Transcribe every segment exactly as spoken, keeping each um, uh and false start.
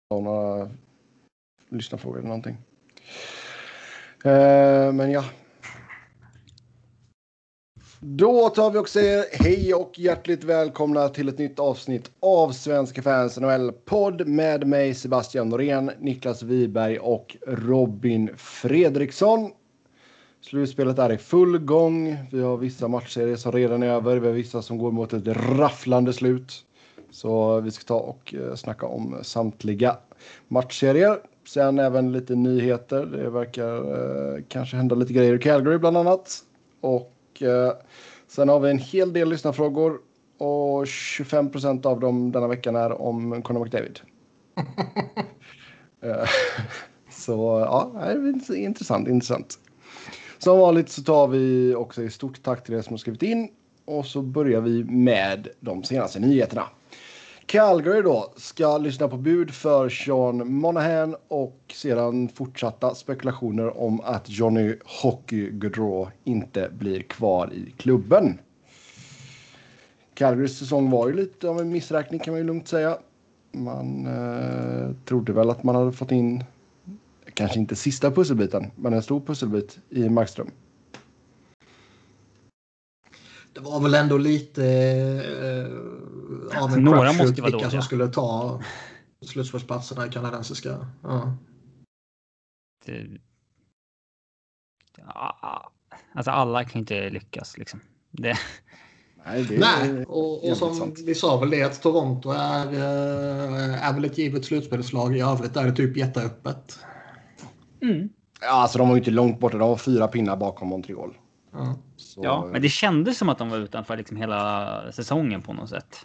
några lyssnarfrågor eller någonting. Uh, men ja. Då tar vi och säger hej och hjärtligt välkomna till ett nytt avsnitt av Svenska fans N H L-podd med mig Sebastian Norén, Niklas Wiberg och Robin Fredriksson. Slutspelet är i full gång. Vi har vissa matcher som redan är över. Vi har vissa som går mot ett rafflande slut. Så vi ska ta och snacka om samtliga matchserier. Sen även lite nyheter. Det verkar eh, kanske hända lite grejer i Calgary bland annat. Och eh, sen har vi en hel del lyssnarfrågor. Och tjugofem procent av dem denna veckan är om Connor McDavid. Så ja, det är intressant, intressant. Som vanligt så tar vi också ett stort tack till er som har skrivit in. Och så börjar vi med de senaste nyheterna. Calgary då ska lyssna på bud för Sean Monahan och sedan fortsatta spekulationer om att Johnny Hockey Gaudreau inte blir kvar i klubben. Calgarys säsong var ju lite av en missräkning kan man ju lugnt säga. Man eh, trodde väl att man hade fått in kanske inte sista pusselbiten, men en stor pusselbit i Markström. Det var väl ändå lite eh, av en några måste vara vilka som skulle ta slutspelsplatserna i kanadensiska. Ja. Det, ja, alltså alla kan inte lyckas liksom. Det... Nej, det Nej och, och som sant. Vi sa väl det att Toronto är, är väl ett givet slutspelslag. I övrigt är det typ jätteöppet. Mm. Ja, alltså de var ju inte långt borta. De var fyra pinnar bakom Montreal. Ja. Så... ja, men det kändes som att de var utanför liksom hela säsongen på något sätt.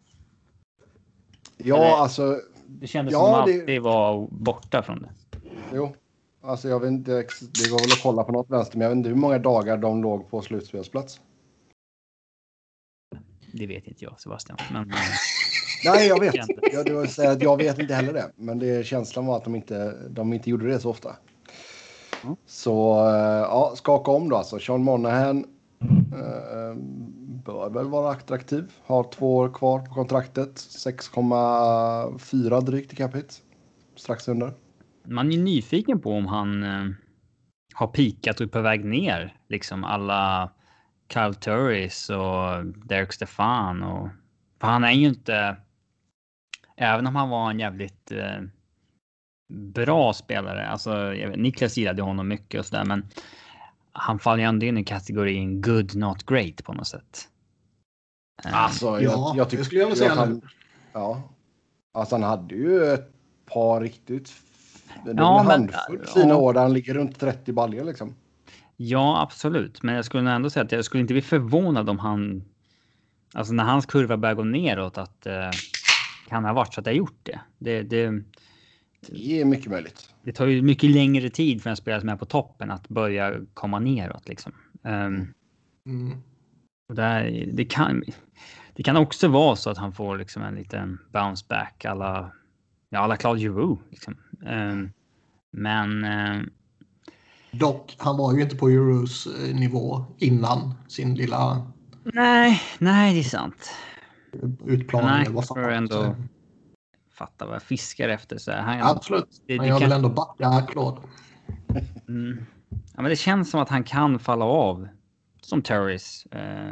Ja, Eller, alltså... Det kändes ja, som att det... det var borta från det. Jo, alltså jag vet inte... Det går väl att kolla på något vänster, men jag vet inte hur många dagar de låg på slutspelsplats. Det vet inte jag, Sebastian. Men... Nej, jag vet. Jag, det var säga att jag vet inte heller det. Men det, känslan var att de inte, de inte gjorde det så ofta. Mm. Så ja, skaka om då alltså. Sean Monahan eh, bör väl vara attraktiv. Har två år kvar på kontraktet. sex komma fyra drygt i capita. Strax under. Man är nyfiken på om han eh, har pikat och är på väg ner. Liksom alla Kyle Turris och Derek Stefan. Och, för han är ju inte... Även om han var en jävligt eh, bra spelare. Alltså, jag vet, Niklas gillade honom mycket och sådär. Men han faller ju ändå in i kategorin good, not great på något sätt. Alltså, jag, ja, jag tycker... Det skulle jag väl säga han, nu. Ja. Alltså, han hade ju ett par riktigt... Det ja, en men, handfull ja. Fina år där han ligger runt trettio baljor liksom. Ja, absolut. Men jag skulle ändå säga att jag skulle inte bli förvånad om han... Alltså, när hans kurva börjar gå neråt att... Eh, kan ha varit så att jag gjort det. Det, det. det är mycket möjligt. Det tar ju mycket längre tid för en spelare som är på toppen att börja komma neråt liksom. Um, mm. och där, det, kan, det kan också vara så att han får liksom en liten bounce back alla, ja, alla Claude Giroux liksom. Um, men um, dock, han var ju inte på Giroux nivå innan sin lilla... Nej, nej det är sant. Utplaning. Nej, för ändå fatta vad jag fiskar efter. Så här. Absolut, det, det men jag kan... vill ändå backa Claude. Mm. Ja, men det känns som att han kan falla av som Turris. Eh...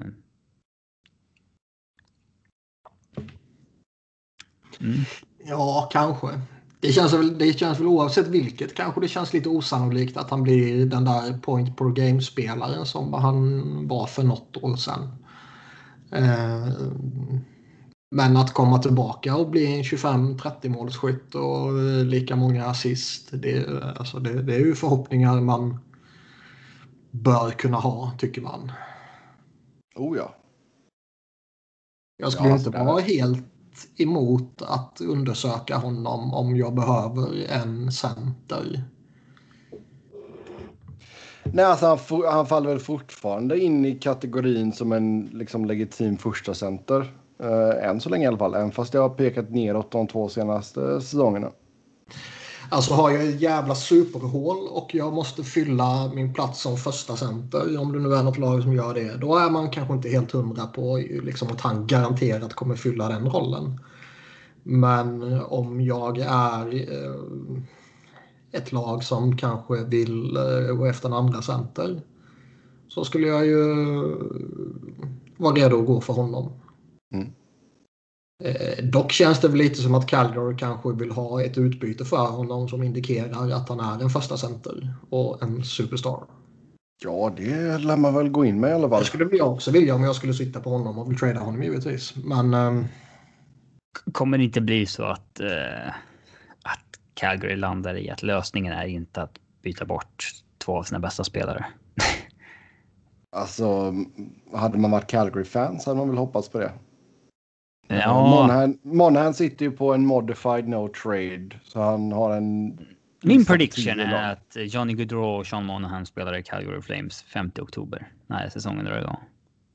Mm. Ja, kanske. Det känns, väl, det känns väl oavsett vilket. Kanske det känns lite osannolikt att han blir den där point per game-spelaren som han var för något år sedan. Eh... Men att komma tillbaka och bli en tjugofem trettio målsskytt och lika många assist, det, alltså det, det är ju förhoppningar man bör kunna ha, tycker man. Oh ja. Jag skulle ja, inte vara helt emot att undersöka honom om jag behöver en center. Nej, alltså han, han faller väl fortfarande in i kategorin som en liksom legitim första center. Uh, än så länge i alla fall, även fast jag har pekat neråt de två senaste säsongerna. Alltså har jag ett jävla superhål och jag måste fylla min plats som första center, om det nu är något lag som gör det, då är man kanske inte helt hundra på liksom, att han garanterat kommer fylla den rollen. Men om jag är eh, ett lag som kanske vill eh, gå efter en andra center, så skulle jag ju vara redo att gå för honom. Mm. Eh, dock känns det väl lite som att Calgary kanske vill ha ett utbyte för honom som indikerar att han är en första center och en superstar. Ja, det lär man väl gå in med i alla fall. Det skulle jag också vilja om jag skulle sitta på honom och vill trada honom givetvis. Men... Um... Kommer det inte bli så att, uh, att Calgary landar i att lösningen är inte att byta bort två av sina bästa spelare? Alltså, hade man varit Calgary-fans hade man väl hoppats på det. Ja. Monahan, Monahan sitter ju på en modified no trade, så han har en... Min prediction är att Johnny Gaudreau och Sean Monahan spelar i Calgary Flames femte oktober när säsongen drar igång.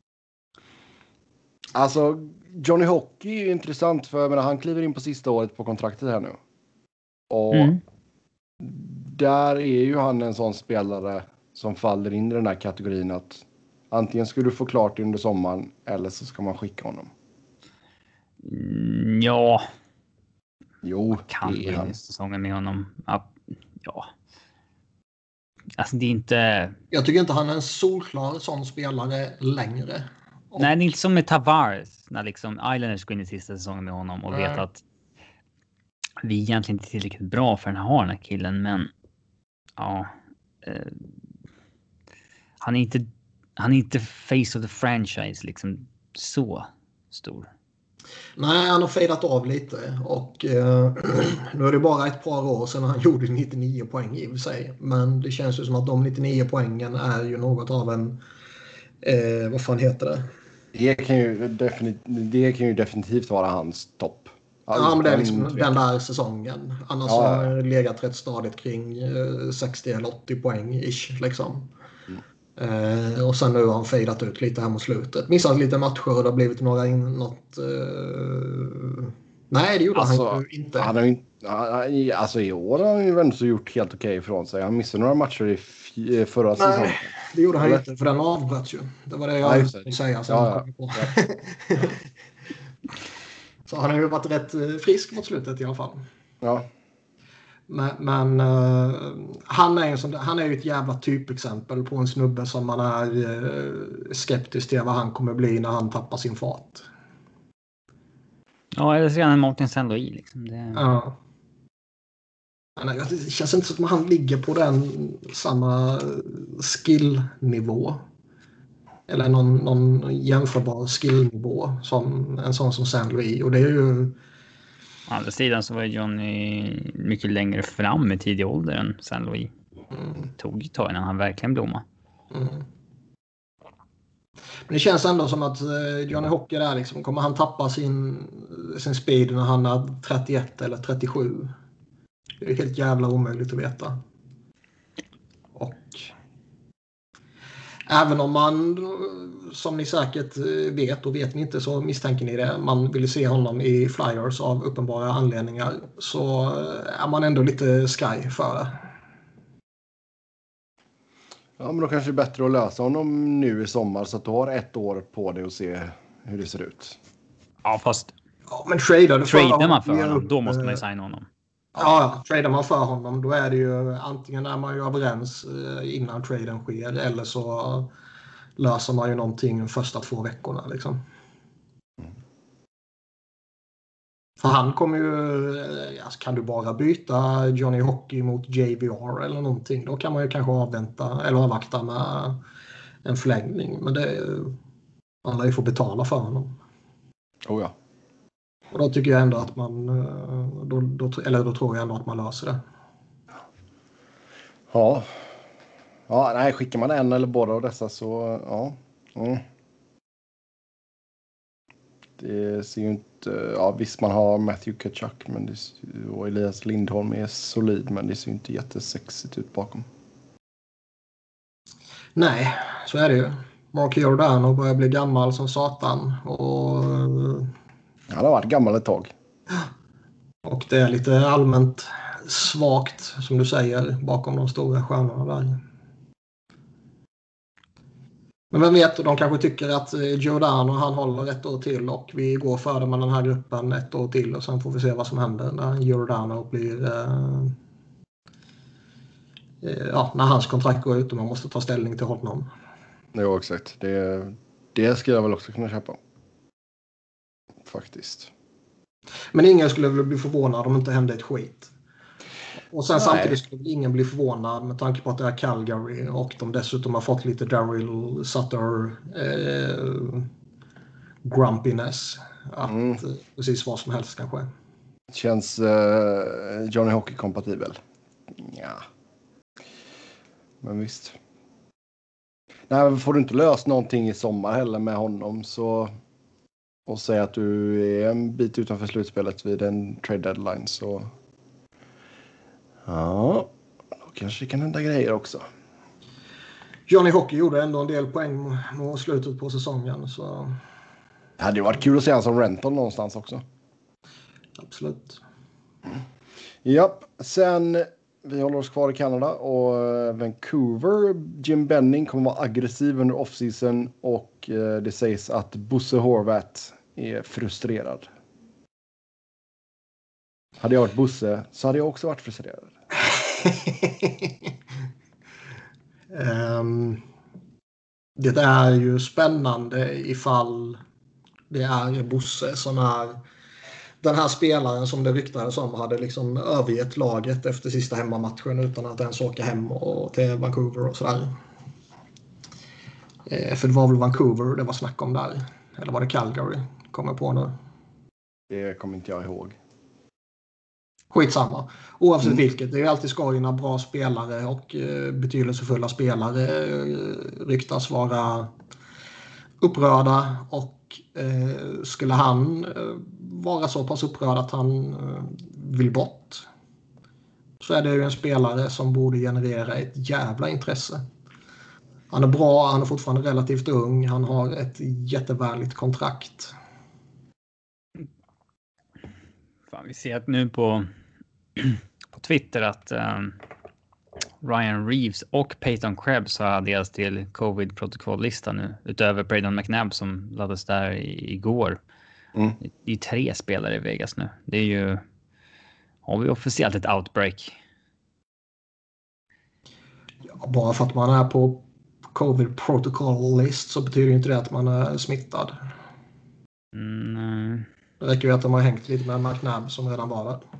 Alltså, Johnny Hockey är intressant för jag menar, han kliver in på sista året på kontraktet här nu. Och mm. där är ju han en sån spelare som faller in i den här kategorin att antingen ska du få klart under sommaren eller så ska man skicka honom. Mm, ja. Jo, kan det är han. Säsongen med honom. Ja. Alltså det är inte... Jag tycker inte han är en solklar sån spelare längre. Och... Nej, det är inte som med Tavares när liksom Islanders går in i sista säsongen med honom och Nej. vet att vi är egentligen inte tillräckligt bra för den här, den här killen, men ja, eh, han är inte han är inte face of the franchise liksom så stor. Nej, han har fejdat av lite och eh, nu är det bara ett par år sedan han gjorde nittionio poäng i sig, men det känns ju som att de nittionio poängen är ju något av en eh, vad fan heter det? Det kan ju definitivt, det kan ju definitivt vara hans topp. Ja, men det är liksom den där säsongen. Annars ja. har han legat rätt stadigt kring eh, sextio eller åttio poäng ish liksom. Mm. Eh, och sen nu har han fejdat ut lite här mot slutet. Missat lite matcher och det har blivit några in, något... Eh... Nej, det gjorde alltså, han inte. Han har ju, alltså i år har han ju ändå gjort helt okej ifrån sig. Han missade några matcher i f- förra säsongen. Nej, det gjorde han Eller? inte för den avbröts ju. Det var det jag ville ja, säga. Sen ja, ja. På. Ja. Så han har ju varit rätt frisk mot slutet i alla fall. Ja. Men, men uh, han, är som, han är ju ett jävla typexempel på en snubbe som man är uh, skeptisk till vad han kommer bli när han tappar sin fart. Ja, eller så är han en Martin Saint-Louis liksom. Det... Ja. Nej, det känns inte som att han ligger på den samma skillnivå. Eller någon, någon jämförbar skillnivå som en sån som Saint-Louis. Och det är ju... Å andra sidan så var Johnny mycket längre fram i tidig ålder än Saint-Louis. Mm. Tog ett tag innan han verkligen blommade. Mm. Men det känns ändå som att Johnny Hockey där liksom, kommer han tappa sin, sin speed när han är trettioett eller trettiosju? Det är helt jävla omöjligt att veta. Och även om man, som ni säkert vet och vet ni inte så misstänker ni det, man vill se honom i Flyers av uppenbara anledningar, så är man ändå lite sky för det. Ja, men då kanske det är bättre att lösa honom nu i sommar så att du har ett år på dig och se hur det ser ut. Ja, fast ja, men tradar du för honom, man för honom, då måste man ju signa honom. Ja, tradar man för honom då är det ju antingen är man ju överens innan traden sker eller så löser man ju någonting de första två veckorna liksom. Mm. För han kommer ju, alltså, kan du bara byta Johnny Hockey mot J V R eller någonting, då kan man ju kanske avvänta eller avvakta med en förlängning, men det man lär ju få betala för honom. Oh ja. Och då tycker jag ändå att man då, då, eller då tror jag ändå att man löser det. Ja. Ja, nej, skickar man en eller båda av dessa så ja. Mm. Det ser ju inte, ja visst man har Matthew Tkachuk men det, och Elias Lindholm är solid, men det ser ju inte jättesexigt ut bakom. Nej, så är det ju. Mark Giordano börjar bli gammal som satan och han har varit gammal ett tag. Och det är lite allmänt svagt, som du säger, bakom de stora stjärnorna där. Men vem vet, de kanske tycker att Giordano han håller ett år till och vi går före med den här gruppen ett år till och sen får vi se vad som händer när Giordano blir eh, eh, ja, när hans kontrakt går ut och man måste ta ställning till honom. Ja, exakt. Det, det skulle jag väl också kunna köpa. Faktiskt. Men ingen skulle väl bli förvånad om det inte hände ett skit. Och sen Nej. samtidigt skulle ingen bli förvånad med tanke på att det är Calgary och de dessutom har fått lite Daryl Sutter eh, grumpiness. Att Mm. precis vad som helst kan ske. Känns uh, Johnny Hockey kompatibel? Ja. Men visst. Nej, får du inte löst någonting i sommar heller med honom så och säga att du är en bit utanför slutspelet vid en trade deadline så ja, då kanske det kan hända grejer också. Johnny Hockey gjorde ändå en del poäng mot slutet på säsongen så Det hade ju varit kul att se han som rental någonstans också. absolut. Japp, sen vi håller oss kvar i Kanada och Vancouver. Jim Benning kommer vara aggressiv under offseason och eh, det sägs att Bosse Horvat är frustrerad. Hade jag varit Bosse så hade jag också varit frustrerad. um, det är ju spännande ifall det är Bosse som är den här spelaren som det ryktades om hade liksom övergett laget efter sista hemmamatchen utan att ens åka hem och till Vancouver och sådär. Eh, för det var väl Vancouver det var snack om där. Eller var det Calgary? Kommer på nu. Det kommer inte jag ihåg. Skitsamma. Oavsett Mm. vilket. Det är alltid skoj när bra spelare och eh, betydelsefulla spelare eh, ryktas vara upprörda och eh, skulle han eh, vara så pass upprörd att han eh, vill bort så är det ju en spelare som borde generera ett jävla intresse. Han är bra, han är fortfarande relativt ung, han har ett jättevärligt kontrakt. Fan, vi ser att nu på, på Twitter att um, Ryan Reeves och Peyton Krebs har adderats till covid-protokolllistan nu. Utöver Braden McNabb som laddades där i, igår. Mm. Det är tre spelare i Vegas nu. Det är ju... Har vi officiellt ett outbreak? Ja, bara för att man är på covid-protokoll-list så betyder inte det att man är smittad. Mm. Det räcker ju att de har hängt lite med McNabb som redan var där.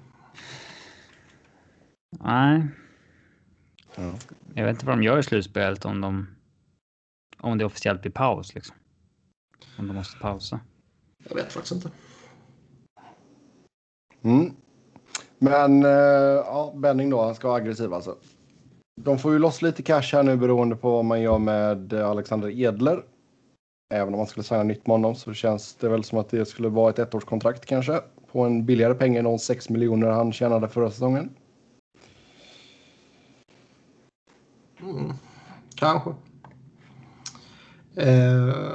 Nej. Ja. Jag vet inte vad de gör i slutspelet om de om det officiellt blir paus liksom. Om de måste pausa. Jag vet faktiskt inte. Mm. Men eh, ja, Benning då, han ska vara aggressiv alltså. De får ju loss lite cash här nu beroende på vad man gör med Alexander Edler. Även om man skulle signa nytt med honom så känns det väl som att det skulle vara ett ettårskontrakt kanske. På en billigare pengar än de sex miljoner han tjänade förra säsongen. Mm. Kanske. Eh,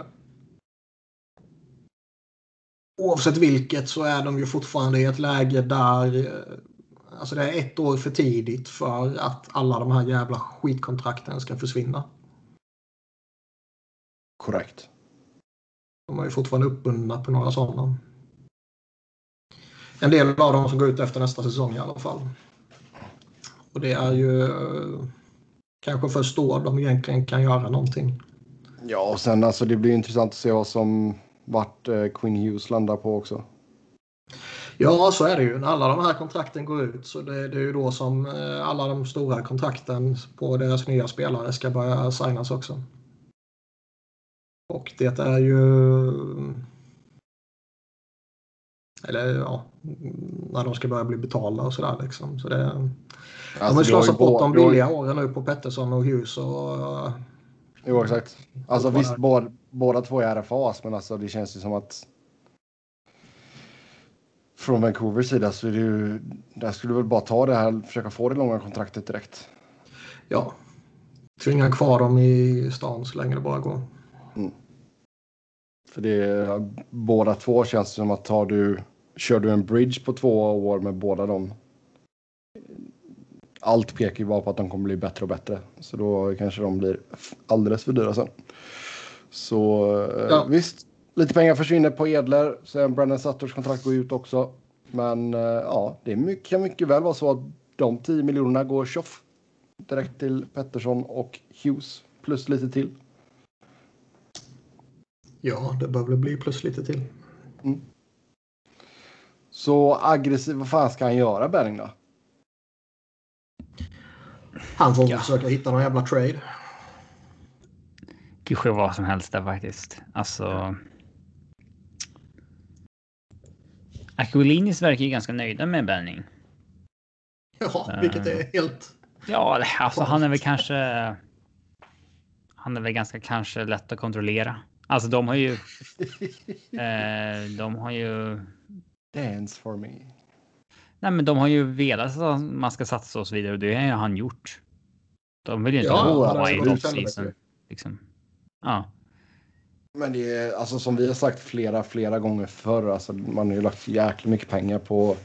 oavsett vilket så är de ju fortfarande i ett läge där eh, alltså det är ett år för tidigt för att alla de här jävla skitkontrakten ska försvinna. Korrekt. De är ju fortfarande uppbundna på några sådana. En del av dem som går ut efter nästa säsong i alla fall. Och det är ju eh, kanske först då de egentligen kan göra någonting. Ja, och sen alltså det blir intressant att se vad som vart eh, Quinn Hughes landar på också. Ja, så är det ju. När alla de här kontrakten går ut så det, det är ju då som eh, alla de stora kontrakten på deras nya spelare ska börja signas också. Och det är ju... Eller ja, när de ska börja bli betalda och sådär liksom. Så det, Alltså, de har ju slösat bort de både, billiga åren nu på Pettersson och Hughes och... Jo, exakt. Alltså visst, där. båda, båda två är R F As, men alltså det känns ju som att från Vancouvers sida så är det ju, där skulle du väl bara ta det här, försöka få det långa kontraktet direkt. Ja, tvinga kvar dem i stan så länge det bara går. Mm. För det båda två känns som att tar du, kör du en bridge på två år med båda dem. Allt pekar ju bara på att de kommer bli bättre och bättre. Så då kanske de blir alldeles för dyra sen. Så Ja. visst, lite pengar försvinner på Edler. Sen Brandon Sutters kontrakt går ut också. Men ja, det är mycket, kan mycket väl vara så att de tio miljonerna går tjoff direkt till Pettersson och Hughes. Plus lite till. Ja, det behöver bli plus lite till. Mm. Så aggressiv, vad fan ska han göra, Benning då? Han får Ja. försöka hitta någon jävla trade. Kanske vad som helst där faktiskt. Alltså... Aquilinis verkar ju ganska nöjda med Benning. Ja, vilket är helt... Ja, alltså han är väl kanske... Han är väl ganska kanske lätt att kontrollera. Alltså de har ju... eh, de har ju... Dance for me. Nej, men de har ju velat att man ska satsa och så vidare. Och det har ju han gjort. De vill ju inte Ja, ha ja, wide off season. Liksom. Ja. Men det är alltså som vi har sagt flera, flera gånger förr. Alltså, man har ju lagt jäkla mycket pengar på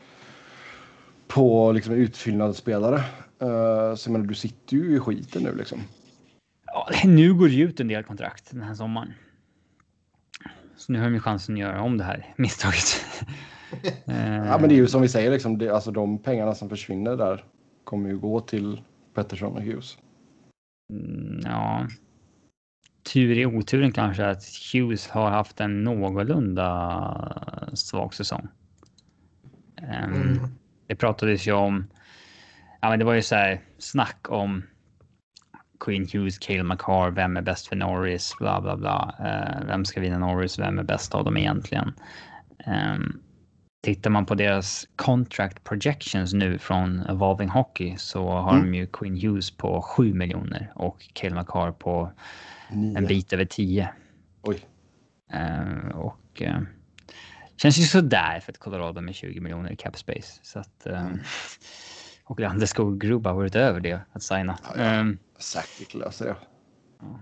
på liksom utfyllnadsspelare. Uh, så men du sitter ju i skiten nu liksom. Ja, nu går det ut en del kontrakt den här sommaren. Så nu har de chansen att göra om det här misstaget. Ja, men det är ju som vi säger liksom, det, alltså de pengarna som försvinner där kommer ju gå till Pettersson och Hughes. Mm, ja. Tur i oturen kanske att Hughes har haft en någorlunda svag säsong. Um, Mm. Det pratades ju om, ja men det var ju så här snack om Quinn Hughes, Cale Makar, vem är bäst för Norris, bla bla bla. Uh, vem ska vinna Norris, vem är bäst av dem egentligen? Um, tittar man på deras contract projections nu från Evolving Hockey så har mm. de ju Quinn Hughes på sju miljoner och Cale Makar på Nio. En bit över tio. Oj. Uh, och uh, känns ju så där för ett Colorado med tjugo miljoner i cap space. Så att uh, mm. och Landeskog Gruba varit över det att signa. Ja, ja. Um, Säkert löser det. Ja.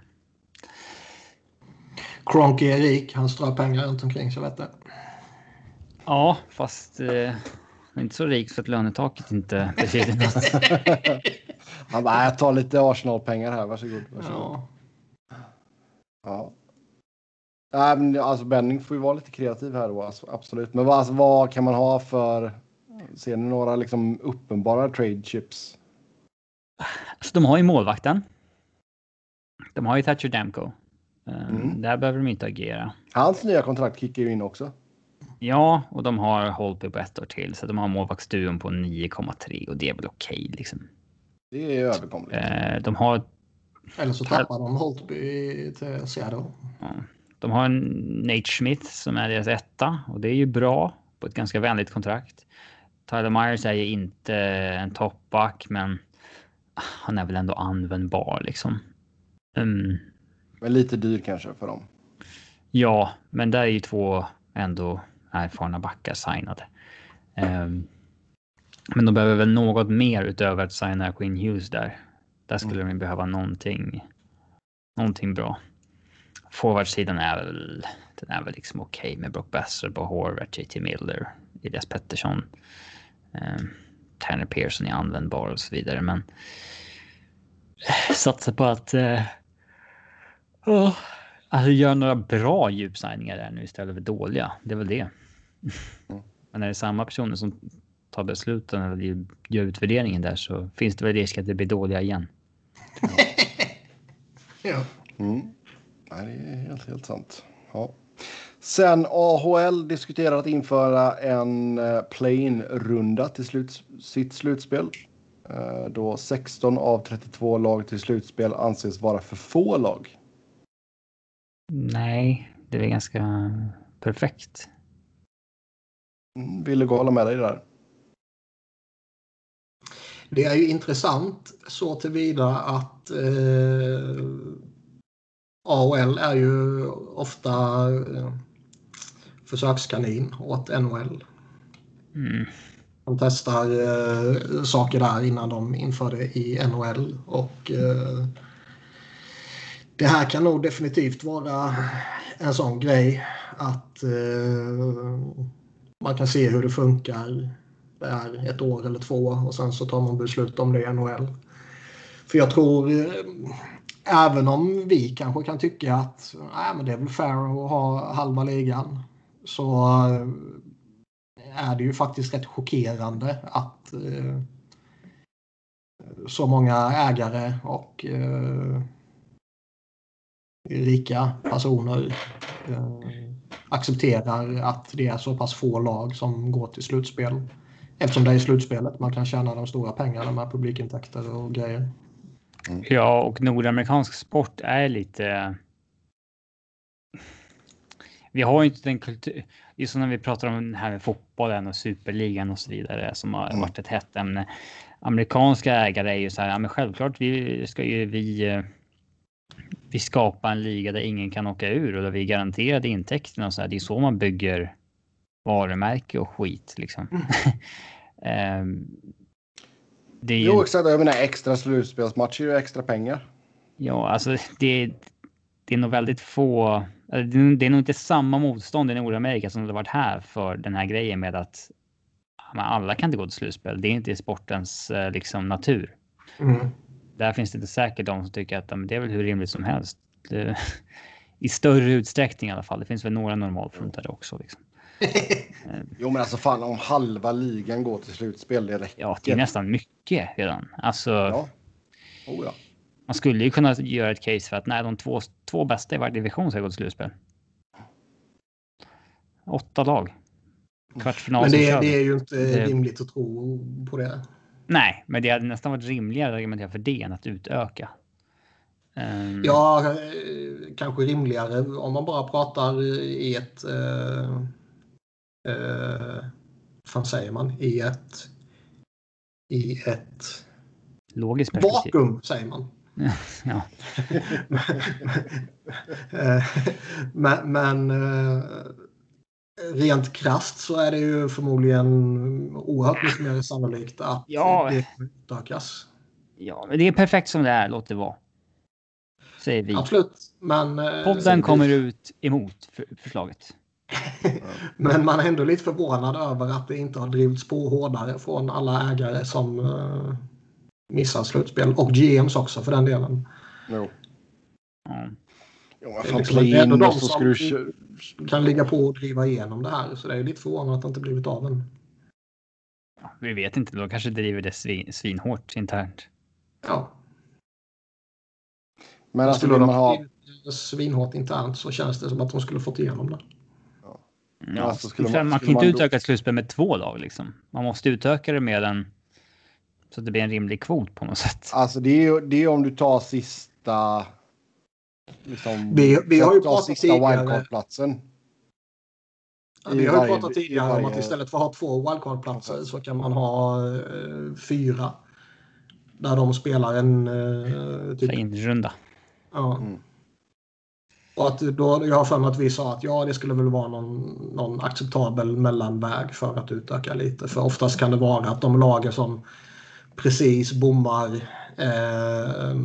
Kroenke är rik, han strör pengar runt omkring så vet det. Ja, fast uh, inte så rik så att lönetaket inte betyder något. Han bara, jag tar lite Arsenal-pengar här, varsågod. varsågod. Ja. Ja. Nej, men alltså Benning får ju vara lite kreativ här då, alltså, absolut. Men vad, alltså, vad kan man ha för, ser ni några liksom uppenbara trade chips? Alltså, de har ju målvakten. De har ju Thatcher Demko. Um, mm. Där behöver de inte agera. Hans nya kontrakt kickar ju in också. Ja, och de har Holtby på ett år till. Så de har målvaktsduon på nio komma tre och det är väl okej okay, liksom. Det är överkomligt. Uh, de har... Eller så tappar de Holtby till Seattle. Ja. De har en Nate Smith som är deras etta. Och det är ju bra på ett ganska vänligt kontrakt. Tyler Myers är ju inte en toppback, men han är väl ändå användbar liksom. Um, men lite dyr kanske för dem. Ja, men där är ju två ändå erfarna backar signade. Um, men de behöver väl något mer utöver att signa Quinn Hughes där. Där skulle mm. de behöva någonting, någonting bra. Forwardsidan är väl, den är väl liksom okej okay med Brock Besser, Bo Horvath, J T Miller, Elias Pettersson, um, Tanner Pearson är användbar och så vidare. Men satsa på att uh, oh, alltså göra några bra djupsigningar där nu istället för dåliga. Det är väl det. Mm. Men när det är samma personer som tar besluten eller gör utvärderingen där så finns det väl risk att det blir dåliga igen. Ja. ja. Mm. Nej, det är helt, helt sant. Ja. Sen A H L diskuterar att införa en play-in-runda till slut, sitt slutspel. Då sexton av trettiotvå lag till slutspel anses vara för få lag. Nej, det är ganska perfekt. Mm, vill du hålla med dig där? Det är ju intressant så tillvida att eh, A H L är ju ofta eh, försökskanin åt N H L. Mm. De testar eh, saker där innan de inför det i N H L och eh, det här kan nog definitivt vara en sån grej att eh, man kan se hur det funkar. Det är ett år eller två och sen så tar man beslut om det i N H L. För För jag tror, eh, även om vi kanske kan tycka att nej, men det är väl fair att ha halva ligan, så eh, är det ju faktiskt rätt chockerande att eh, så många ägare och eh, rika personer eh, accepterar att det är så pass få lag som går till slutspel. Eftersom det är i slutspelet man kan tjäna de stora pengarna med publikintäkter och grejer. Mm. Ja, och nordamerikansk sport är lite... Vi har ju inte den kultur... Det är som när vi pratar om det här med fotbollen och superligan och så vidare som har mm. varit ett hett ämne. Amerikanska ägare är ju så här, ja men självklart vi ska ju vi... Vi skapar en liga där ingen kan åka ur och där vi garanterade intäkterna och så här. Det är så man bygger varumärke och skit liksom. Mm. um, det är ju... Jo, exakt. Jag menar extra slutspelsmatcher är ju extra pengar. Ja, alltså det, det är nog väldigt få... Det är nog inte samma motstånd i Nordamerika som det har varit här för den här grejen med att men alla kan inte gå till slutspel. Det är inte i sportens liksom, natur. Mm. Där finns det inte säkert de som tycker att men det är väl hur rimligt som helst. Det, i större utsträckning i alla fall. Det finns väl några normalfuntare också. Liksom. Jo men alltså fan om halva ligan går till slutspel det räcker. Ja det är nästan mycket redan. Alltså, ja. Oh, ja. Man skulle ju kunna göra ett case för att nej, de två, två bästa i varje division ska gå till slutspel. Åtta lag. Kvartsfinal. Men det, det är ju inte det... rimligt att tro på det. Nej, men det hade nästan varit rimligare att argumentera för det än att utöka. Um... Ja, kanske rimligare om man bara pratar i ett... Uh, uh, vad säger man? I ett... I ett... Logiskt perspektiv. Vakuum, säger man. Ja. men men uh, rent krasst så är det ju förmodligen oerhört mycket mer sannolikt att ja. det utökas. Ja, men det är perfekt som det är. Låt det vara. Säger vi. Absolut. Men, podden kommer vi. ut emot för, förslaget. Men man är ändå lite förvånad över att det inte har drivits på hårdare från alla ägare som uh, missar slutspel. Och G Ms också för den delen. Jo. Mm. Jo, man får liksom play in och så ska du... kan ligga på och driva igenom det här. Så det är lite förvånande att det inte blivit av än. Ja, vi vet inte. De kanske driver det svin, svinhårt internt. Ja. Men alltså skulle de ha... svinhårt internt så känns det som att de skulle fått igenom det. Ja. Ja, alltså skulle man, man kan inte man utöka då... ett slutspel med två lag liksom. Man måste utöka det med en så att det blir en rimlig kvot på något sätt. Alltså det är ju det är om du tar sista liksom, vi, vi har ju pratat sista wildcard-platsen. Ja, vi har ju pratat tidigare varje... om att istället för att ha två wildcard-platser så kan man ha uh, fyra. Där de spelar en uh, typ... en runda. Ja. Mm. Och att då, jag har för mig att vi sa att ja, det skulle väl vara någon, någon acceptabel mellanväg för att utöka lite. För oftast kan det vara att de lager som precis bommar eh,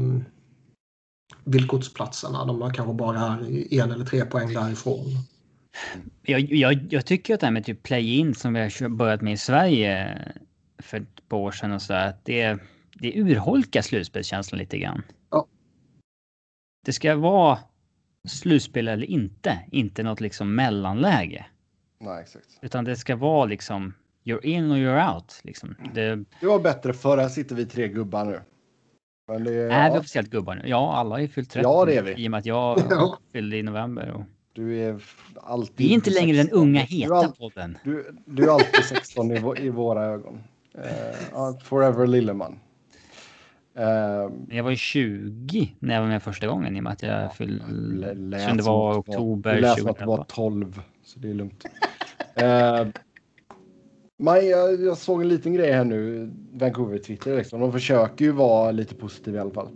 villkorsplatserna. De har kanske bara är en eller tre poäng därifrån. Jag, jag, jag tycker att det här med typ play-in som vi har börjat med i Sverige för ett par år sedan och så där, att det, det urholkar slutspelskänslan lite grann. Ja. Det ska vara slutspel eller inte. Inte något liksom mellanläge. Nej, exakt. Utan det ska vara liksom you're in or you're out. Liksom. Det, det var bättre för här sitter vi tre gubbar nu. Men det, är ja. vi officiellt gubbar nu? Ja, alla har ju fyllt trettio. Ja, det är vi. I och med att jag ja. fyllde i november. Och... Du är alltid... Vi är inte längre den unga heta all... podden. Du, du är alltid sexton i, i våra ögon. Uh, forever Lilleman. Uh, jag var ju tjugo när jag var med första gången i och med att jag fyllde... Lät det var oktober tjugoelva. Du lät att det var tolv, så det är lugnt. uh, man, jag, jag såg en liten grej här nu. Vancouver Twitter liksom. De försöker ju vara lite positiva i alla fall.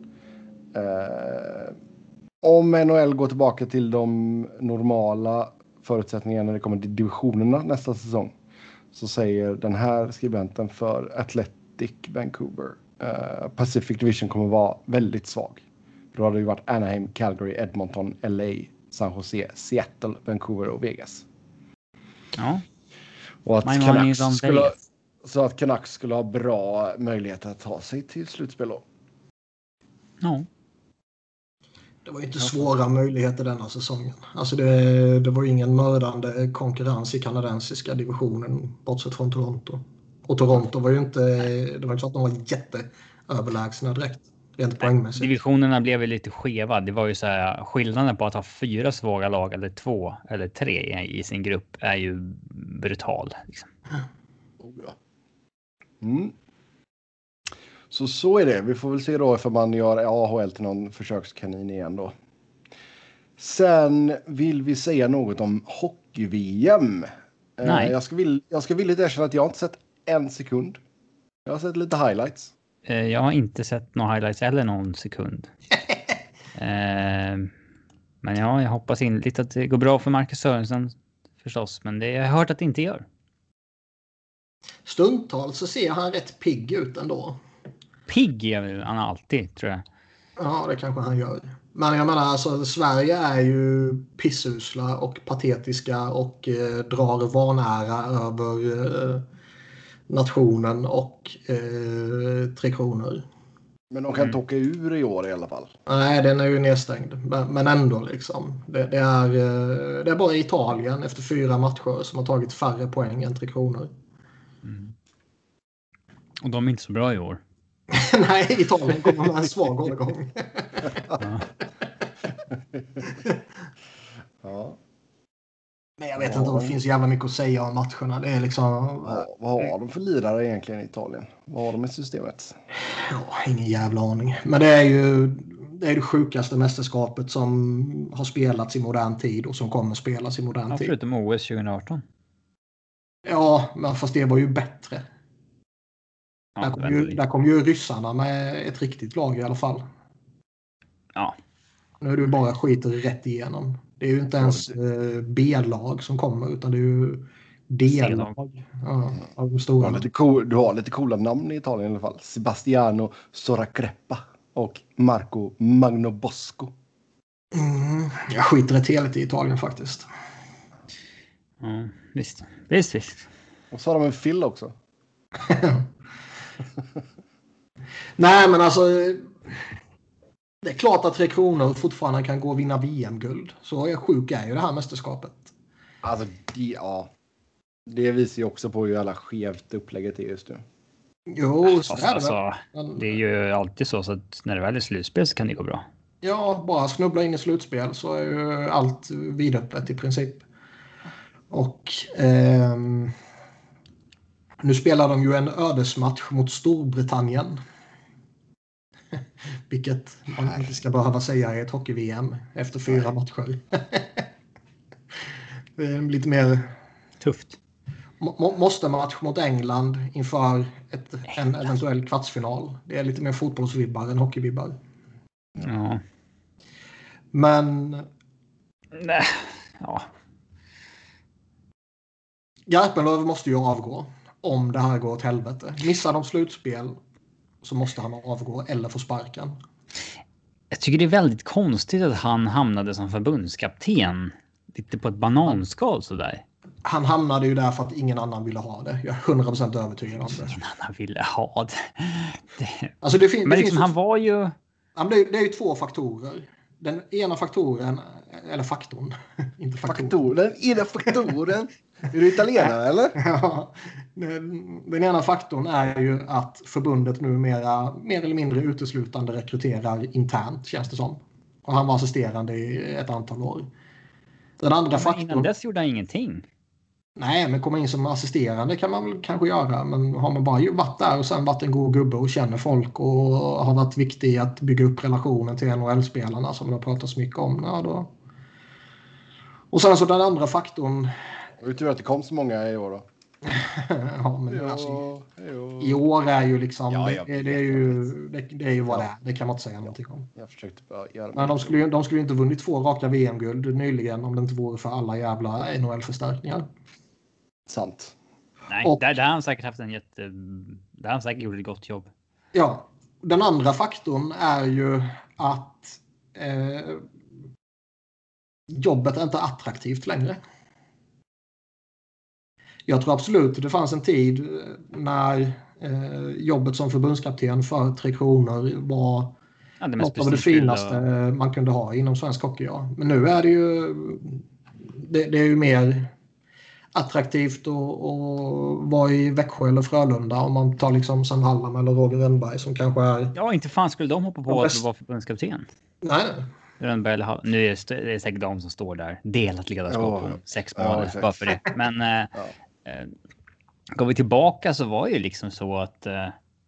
Uh, om N H L går tillbaka till de normala förutsättningarna när det kommer till divisionerna nästa säsong, så säger den här skribenten för Athletic Vancouver uh, Pacific Division kommer vara väldigt svag. För då hade det ju varit Anaheim, Calgary, Edmonton, L A, San Jose, Seattle, Vancouver och Vegas. Ja. Och att Canucks skulle, så att Canucks skulle ha bra möjligheter att ta sig till slutspel då. Ja. Det var ju inte svåra möjligheter denna säsongen. Alltså det, det var ingen mördande konkurrens i kanadensiska divisionen bortsett från Toronto. Och Toronto var ju inte, det var inte så att de var jätteöverlägsna direkt. Rent poängmässigt. Divisionerna blev ju lite skeva. Det var ju så här, skillnaden på att ha fyra svaga lag eller två eller tre i sin grupp är ju brutal. Liksom. Oh, ja. Mm. Så så är det. Vi får väl se då ifall man gör A H L till någon försökskanin igen då. Sen vill vi säga något om hockey-V M. Nej. Jag ska, vill, jag ska villigt erkänna att jag inte sett en sekund. Jag har sett lite highlights. Jag har inte sett några highlights eller någon sekund. Men ja, jag hoppas in lite att det går bra för Marcus Sörensen förstås. Men det, jag har hört att det inte gör. Stundtals så ser han rätt pigg ut ändå. Pigg är han alltid, tror jag. Ja, det kanske han gör. Men jag menar, alltså, Sverige är ju pissusla och patetiska och eh, drar vanära över eh, nationen och eh, Tre Kronor. Men de kan Mm. inte åka ur i år i alla fall. Nej, den är ju nedstängd. Men, men ändå liksom. Det, det, är, eh, det är bara Italien efter fyra matcher som har tagit färre poäng än Tre Kronor. Mm. Och de är inte så bra i år. Nej, Italien kommer med en svag återgång. Ja. Ja. Men jag vet Ja. inte om det finns jävla mycket att säga om matcherna. Det är liksom... Ja, vad har de för lirare egentligen i Italien? Vad har de i systemet? Ja, ingen jävla aning. Men det är ju det, är det sjukaste mästerskapet som har spelats i modern tid och som kommer spelas i modern Ja, tid. förutom O S tjugo arton. Ja, men fast det var ju bättre. Ja, där, kom vänta ju, lite. där kom ju ryssarna med ett riktigt lag i alla fall. Ja. Nu är det ju bara skiter rätt igenom. Det är ju inte ens eh, B-lag som kommer utan det är ju D-lag. Ja, av de Du stora. har, lite cool, du har lite coola namn i Italien i alla fall. Sebastiano Soracreppa och Marco Magnobosco. Mm, jag skiter rätt helt i Italien faktiskt. Ja, visst. Visst, visst. Och så har de en Phil också. Nej, men alltså det är klart att Tre Kronor fortfarande kan gå och vinna V M-guld. Så är sjuk är ju det här mästerskapet. Alltså, det, ja. Det visar ju också på hur alla skevt upplägget är just nu. Jo, så Fast är det alltså, väl. Men, det är ju alltid så, så att när det väl är slutspel så kan det gå bra. ja, bara snubbla in i slutspel så är ju allt vidöppet i princip. Och ehm, nu spelar de ju en ödesmatch mot Storbritannien. Vilket man inte ska behöva säga i ett hockey-V M efter fyra matcher. Det är lite mer Tufft. må, måste match mot England inför ett, en eventuell kvartsfinal. Det är lite mer fotbollsvibbar än hockeyvibbar. Ja. Men Nej. Ja. Garpenlöv måste ju avgå om det här går åt helvete. Missar de slutspel så måste han avgå eller få sparken. Jag tycker det är väldigt konstigt att han hamnade som förbundskapten. Lite på ett bananskal sådär. Han hamnade ju där för att ingen annan ville ha det. Jag är hundra procent övertygad om det. Ingen annan ville ha det. det. Alltså det, fin- Men det liksom, finns han var ju... Ja, det, är, det är ju två faktorer. Den ena faktoren, eller faktorn, inte faktorn. Faktoren, är det faktoren? Är du italienare eller? Ja, den, den ena faktorn är ju att förbundet numera mer eller mindre uteslutande rekryterar internt, känns det som. Och han var assisterande i ett antal år. Den andra Men faktorn... innan dess gjorde han ingenting. Nej, men komma in som assisterande kan man väl kanske göra. Men har man bara varit där och sen varit en god gubbe och känner folk och har varit viktig i att bygga upp relationen till N H L-spelarna som det har pratats mycket om. Ja, då. Och sen så den andra faktorn... Jag vet ju att det kom så många i år då. ja, men Jo, alltså, jo. i år är ju liksom... Ja, det, jag det, vet, är ju, det, det är ju vad Ja. det är. Det kan man inte säga någonting om. Jag försökte bara göra Men de skulle ju de skulle ju inte vunnit två raka V M-guld nyligen om det inte vore för alla jävla N H L-förstärkningar. Sant. Nej, Och- där, där har han säkert haft en jätte... Där har han säkert gjort ett gott jobb. Ja, den andra faktorn är ju att eh, jobbet är inte attraktivt längre. Jag tror absolut det fanns en tid när eh, jobbet som förbundskapten för Tre Kronor var Ja, det något av det finaste och... man kunde ha inom svensk hockey. Ja. Men nu är det ju det, det är ju mer attraktivt att, att vara i Växjö eller Frölunda om man tar liksom Sam Hallam eller Roger Rönnberg som kanske är... Ja, inte fan skulle de hoppa på att vara förbundskapten. Nej, nej. Rönnberg eller Hall... Nu är det, det är säkert de som står där. Delat ledarskap oh. om sex månader. Ja, bara för det. Men ja. eh, går vi tillbaka så var det ju liksom så att eh,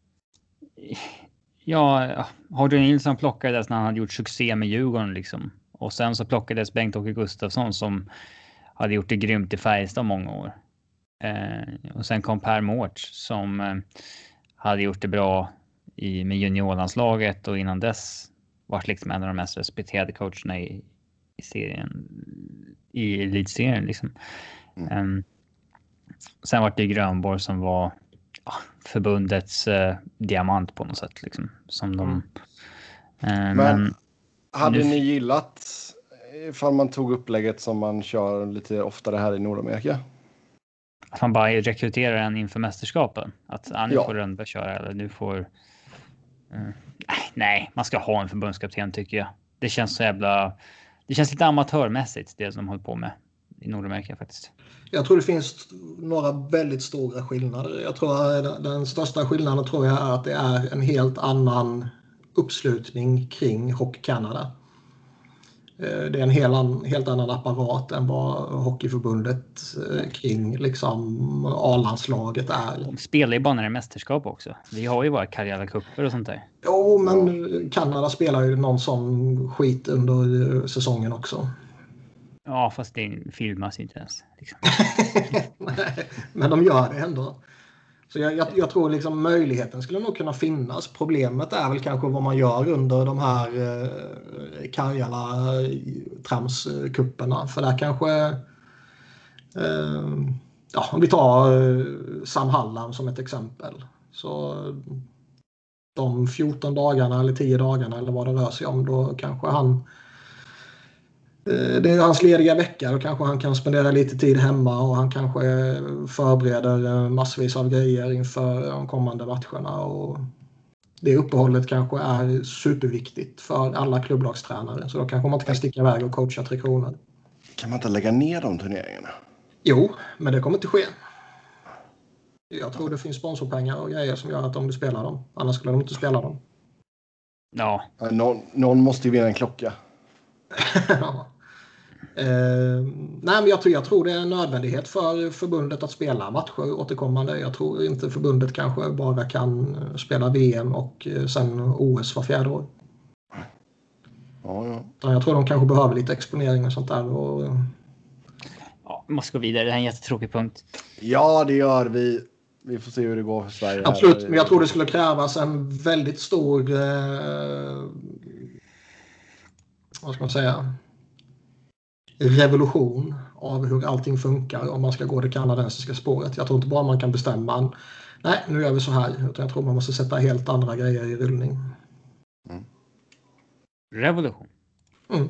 ja, Hårdon Nilsson plockades när han hade gjort succé med Djurgården liksom. Och sen så plockades Bengt-Åke Gustafsson som hade gjort det grymt i Färjestad många år. Eh, och sen kom Per Mårts som eh, hade gjort det bra i, med juniorlandslaget och innan dess var liksom en av de mest respekterade coacherna i, i serien, i elitserien liksom. Mm. Um, sen var det Grönborg som var ja, förbundets uh, diamant på något sätt liksom. Som de, uh, men, men hade nu... ni gillat ifall man tog upplägget som man kör lite oftare här i Nordamerika? Att man bara rekryterar en inför mästerskapen. Att ah, nu ja. får Rönnberg köra eller nu får... Uh, nej, man ska ha en förbundskapten tycker jag. Det känns så jävla... Det känns lite amatörmässigt det som de håller på med i Nordamerika faktiskt. Jag tror det finns några väldigt stora skillnader. Jag tror att den största skillnaden tror jag är att det är en helt annan uppslutning kring Hockey Canada. Det är en helt annan, helt annan apparat än vad Hockeyförbundet kring liksom A-landslaget är. De spelar ju bara när det är mästerskap också. Vi har ju bara karriärkupper och sånt där. Jo, men Kanada spelar ju någon sån skit under säsongen också. Ja, fast det filmas inte ens. Liksom. Nej, men de gör det ändå. Så jag, jag, jag tror liksom möjligheten skulle nog kunna finnas. Problemet är väl kanske vad man gör under de här eh, Karjala tramskupperna. För där kanske, eh, ja, om vi tar eh, Sam Hallam som ett exempel. Så de fjorton dagarna eller tio dagarna eller vad det rör sig om, då kanske han... Det är hans lediga vecka och kanske han kan spendera lite tid hemma och han kanske förbereder massvis av grejer inför de kommande matcherna och det uppehållet kanske är superviktigt för alla klubblagstränare så då kanske man inte kan sticka iväg och coacha Tre Kronor. Kan man inte lägga ner de turneringarna? Jo, men det kommer inte ske. Jag tror det finns sponsorpengar och grejer som gör att de vill spela dem. Annars skulle de inte spela dem. Ja. Någon, någon måste ju vinna en klocka. Ja. Eh, nej, men jag tror, jag tror det är en nödvändighet för förbundet att spela matcher återkommande. Jag tror inte förbundet kanske bara kan spela V M och sen O S var fjärde år. Ja, ja. Jag tror de kanske behöver lite exponering och sånt där. Och... Ja, vi måste gå vidare. Det här är en jättetråkig punkt. Ja, det gör vi. Vi får se hur det går för Sverige. Absolut, men jag tror det skulle krävas en väldigt stor... Eh... Vad ska man säga? Revolution av hur allting funkar om man ska gå det kanadensiska spåret. Jag tror inte bara man kan bestämma nej, nu gör vi så här, utan jag tror man måste sätta helt andra grejer i rullning. Mm. Revolution. Mm.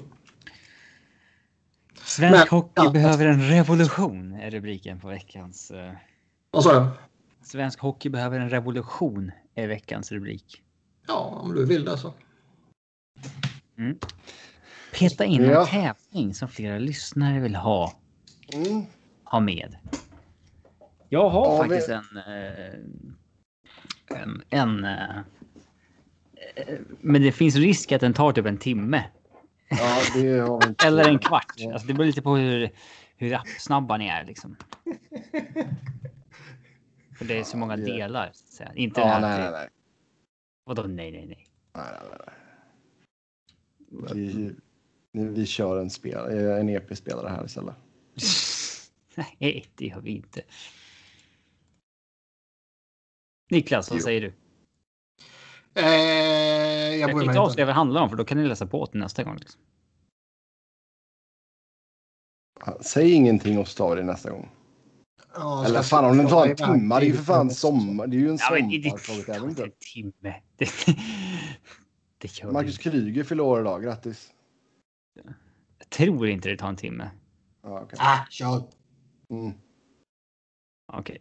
Svensk Men, hockey ja, behöver en revolution är rubriken på veckans... Uh... Vad sa jag? Svensk hockey behöver en revolution är veckans rubrik. Ja, om du vill det så. Mm. Peta in ja. en tävling som flera lyssnare vill ha. Mm. Ha med. Jag har ja, faktiskt vi... en... Eh, en... en eh, men det finns risk att den tar typ en timme. Ja, det har vi inte. Eller en kvart. Ja. Alltså, det beror lite på hur, hur snabba ni är. Liksom. För det är så många ja, delar. Så att inte ja, här, nej, nej, nej. Vadå nej, nej, nej. Nej, nej, nej. Vi, vi kör en, spel, en E P-spelare här istället. Nej, det gör vi inte. Niklas, vad jo. säger du? Eh, jag jag kan inte avslöja vad det handlar om, för då kan ni läsa på till nästa gång. Liksom. Säg ingenting och sta det nästa gång. Ja, eller fan, om den tar en timme, det är ju för fan sommar. Det är ju en ja, sommar. Det är en timme. Det, det gör Marcus Kryger fyller år idag, grattis. Jag tror inte det tar en timme. Ja, okay. Ah, kör. Mm. Okej. Okay.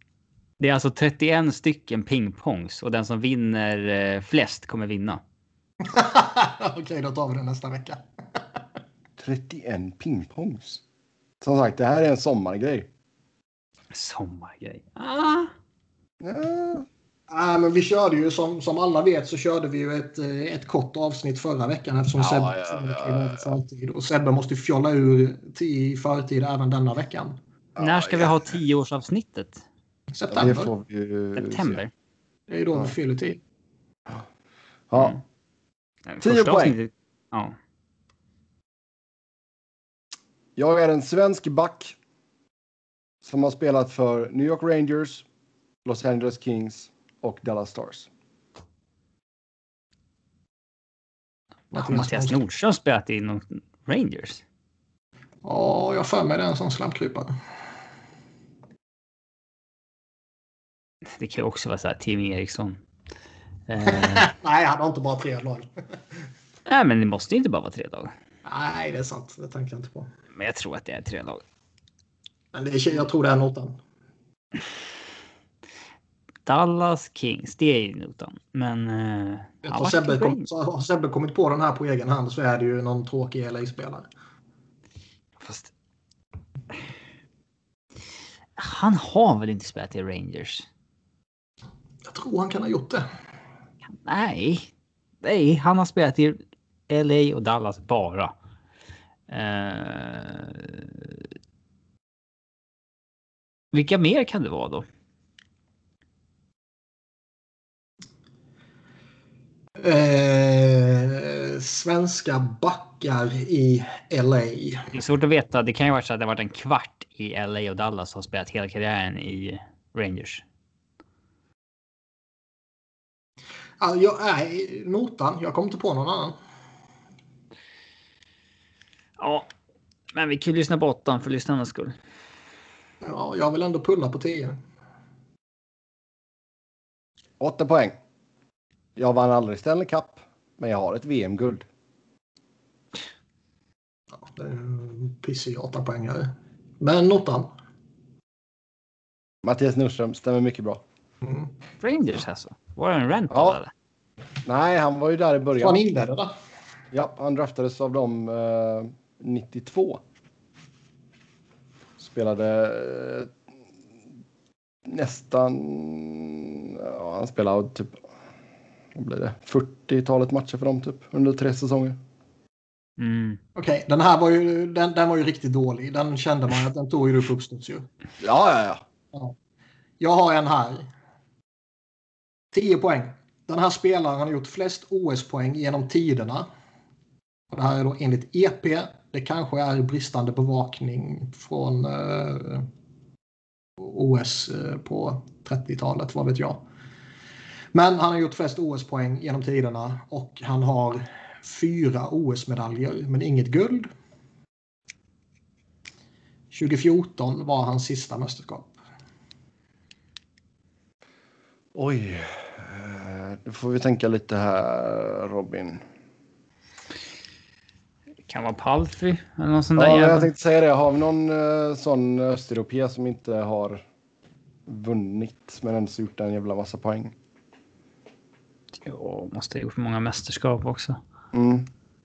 Det är alltså trettioen stycken pingpongs och den som vinner flest kommer vinna. Okej, då tar vi det nästa vecka. trettioen pingpongs. Som sagt, det här är en sommargrej. Sommargrej. Ah. Ja. Nej, men vi körde ju som, som alla vet så körde vi ju ett, ett kort avsnitt förra veckan eftersom Ja, Sebbe ja, ja, ja. i förtid. Och Sebbe måste fjolla ur i förtid även denna veckan. När ska vi ha tioårsavsnittet? September. Det får vi ju September. se. Det är då Ja. vi fyller tio. Ja. Mm. tio Första poäng. avsnittet- Ja. Jag är en svensk back som har spelat för New York Rangers, Los Angeles Kings och Dallas Stars. Har Mattias Nordström spelat i någon Rangers? Ja, jag för mig det är en sån slamkrypare. Det kan ju också vara så här Tim Eriksson. Eh, Nej, han har inte bara tre lag. nej, men det måste ju inte bara vara tre lag. Nej, det är sant. Det tänker jag inte på. Men jag tror att det är tre lag. Men det är, jag tror det är notan. Dallas Kings, det är ju notan. Men... Eh, Jag ja, tror vart Sebbe, är kom, Rangers? så har Sebbe kommit på den här på egen hand så är det ju någon tråkig L A-spelare. Fast... Han har väl inte spelat i Rangers? Jag tror han kan ha gjort det. Nej. Nej, han har spelat i L A och Dallas bara. Eh... Vilka mer kan det vara då? Eh, svenska backar i L A. Det är svårt att veta. Det kan ju vara så att det har varit en kvart i L A och Dallas har spelat hela karriären i Rangers. Ja, jag är notan. Jag kommer inte på någon annan. Ja, men vi kan ju lyssna på åttan för lyssnarnas skull. Ja, jag vill ändå pulla på tio. Åtta poäng. Jag vann aldrig Stanley Cup, men jag har ett V M-guld. Ja, det är en pissig åtta poängare. Men notan. Mattias Nordström stämmer mycket bra. Mm. Rangers alltså? Var det en rental Ja. eller? Nej, han var ju där i början. Han inledde då? Ja, han draftades av dem eh, nittiotvå. Spelade eh, nästan... Ja, han spelade typ... Vad blir det? fyrtiotalet matcher för dem typ under tre säsonger. Mm. Okej, den här var ju, den, den var ju riktigt dålig. Den kände man att den tog ju upp uppstuds ju. Ja, ja, ja. Ja. Jag har en här. tio poäng. Den här spelaren har gjort flest O S-poäng genom tiderna. Och det här är då enligt E P. Det kanske är bristande bevakning från eh, O S eh, på trettiotalet, vad vet jag. Men han har gjort flest O S-poäng genom tiderna och han har fyra O S-medaljer men inget guld. tjugo fjorton var hans sista mästerskap. Oj. Eh, Då får vi tänka lite här, Robin. Det kan vara Palfi eller någon sån Ja, där men jag jävel. tänkte säga det. Har vi någon eh, sån östeuropé som inte har vunnit men ändå gjort en jävla massa poäng? Jo, måste ha gjort många mästerskap också. Mm.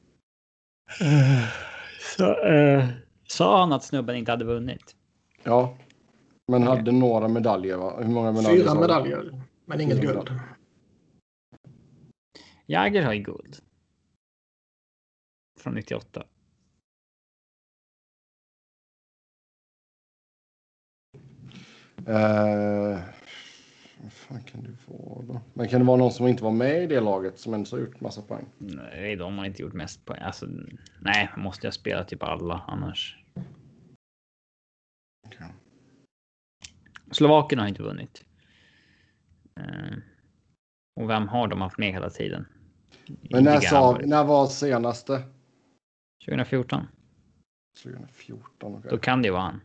Så, eh, sa han att snubben inte hade vunnit? Ja, men Okej. hade några medaljer, va? Hur många medaljer? Fyra sa du? medaljer men inget Fyra guld. Jäger har ju guld. Från nittioåtta. Eh, vad fan kan det vara då? Men kan det vara någon som inte var med i det laget som ändå har gjort massa poäng? Nej, de har inte gjort mest poäng. Alltså, nej, måste jag spela typ alla annars. Okay. Slovakerna har inte vunnit. Eh, och vem har de haft med hela tiden? Men när, Vilka sa, har- när var senaste? tjugo fjorton. tjugo fjorton, okej. Då kan det ju vara han.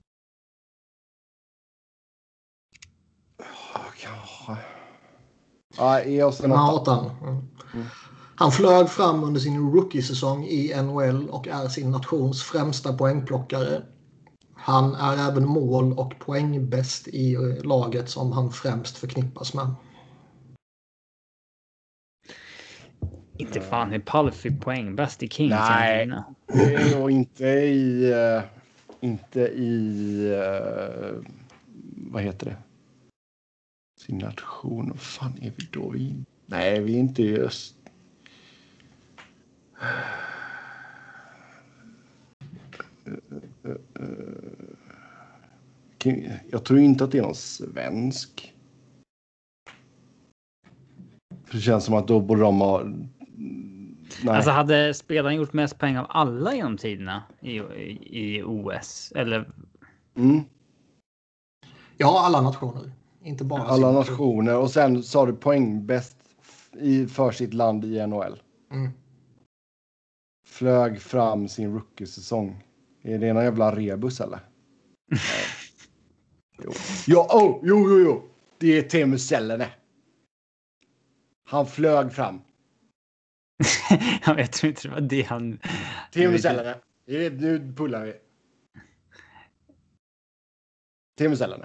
Ja, kanske. Ja, ge oss en Den här åtta. åttan. Mm. Han flög fram under sin rookie-säsong i N H L och är sin nations främsta poängplockare. Han är även mål- och poängbäst i laget som han främst förknippas med. Inte fan är Palfi poäng bäst i Kings. Nej, och inte i... Uh, inte i... Uh, vad heter det? Sin nation. Vad fan är vi då? Vi, nej, vi är inte i öst. Jag tror inte att det är någon svensk. För det känns som att då borde de ha... Nej. Alltså hade spelaren gjort mest poäng av alla genom tiderna i, i, i O S? Eller? Mm. Ja, alla nationer. Inte bara alla nationer. Och sen sa du poäng bäst i, för sitt land i N H L. Mm. Flög fram sin rookie-säsong. Är det någon jävla rebus eller? jo. Ja, oh, jo, jo, jo. Det är Teemu Selänne. Han flög fram. Jag tror inte det var det han... Teemu Selänne. Nu pullar vi. Teemu Selänne.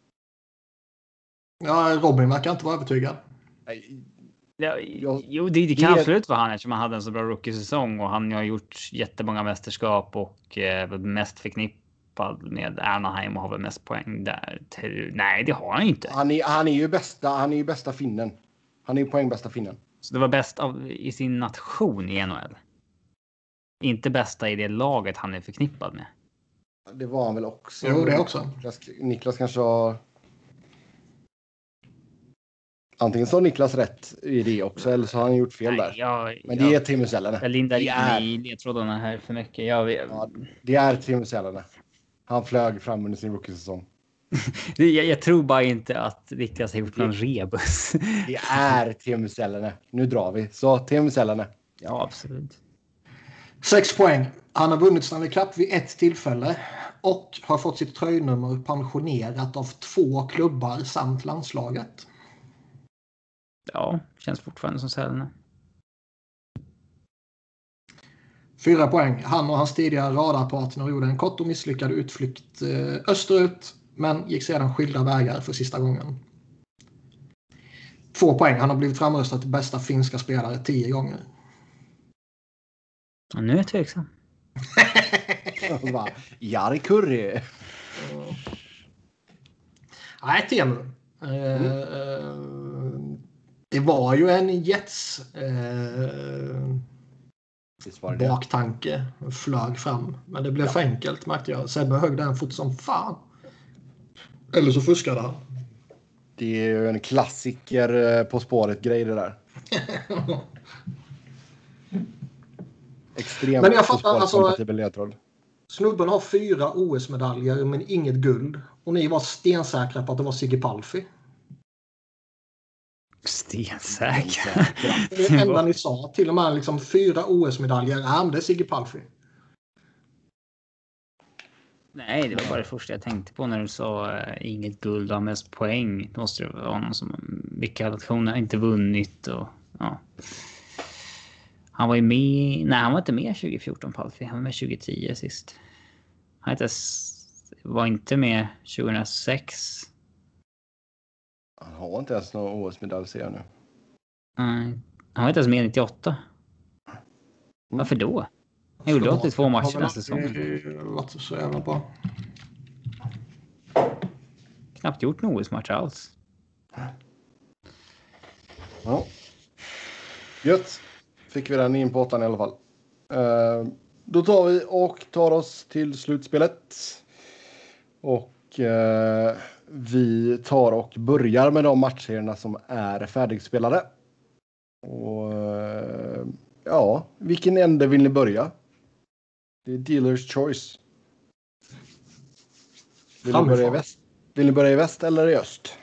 Ja, Robin verkar inte vara övertygad. Nej. Ja, Jag, jo, det, det kan det... absolut vara han eftersom han hade en så bra rookie-säsong och han har gjort jättemånga mästerskap och eh, mest förknippad med Anaheim och har väl mest poäng där. Nej, det har han inte. Han är, han är ju bästa, han är ju bästa finnen. Han är ju poängbästa finnen. Så det var bäst av, i sin nation i N H L. Inte bästa i det laget han är förknippad med. Det var han väl också. Jo, det också. Niklas, Niklas kanske har... Antingen så har Niklas rätt i det också eller så har han gjort fel Nej, där. jag, Men det jag, är Teemu Selänne. Jag lindar in är... i ledtrådarna här för mycket. Jag, ja, det är Teemu Selänne. Han flög fram under sin rookie-säsong. jag, jag tror bara inte att Niklas har gjort någon rebus. Det är Teemu Selänne. Nu drar vi. Så Teemu Selänne. Ja, absolut. Sex poäng. Han har vunnit Stanley Cup vid ett tillfälle och har fått sitt tröjnummer pensionerat av två klubbar samt landslaget. Ja, känns fortfarande som Selänne. Fyra poäng. Han och hans tidigare radarpartner gjorde en kort och misslyckad utflykt eh, österut men gick sedan skilda vägar för sista gången. Två poäng. Han har blivit framröstad till bästa finska spelare tio gånger. Och nu är jag tveksam. Jari Kurri. Nej, Teemu. Mm. Uh, det var ju en Jets uh, baktanke. Flög fram. Men det blev ja. för enkelt märkte jag. Sebbe högg den fort som fan. Eller så fuskade han. Det är ju en klassiker på spåret grej det där. Extremt. Men jag fattar alltså. Snubben har fyra O S-medaljer men inget guld. Och ni var stensäkra på att det var Sigge Palfi. Stensäkra? Det enda ni sa. Till och med liksom fyra O S-medaljer. Ja, men det är Sigge Palfi. Nej, det var bara det första jag tänkte på när du sa uh, inget guld och mest poäng. Då måste det vara någon som vilka nationer inte vunnit och ja. Han var ju med... Nej, han var inte med tjugo fjorton Palfi. Han var med tjugo tio sist. Han inte, var inte med tjugohundrasex. Han har inte ens någon O S-medalj ser jag nu. Nej. Han var inte ens med nittioåtta. Mm. Varför då? Han gjorde åttiotvå matcher nästa säsong. Vad så jävla bra. Knappt gjort någon O S-match alls. Ja. Gött. Fick vi den in på åttan i alla fall. Uh, då tar vi och tar oss till slutspelet. Och uh, vi tar och börjar med de matcherna som är färdigspelade. Och uh, ja, vilken ände vill ni börja? Det är dealer's choice. Vill ni börja i väst? Vill ni börja i väst eller i öst?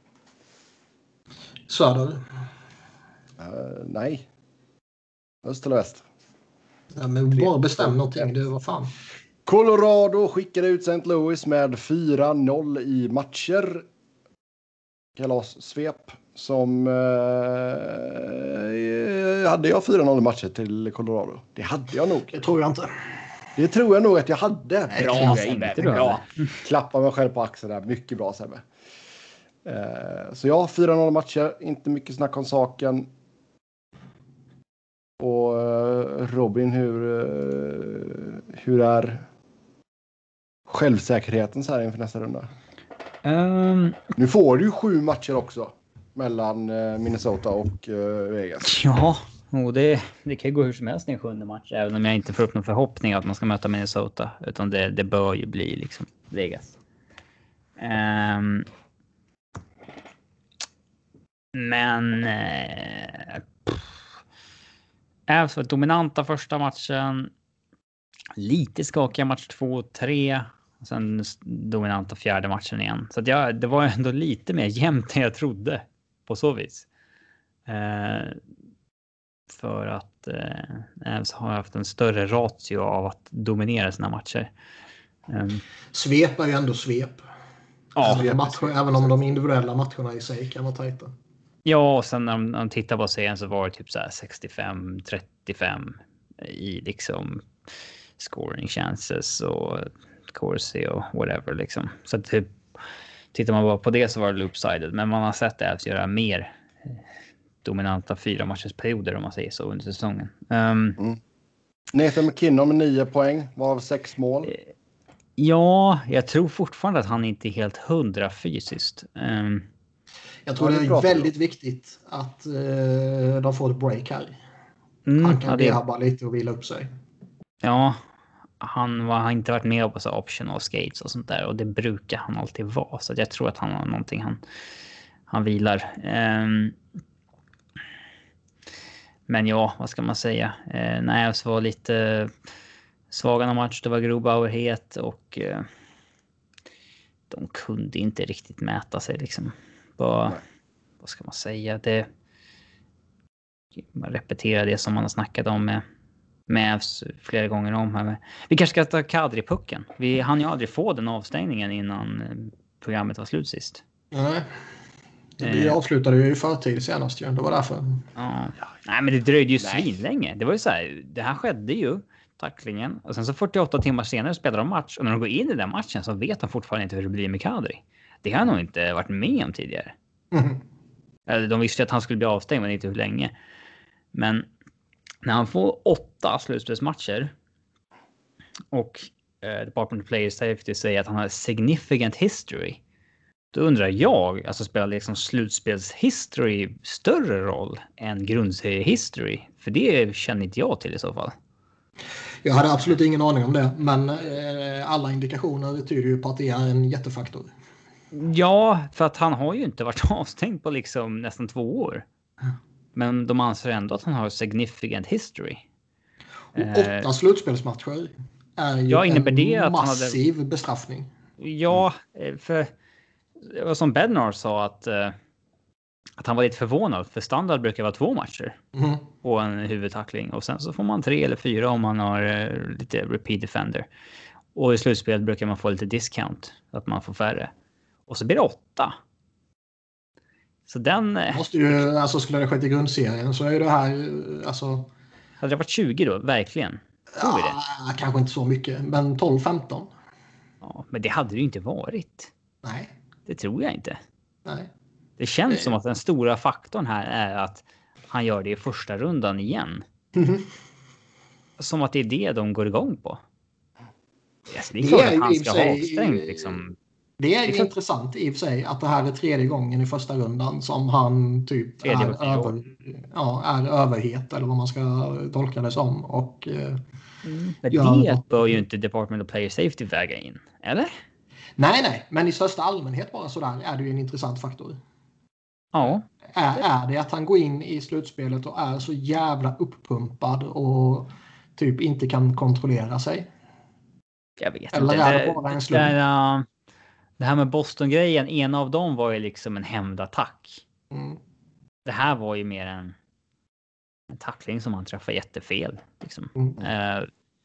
Söder. Uh, nej. Öst eller väst? Ja, men bara bestäm någonting. Det var fan. Colorado skickade ut Saint Louis med fyra noll i matcher. Kalassvep. Som... Eh, hade jag fyra noll i matcher till Colorado? Det hade jag nog. Det tror jag inte. Det tror jag nog att jag hade. Nej, bra jag Sebbe. inte Bra. Klappa mig själv på axeln där. Mycket bra Sebbe. Eh, så ja, fyra noll matcher. Inte mycket snack om saken. Och uh, Robin, hur, uh, hur är självsäkerheten så här inför nästa runda? Um, nu får du ju sju matcher också mellan uh, Minnesota och uh, Vegas. Ja, och det, det kan ju gå hur som helst i en sjunde match. Även om jag inte får upp någon förhoppning att man ska möta Minnesota. Utan det, det bör ju bli liksom Vegas. Um, men... Eh, Avs var dominanta första matchen. Lite skakiga match två och tre. Och sen dominanta fjärde matchen igen. Så att jag, det var ändå lite mer jämnt än jag trodde. På så vis. Eh, för att eh, Avs har haft en större ratio av att dominera sina matcher. Um, svep är ju ändå svep. Ja, även, matcher, även om de individuella matcherna i sig kan vara tajta. Ja, och sen när de, när de tittar på serien så var det typ så här sextiofem trettiofem i liksom scoring chances och Corsi och whatever liksom. Så typ tittar man bara på det så var det loopsided, men man har sett det att göra mer dominanta fyra matchers perioder om man säger så under säsongen. Um, mm. Nathan McKinnon med nio poäng, var av sex mål. Ja, jag tror fortfarande att han inte är helt hundra fysiskt. Um, jag tror ja, det är det väldigt viktigt att uh, de får ett break här. Mm, han kan ja, det... bara lite och vila upp sig. Ja, han var, har inte varit med på så optional skates och sånt där. Och det brukar han alltid vara. Så jag tror att han har någonting han, han vilar. Um, men ja, vad ska man säga? Uh, nej, så var lite svaga match. Det var Grobauer-het och uh, de kunde inte riktigt mäta sig liksom. Vad, vad ska man säga? Det, man repeterar det som man har snackat om med med flera gånger om här. Vi kanske ska ta Kadri-pucken. Vi hann ju aldrig få den avstängningen innan programmet var slut sist. Nej. Vi eh. avslutade ju i förtid senast ju. Det var därför. Ja. Nej, men det dröjde ju svinlänge. Det var ju så här, det här skedde ju, tacklingen. Och sen så fyrtioåtta timmar senare spelar de match. Och när de går in i den matchen så vet de fortfarande inte hur det blir med Kadri. Det har jag nog inte varit med om tidigare. Mm. De visste att han skulle bli avstängd, men inte hur länge. Men när han får åtta slutspelsmatcher och eh, Department of Player Safety säger att han har significant history, då undrar jag, alltså spelar liksom slutspelshistory större roll än grundseriehistory? För det känner inte jag till i så fall. Jag hade absolut ingen aning om det, men eh, alla indikationer tyder ju på att det är en jättefaktor. Ja, för att han har ju inte varit avstängd på liksom nästan två år. Mm. Men de anser ändå att han har significant history. Och åtta eh, slutspelsmatcher är ju ja, en det att massiv hade... bestraffning. Ja, för som Bednar sa att, att han var lite förvånad. För standard brukar vara två matcher mm. på en huvudtackling. Och sen så får man tre eller fyra om man har lite repeat defender. Och i slutspel brukar man få lite discount. Att man får färre. Och så blir det åtta. Så den... Måste ju, alltså skulle det skett i grundserien så är det här, alltså... Hade det varit tjugo då, verkligen? Ja, vi det? Kanske inte så mycket, men tolv femton. Ja, men det hade det ju inte varit. Nej. Det tror jag inte. Nej. Det känns det... som att den stora faktorn här är att han gör det i första rundan igen. Mm-hmm. Som att det är det de går igång på. Alltså, det är klart att han ska ha avstängt liksom... Det är ju det är intressant i och för sig att det här är tredje gången i första rundan som han typ är, över, ja, är överhet eller vad man ska tolka det som. Och, mm. Men det bör ju inte Department of Player Safety väga in, eller? Nej, nej. Men i största allmänhet bara sådär är det ju en intressant faktor. Ja. Är, är det att han går in i slutspelet och är så jävla uppumpad och typ inte kan kontrollera sig? Jag vet eller inte. Eller är det bara en slump? Det, det här med Boston-grejen, en av dem var ju liksom en hämndattack. Mm. Det här var ju mer en, en tackling som han träffade jättefel. Liksom. Mm. Uh,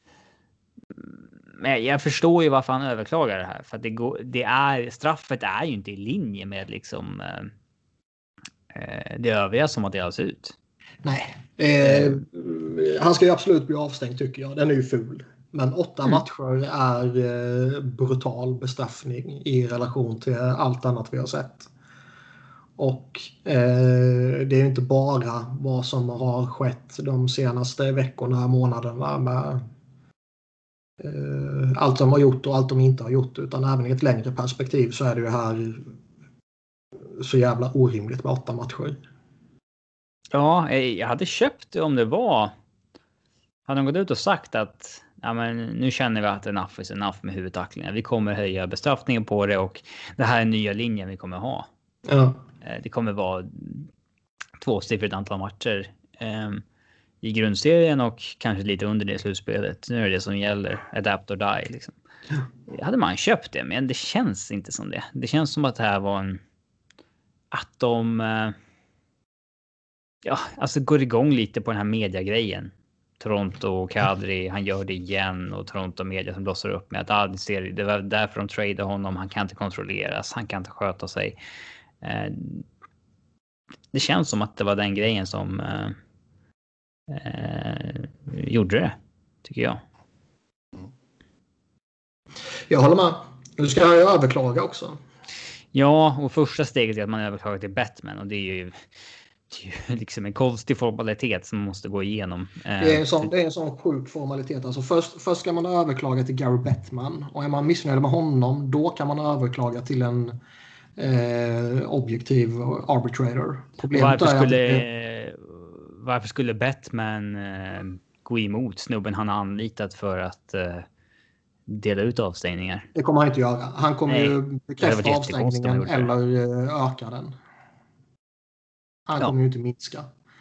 men jag förstår ju varför han överklagar det här. För att det går, det är, straffet är ju inte i linje med liksom, uh, uh, det övriga som har delats ut. Nej, eh, han ska ju absolut bli avstängd tycker jag. Den är ju ful. Men åtta mm. matcher är eh, brutal bestraffning i relation till allt annat vi har sett. Och eh, det är inte bara vad som har skett de senaste veckorna, månaderna med eh, allt de har gjort och allt de inte har gjort, utan även i ett längre perspektiv så är det ju här så jävla orimligt med åtta matcher. Ja, jag hade köpt det om det var... Hade de gått ut och sagt att ja, men nu känner vi att enough is enough med huvudtacklingar. Vi kommer höja bestraffningen på det och det här är nya linjen vi kommer ha. Ja. Det kommer vara tvåsiffrigt antal matcher eh, i grundserien och kanske lite under det i slutspelet. Nu är det det som gäller. Adapt or die liksom. Hade man köpt det, men det känns inte som det. Det känns som att det här var en... Att de... Eh, ja, alltså går igång lite på den här mediagrejen. Toronto och Kadri, han gör det igen och Toronto media som blossar upp med att ah, det, ser, det var därför de tradade honom, han kan inte kontrolleras, han kan inte sköta sig. Eh, det känns som att det var den grejen som eh, eh, gjorde det, tycker jag. Jag håller med. Nu ska jag överklaga också. Ja, och första steget är att man överklagar till Batman och det är ju Det är ju liksom en konstig formalitet som man måste gå igenom. Det är en sån, det är en sån sjuk formalitet. Alltså först, först ska man överklaga till Gary Bettman. Och är man missnöjd med honom, då kan man överklaga till en eh, objektiv arbitrator. Problemet varför, är skulle, att det, varför skulle Bettman eh, gå emot snubben han har anlitat för att eh, dela ut avstängningar? Det kommer han inte göra. Han kommer Nej, ju bekräfta avstängningen eller eh, öka den. Han kommer ja. ju inte minska.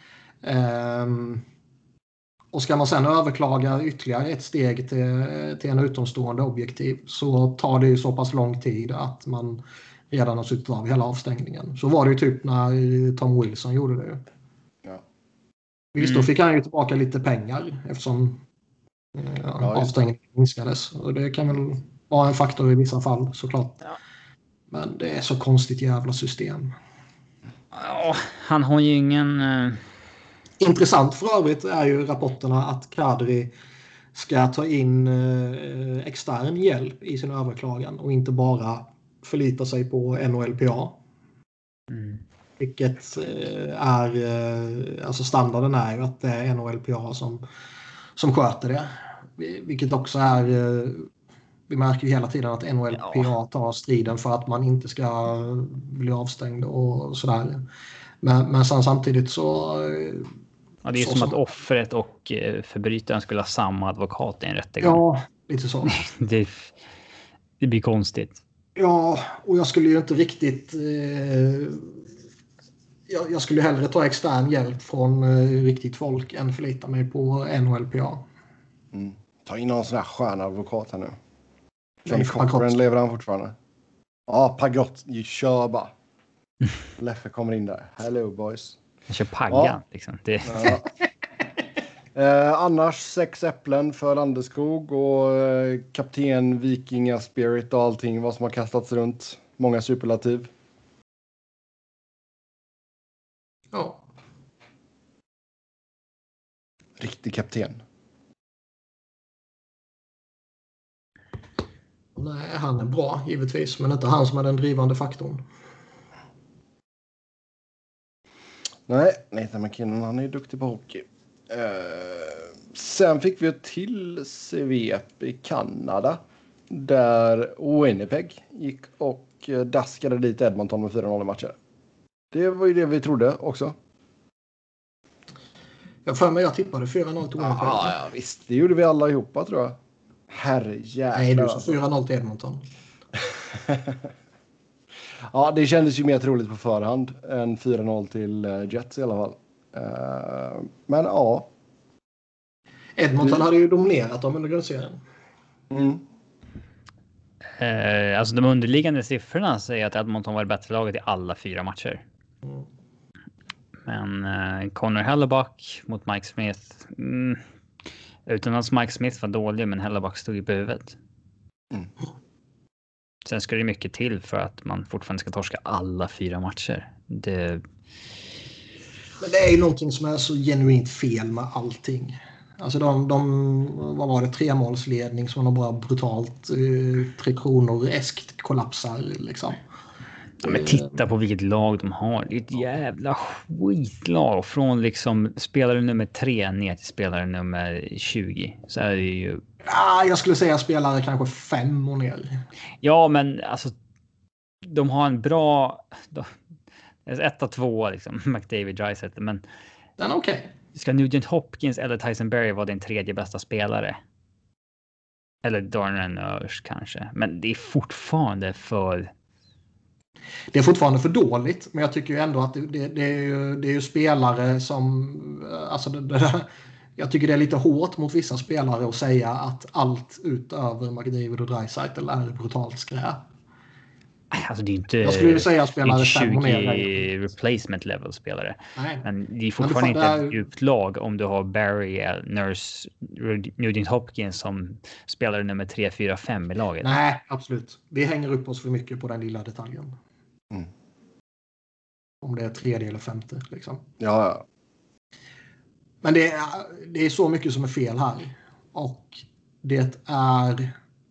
Um, och ska man sedan överklaga ytterligare ett steg till, till en utomstående objektiv så tar det ju så pass lång tid att man redan har suttit av hela avstängningen. Så var det ju typ när Tom Wilson gjorde det. Ja. Visst, mm. då fick han ju tillbaka lite pengar eftersom ja, ja, avstängningen minskades. Och det kan väl vara en faktor i vissa fall såklart. Ja. Men det är så konstigt jävla system. Ja, han har ju ingen... Uh... Intressant för övrigt är ju rapporterna att Kadri ska ta in uh, extern hjälp i sin överklagan och inte bara förlita sig på N H L P A. Mm. Vilket uh, är... Uh, alltså standarden är ju att det är N H L P A som, som sköter det. Vilket också är... Uh, vi märker ju hela tiden att N H L P A tar striden för att man inte ska bli avstängd och sådär. Men, men sen samtidigt så... Ja, det är så som, som att offret och förbrytaren skulle ha samma advokat i en rättegång. Ja, lite så. det, det blir konstigt. Ja, och jag skulle ju inte riktigt... Eh, jag, jag skulle hellre ta extern hjälp från eh, riktigt folk än förlita mig på N H L P A. Mm. Ta in någon sån här skön advokat här nu. Johnny Cochran lever han fortfarande? Ja, Pagott, kör bara. Leffe kommer in där. Hello boys. Jag kör Paggan ja. liksom. Det... Ja. eh, annars sex äpplen för Landeskog och eh, kapten, vikinga, spirit och allting. Vad som har kastats runt. Många superlativ. Ja. Riktig kapten. Nej, han är bra givetvis, men inte han som är den drivande faktorn. Nej, Nathan McKinnon, han är duktig på hockey. Uh, sen fick vi ett till svep i Kanada där Winnipeg gick och daskade dit Edmonton med fyra noll i matcher. Det var ju det vi trodde också. Jag för mig jag tippade fyra noll till Winnipeg. Ah, ja, visst. Det gjorde vi alla ihop, tror jag. Herrejävlar. Nej, du sa fyra noll till Edmonton. Ja, det kändes ju mer troligt på förhand än fyra noll till Jets i alla fall. Uh, men ja. Edmonton du... hade ju dominerat dem under grundserien. Mm. Uh, alltså de underliggande siffrorna säger att Edmonton var det bättre laget i alla fyra matcher. Mm. Men uh, Connor Hellebuck mot Mike Smith... Mm. Utan att Mike Smith var dålig, men Hellebuck stod ju på huvudet. Mm. Sen ska det mycket till för att man fortfarande ska torska alla fyra matcher. Det... Men det är ju någonting som är så genuint fel med allting. Alltså de, de vad var det, tremålsledning som de bara brutalt eh, tre kronor eskt kollapsar liksom. Ja, men titta på vilket lag de har. Det är ett jävla skitlag. Från liksom spelare nummer tre ner till spelare nummer tjugo. Så är det ju... Ja, jag skulle säga spelare kanske fem och ner. Ja, men alltså... De har en bra... Ett av två liksom. McDavid, Draisaitl. Men... Den är okej. Okay. Ska Nugent Hopkins eller Tyson Barrie vara din tredje bästa spelare? Eller Darnell Nurse kanske. Men det är fortfarande för... Det är fortfarande för dåligt. Men jag tycker ju ändå att det, det, det, är, ju, det är ju spelare som... Alltså det, det, jag tycker det är lite hårt mot vissa spelare att säga att allt utöver McDavid och Draisaitl är brutalt skräp. Alltså det är inte, jag skulle säga spelare tjugo replacement level spelare. Nej. Men det är fortfarande inte är... ett djupt lag om du har Barry, Nurse, Nugent Hopkins som spelare nummer tre, fyra, fem i laget. Nej, absolut. Vi hänger upp oss för mycket på den lilla detaljen. Mm. Om det är tredje eller femte liksom. Ja, ja. Men det är, det är så mycket som är fel här. Och det är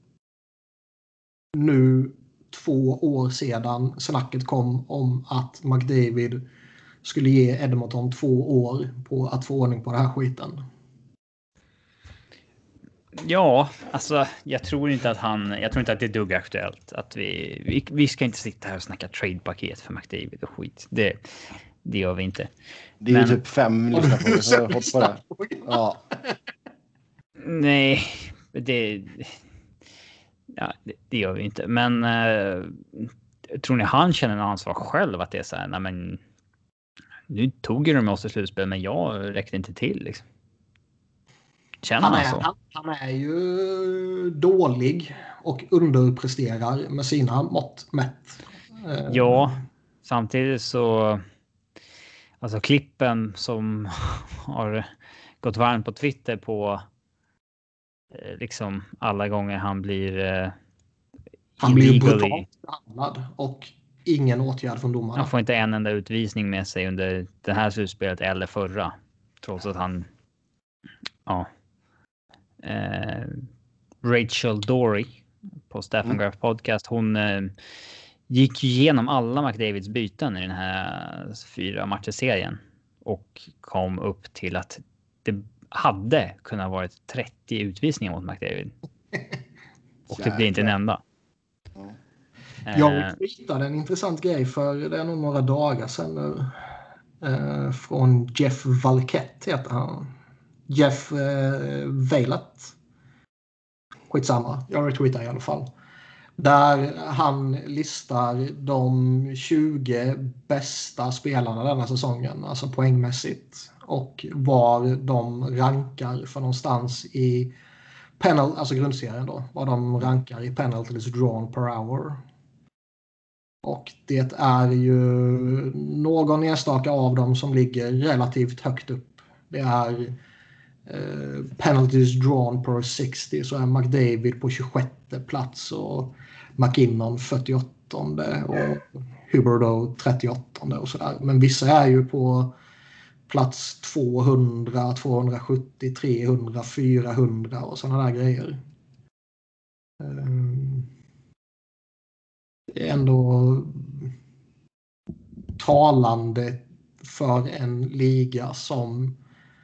nu två år sedan snacket kom om att McDavid skulle ge Edmonton två år på att få ordning på den här skiten. Ja, alltså jag tror inte att han, jag tror inte att det är dugg aktuellt att vi, vi, vi ska inte sitta här och snacka trade-paket för McDavid och skit. Det, det gör vi inte. Det är Men... ju typ fem lyssnar på det, så jag hoppas på det. Ja. Nej, det, ja, det, det gör vi inte. Men äh, tror ni han känner en ansvar själv att det är så här, nej men nu tog ju de oss i slutspel men jag räckte inte till liksom. Känner han, han, är, så? han, han är ju dålig och underpresterar med sina mått mätt. Ja, samtidigt så alltså klippen som har gått varmt på Twitter på liksom alla gånger han blir eh, han blir brutalt behandlad och ingen åtgärd från domarna. Han får inte en enda utvisning med sig under det här slutspelet eller förra, trots att han ja eh, Rachel Dory på Stephen mm. Graph podcast, hon eh, gick igenom alla McDavids byten i den här fyra matcherserien och kom upp till att det hade kunnat varit trettio utvisningar mot McDavid. Och det blir inte en enda. Mm. Jag hittade en intressant grej för det är nog några dagar sedan nu. Eh, från Jeff Valquette heter han. Jeff eh, Veilat. Skitsamma, jag retweetar i alla fall. Där han listar de tjugo bästa spelarna denna säsongen, alltså poängmässigt. Och var de rankar för någonstans i penal, alltså grundserien då. Var de rankar i penalties drawn per hour. Och det är ju någon enstaka av dem som ligger relativt högt upp. Det är eh, penalties drawn per sextio, så är McDavid på tjugosjätte plats och McKinnon fyrtioåttonde och Huberdeau trettioåttonde och sådär. Men vissa är ju på plats tvåhundra, tvåhundrasjuttio, trehundra, fyrahundra och sådana där grejer. Det är ändå talande för en liga som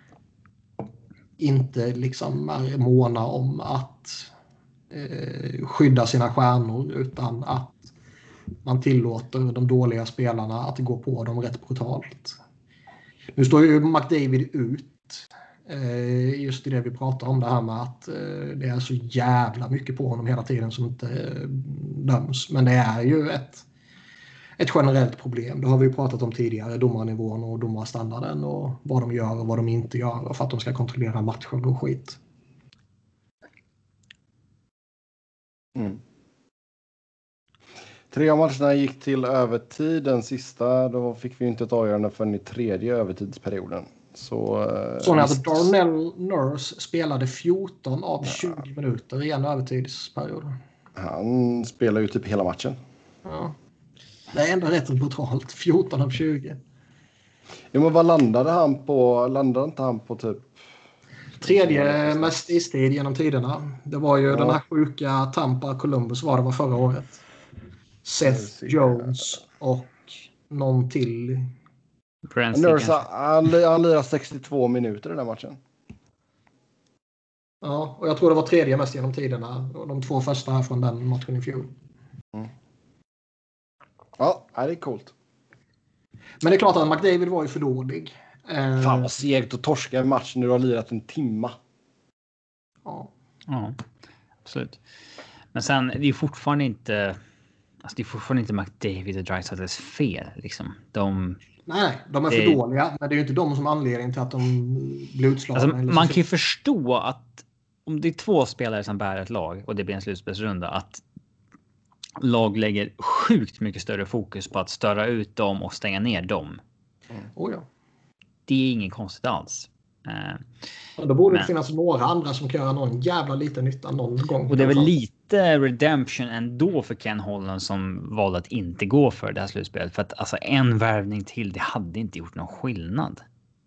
inte liksom är måna om att eh, skydda sina stjärnor, utan att man tillåter de dåliga spelarna att gå på dem rätt brutalt. Nu står ju McDavid ut eh, just i det vi pratar om, det här med att eh, det är så jävla mycket på honom hela tiden som inte eh, döms. Men det är ju ett, ett generellt problem. Det har vi ju pratat om tidigare, domarnivån och domarstandarden och vad de gör och vad de inte gör för att de ska kontrollera matcher och skit. Mm. Tre av matcherna gick till övertid. Den sista, då fick vi inte ett avgörande förrän i tredje övertidsperioden. Så, Så när alltså Darnell Nurse spelade fjorton av tjugo ja. minuter i en övertidsperiod. Han spelar ju typ hela matchen. Ja. Det är ändå rätt brutalt. fjorton av tjugo. Ja, men vad landade han på? Landade inte han på typ... Tredje mest istid genom tiderna. Det var ju ja. den här sjuka Tampa Columbus var det var förra året. Seth Jones och någon till. Nurse, han, han lirar sextiotvå minuter i den här matchen. Ja, och jag tror det var tredje mest genom tiderna. Och de två första här från den matchen i fjol. Mm. Ja, det är coolt. Men det är klart att McDavid var ju för dålig. Eh... Fan vad segt att torska en match när du har lirat en timma. Ja. Ja, absolut. Men sen, det är fortfarande inte... Alltså det är fortfarande inte McDavid och Draisaitls fel. Liksom. De... Nej, de är för det... dåliga. Men det är ju inte de som är anledningen till att de blir utslagna. Alltså, man kan ju förstå att om det är två spelare som bär ett lag och det blir en slutspelsrunda, att lag lägger sjukt mycket större fokus på att störa ut dem och stänga ner dem. Mm. Oh ja. Det är inget konstigt alls. Ja, då borde men... det finnas några andra som kan göra någon jävla liten nytta någon gång. Och det är väl lite redemption ändå för Ken Holland som valde att inte gå för det här slutspelet. För att alltså en värvning till, det hade inte gjort någon skillnad.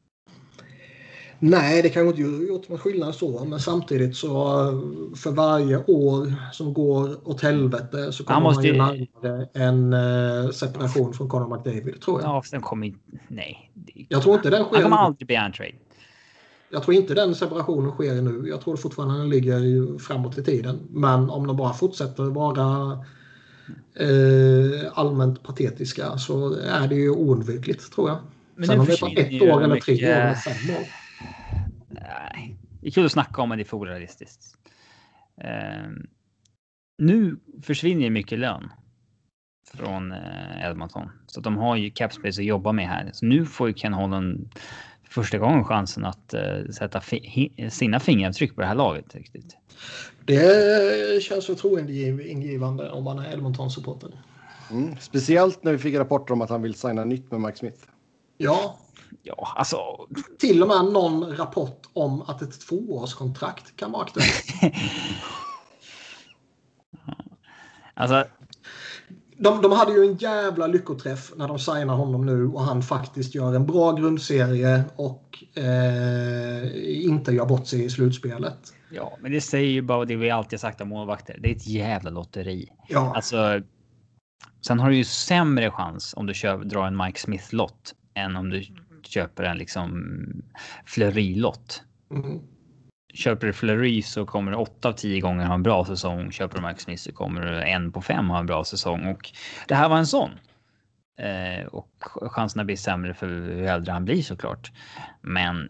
Nej, det kan inte gjort någon skillnad så. Men samtidigt så för varje år som går åt helvete så kommer man ju närmare en uh, separation från Connor McDavid, tror jag. Ja, den kommer inte... Nej. Jag tror inte den sker... Han kommer aldrig bli untrade. Jag tror inte den separationen sker nu. Jag tror fortfarande den ligger framåt i tiden. Men om de bara fortsätter vara eh, allmänt patetiska så är det ju oundvikligt, tror jag. Men sen om det tar ett år eller tre år eller fem år. Nej, det är kul att snacka om, men det är för orealistiskt. Uh, nu försvinner mycket lön från uh, Edmonton. Så de har ju cap space att jobba med här. Så nu får ju Ken Holland första gången chansen att uh, sätta fi- sina fingeravtryck på det här laget. Riktigt. Det känns förtroendeingivande om man är Edmonton-supporter. Mm, speciellt när vi fick rapporter om att han vill signa nytt med Mike Smith. Ja. Ja, alltså... Till och med någon rapport om att ett tvåårskontrakt kan vara aktuellt. Alltså... De, de hade ju en jävla lyckoträff när de signar honom nu och han faktiskt gör en bra grundserie och eh, inte gör bort sig i slutspelet. Ja, men det säger ju bara det vi alltid sagt om målvakter. Det är ett jävla lotteri. Ja. Alltså, sen har du ju sämre chans om du kör, drar en Mike Smith-lott än om du köper en liksom Fleury-lott. Mm. Köper du Fleury så kommer du åtta av tio gånger ha en bra säsong. Köper du Mike Smith så kommer du en på fem ha en bra säsong. Och det här var en sån. Eh, och chanserna blir sämre för hur äldre han blir såklart. Men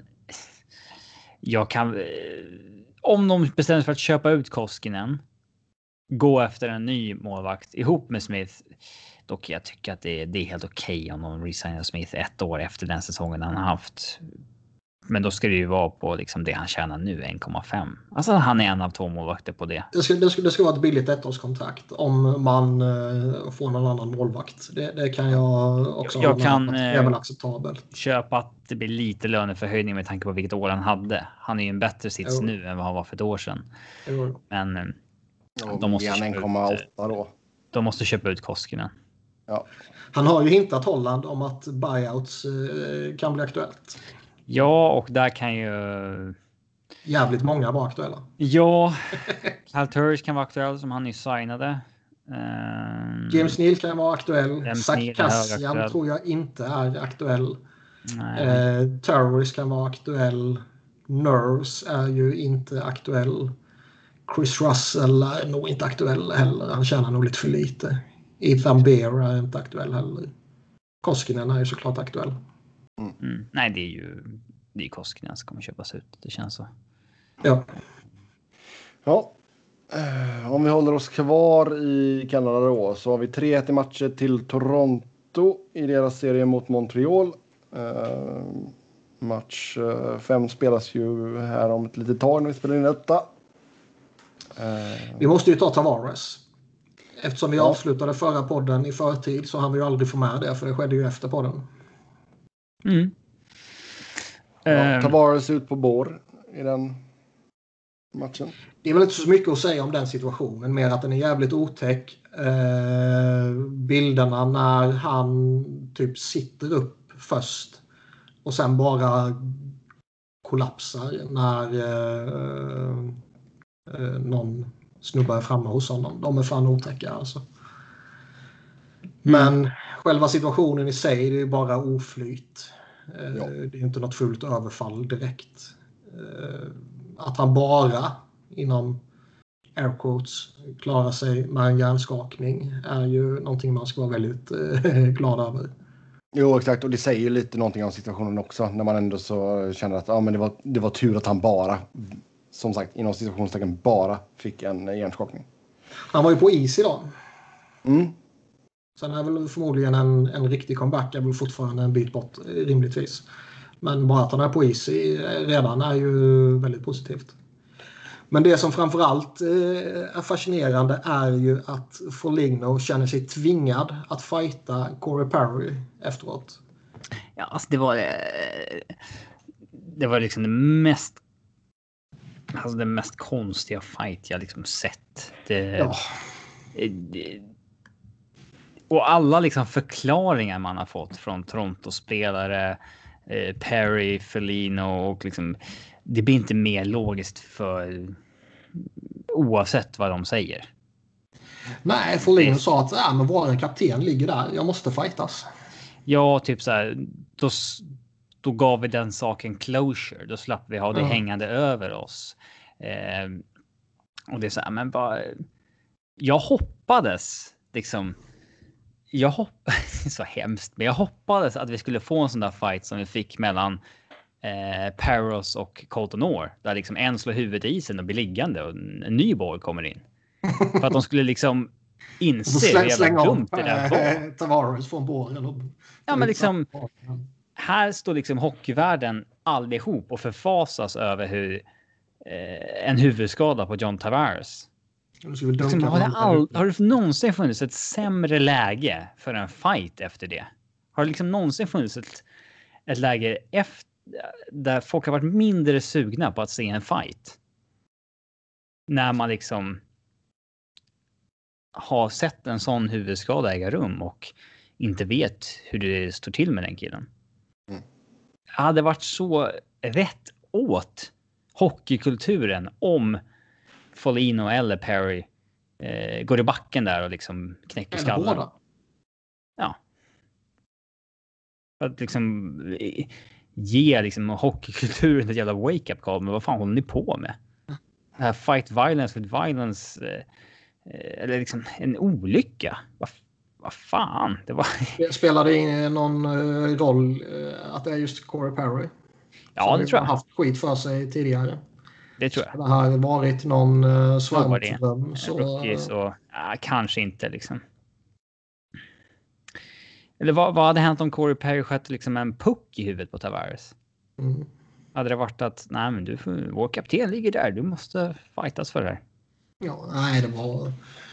jag kan... Eh, om de bestämmer sig för att köpa ut Koskinen, gå efter en ny målvakt ihop med Smith, då kan jag tycka att det är, det är helt okej okay om de resignar Smith ett år efter den säsongen han har haft. Men då ska det ju vara på liksom det han tjänar nu, en komma fem. Alltså han är en av två målvakter på det. Det ska, det ska, det ska vara ett billigt ettårskontrakt om man uh, får någon annan målvakt. Det, det kan jag också jag kan det är väl acceptabelt. Köpa att det blir lite löneförhöjning med tanke på vilket år han hade. Han är ju en bättre sits jo. nu än vad han var för ett år sedan. Jo. Men jo, de måste köpa en komma åtta då. De måste köpa ut Koskinen. Ja. Han har ju hintat Holland om att buyouts uh, kan bli aktuellt. Ja, och där kan ju... Jävligt många vara aktuella. Ja, Cal Turris kan vara aktuell som han nyss signade. Um, James Neal kan vara aktuell. Zach Kassian aktuell. Tror jag inte är aktuell. Uh, Turris kan vara aktuell. Nurse är ju inte aktuell. Chris Russell är nog inte aktuell heller. Han tjänar nog lite för lite. Ethan Bear är inte aktuell heller. Koskinen är ju såklart aktuell. Mm. Mm. Nej, det är ju det är Koskinen som kommer köpas ut. Det känns så. Ja. Ja. Om vi håller oss kvar i Kanada då, så har vi tre ett i matcher till Toronto i deras serie mot Montreal. Uh, match fem uh, spelas ju här om ett litet tag när vi spelar in detta. Uh, vi måste ju ta Tavares. Eftersom vi ja. avslutade förra podden i förtid så hann vi ju aldrig få med det, för det skedde ju efter podden. Mm. Ja, Tavares ut på bår i den matchen. Det är väl inte så mycket att säga om den situationen, mer att den är jävligt otäck. Eh, bilderna när han typ sitter upp först och sen bara kollapsar när eh, eh, någon snubbar är framme hos honom. De är fan otäcka alltså. Men själva situationen i sig, det är ju bara oflyt. Ja. Det är inte något fullt överfall direkt. Att han bara inom air quotes klarar sig med en hjärnskakning är ju någonting man ska vara väldigt glad över. Jo, exakt. Och det säger ju lite någonting om situationen också. När man ändå så känner att ja, men det, var, det var tur att han bara, som sagt, inom situationstecken bara fick en hjärnskakning. Han var ju på is idag. Mm. Sen är väl förmodligen en, en riktig comeback är väl fortfarande en bit bort rimligtvis. Men bara att han är på is redan är ju väldigt positivt. Men det som framförallt är fascinerande är ju att Foligno känner sig tvingad att fighta Corey Perry efteråt. Ja, alltså det var det var liksom det mest alltså det mest konstiga fight jag liksom sett. Det, ja. det, och alla liksom förklaringar man har fått från Toronto-spelare, eh, Perry, Foligno och liksom det blir inte mer logiskt för oavsett vad de säger. Nej, Foligno sa att ja, men våran kapten ligger där. Jag måste fightas. Ja, typ så här. Då, då gav vi den saken closure. Då slapp vi ha det mm. hängande över oss. Eh, och det är så här, men bara. Jag hoppades liksom. Jag hoppades så hemskt, men jag hoppades att vi skulle få en sån där fight som vi fick mellan eh, Parros och Colton Orr, där liksom en slår huvudet i isen och blir liggande och en ny boll kommer in. För att de skulle liksom inse hur jävla dumt det där var. Tavares från båren. Ja, men liksom här står liksom hockeyvärlden allihop och förfasas över hur eh, en huvudskada på John Tavares. Liksom, har, det all, har det någonsin funnits ett sämre läge för en fight efter det? Har det liksom någonsin funnits ett, ett läge efter, där folk har varit mindre sugna på att se en fight? När man liksom har sett en sån huvudskada äga rum och inte vet hur det står till med den killen. Mm. Det hade varit så rätt åt hockeykulturen om Foligno eller Perry eh, går i backen där och liksom knäcker skallen. Ja. Att liksom ge liksom hockeykulturen ett jävla wake-up call. Men vad fan håller ni på med? Det här fight violence with violence eh, eller liksom en olycka. Vad vad fan? Det var spelade det någon uh, roll uh, att det är just Corey Perry? Ja, det tror jag. Har haft skit för sig tidigare. Det tror jag. Det har varit någon uh, svärmdröm. Så, rookie, så ja, kanske inte liksom. Eller vad, vad hade hänt om Corey Perry sköt liksom en puck i huvudet på Tavares? Mm. Hade det varit att nej, men du, vår kapten ligger där. Du måste fightas för det här. Ja, nej, det var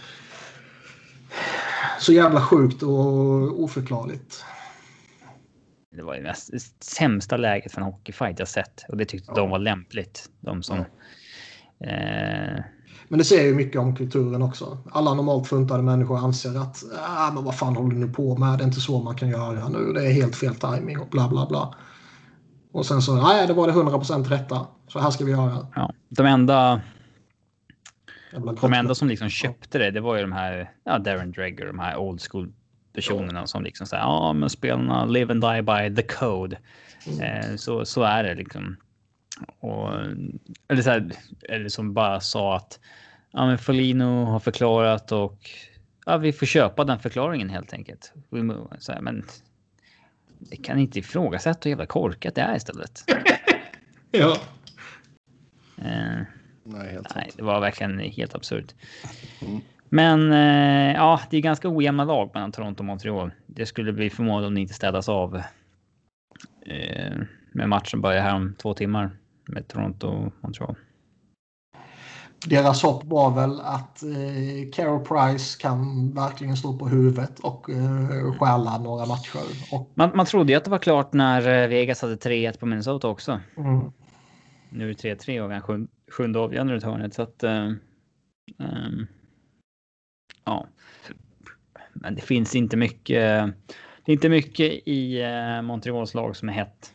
så jävla sjukt och oförklarligt. Det var det mest sämsta läget för en hockeyfight jag sett. Och det tyckte ja. de var lämpligt. De som... Ja. Eh... Men det säger ju mycket om kulturen också. Alla normalt funtade människor anser att ah, men vad fan håller ni på med? Det är inte så man kan göra nu. Det är helt fel timing och bla bla bla. Och sen så, nej, det var det hundra procent rätta. Så här ska vi göra. Ja, de enda... De enda som liksom köpte det, det var ju de här, ja, Darren Dreger, de här old school personerna ja. som liksom säger, ja, men spelarna live and die by the code. Mm. Eh, så, så är det liksom. Och, eller, så här, eller som bara sa att ja, men Foligno har förklarat och ja, vi får köpa den förklaringen helt enkelt. Så här, men det kan inte ifrågasätta hur jävla korkat det är istället. ja. Eh, Nej, helt Nej, det var verkligen helt absurt. Mm. Men eh, ja, det är ganska ojämna lag mellan Toronto och Montreal. Det skulle bli förmodligen om det inte städas av. Eh, med matchen börjar här om två timmar med Toronto och Montreal. Deras hopp var väl att eh, Carey Price kan verkligen stå på huvudet och eh, stjäla några matcher. Och... Man, man trodde ju att det var klart när Vegas hade tre ett på Minnesota också. Mm. Nu är det tre tre och vi har sjunde, sjunde avgörande runt hörnet. Så att, uh, um, ja. Men det finns inte mycket, det är inte mycket i uh, Montreals lag som är hett.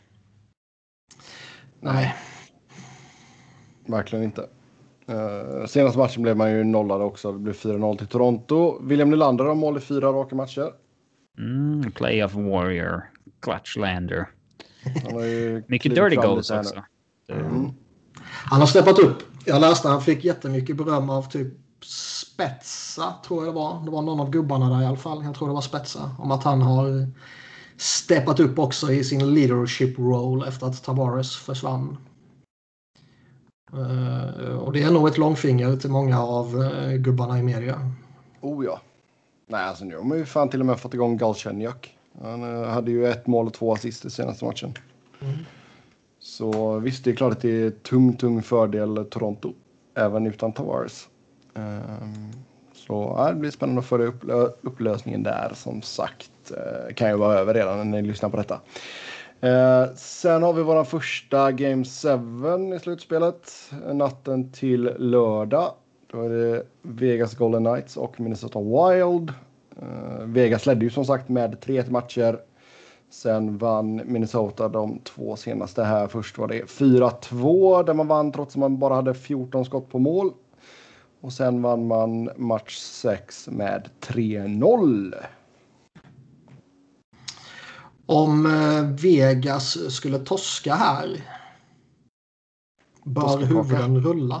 Nej. Verkligen inte. Uh, senaste matchen blev man ju nollade också. Det blev fyra noll till Toronto. William Nylander har mål i fyra raka matcher. Mm, playoff warrior. Clutchlander. Mycket klivit dirty fram goals lite här också. Mm. Han har steppat upp. Jag läste att han fick jättemycket beröm av typ Spetsa, tror jag det var. Det var någon av gubbarna där i alla fall. Jag tror det var Spetsa. Om att han har steppat upp också i sin leadership role efter att Tavares försvann. Uh, och det är nog ett långfinger till många av uh, gubbarna i media. Oh ja. Nej, alltså nu har man ju fan till och med fått igång Galchenyuk. Han uh, hade ju ett mål och två assist i senaste matchen. Mm. Så visst, det är klart att det är tung, tung fördel Toronto. Även utan Tavares. Um, så ja, det blir spännande att följa upp upplösningen där. Som sagt, uh, kan ju vara över redan när ni lyssnar på detta. Uh, sen har vi vår första Game sju i slutspelet. Natten till lördag. Då är det Vegas Golden Knights och Minnesota Wild. Uh, Vegas ledde ju som sagt med tre matcher. Sen vann Minnesota de två senaste här. Först var det fyra två där man vann trots att man bara hade fjorton skott på mål. Och sen vann man match sex med tre noll. Om Vegas skulle torska här, bör huvuden rulla?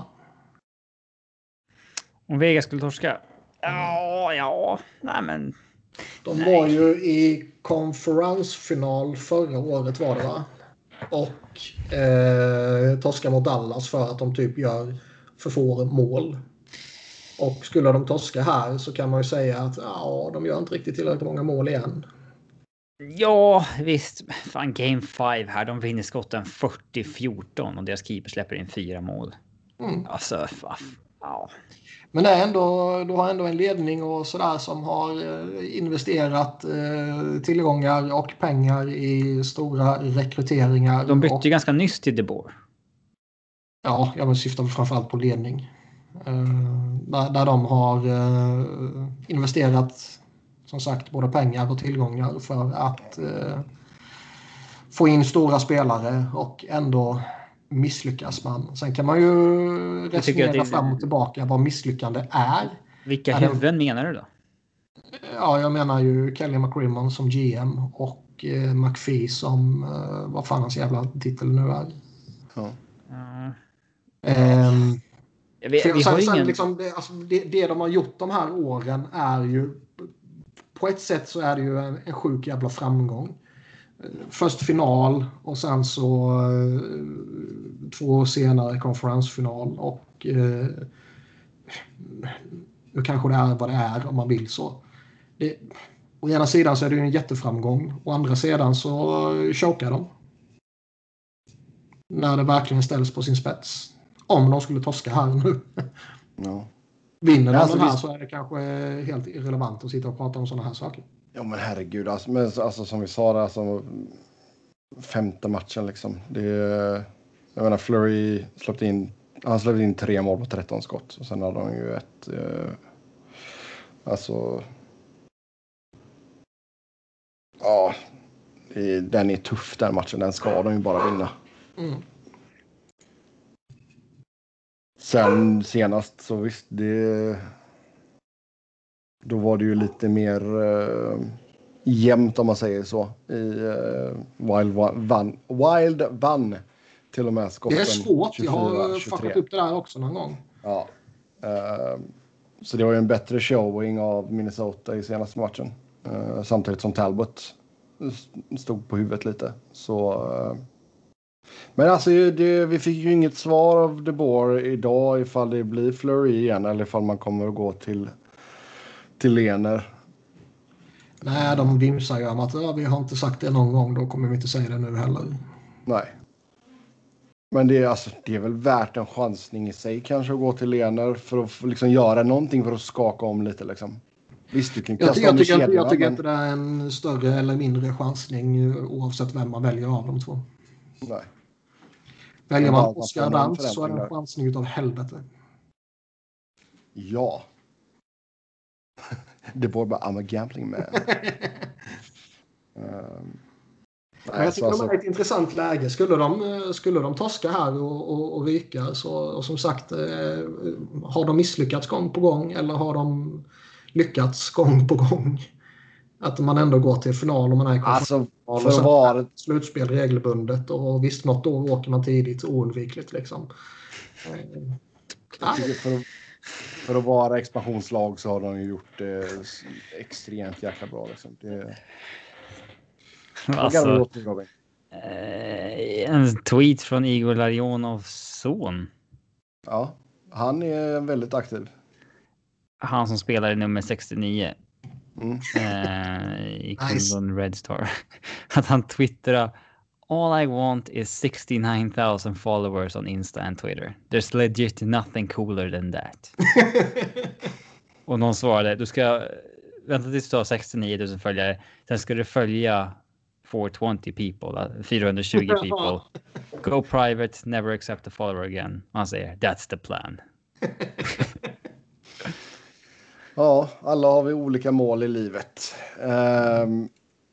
Om Vegas skulle torska? Ja, ja, nej men... De nej. var ju i konferensfinal förra året var det va? Och eh, torska mot Dallas för att de typ gör för få mål. Och skulle de torska här så kan man ju säga att ja, de gör inte riktigt tillräckligt många mål igen. Ja, visst. Fan, game fem här. De vinner skotten fyrtio fjorton och deras keeper släpper in fyra mål. Mm. Alltså, fan. Ja. Men det är ändå, du har ändå en ledning och sådär som har investerat eh, tillgångar och pengar i stora rekryteringar. De bytte och, ju ganska nyss till DeBoer. Ja, jag syftar framförallt på ledning. Eh, där, där de har eh, investerat som sagt både pengar och tillgångar för att eh, få in stora spelare och ändå misslyckas man. Sen kan man ju resonera det... fram och tillbaka vad misslyckande är. Vilka är huvuden det... menar du då? Ja, jag menar ju Kelly McCrimmon som G M och eh, McPhee som eh, vad fan hans jävla titel nu är. Ja. Mm. Um, vi, vi sen, har sen, ingen... liksom, det, alltså, det, det de har gjort de här åren är ju på ett sätt så är det ju en, en sjuk jävla framgång. Först final och sen så eh, två år senare konferensfinal och eh, nu kanske det är vad det är om man vill så. Det, å ena sidan så är det ju en jätteframgång. Å andra sidan så chokar de. När det verkligen ställs på sin spets. Om de skulle torska här nu. Ja. Vinner de alltså, den här vi... så är det kanske helt irrelevant att sitta och prata om sådana här saker. Ja men herregud, alltså, men, alltså som vi sa där, alltså, femte matchen liksom. Det är, jag menar Fleury släppte in, han släppte in tre mål på tretton skott. Och sen hade de ju ett, eh, alltså, ja, det, den är tuff den matchen, den ska de ju bara vinna. Mm. Sen senast så visst, det... Då var det ju lite mer uh, jämnt om man säger så. I uh, Wild vann. Wild vann till och med skotten. Det är svårt, tjugofyra, jag har tjugotre. fuckat upp det där också någon gång. Ja. Uh, så det var ju en bättre showing av Minnesota i senaste matchen. Uh, samtidigt som Talbot stod på huvudet lite. Så... Uh, men alltså det, vi fick ju inget svar av DeBoer idag ifall det blir Fleury igen eller ifall man kommer att gå till till Lener. Nej, de vimsar ju om att ja, vi har inte sagt det någon gång, då kommer vi inte säga det nu heller. Nej. Men det är, alltså, det är väl värt en chansning i sig kanske att gå till Lener för att liksom göra någonting för att skaka om lite liksom. Visst, du kan kasta jag, om jag, tycker, kedjorna, jag tycker men... inte det är en större eller mindre chansning oavsett vem man väljer av de två. Nej. Väljer man Oscar Dant så är det en chansning utav helvete. Ja. Det var bara I'm a gambling man. um, nej, jag tycker alltså... det är ett intressant läge. Skulle de, skulle de torska här och, och, och ryka så, och som sagt eh, har de misslyckats gång på gång eller har de lyckats gång på gång? Att man ändå går till final och man är alltså, för att vara ett slutspel regelbundet. Och visst, något år åker man tidigt oundvikligt. Liksom. Jag tycker för, att, för att vara expansionslag så har de ju gjort det extremt jäkla bra. Liksom. Det, alltså, eh, en tweet från Igor Larionovs son. Ja, han är väldigt aktiv. Han som spelar i nummer sextionio. Mm. Eh, I Cleveland nice. Red Star. Att han twittrade: "All I want is sixty-nine thousand followers on Insta and Twitter. There's legit nothing cooler than that." Och någon svarade: "Du ska vänta tills du har sextionio tusen följare. Sen ska du följa four twenty people, fyrahundratjugo people. Go private, never accept a follower again." Och han säger: "That's the plan." Ja, alla har vi olika mål i livet. Um,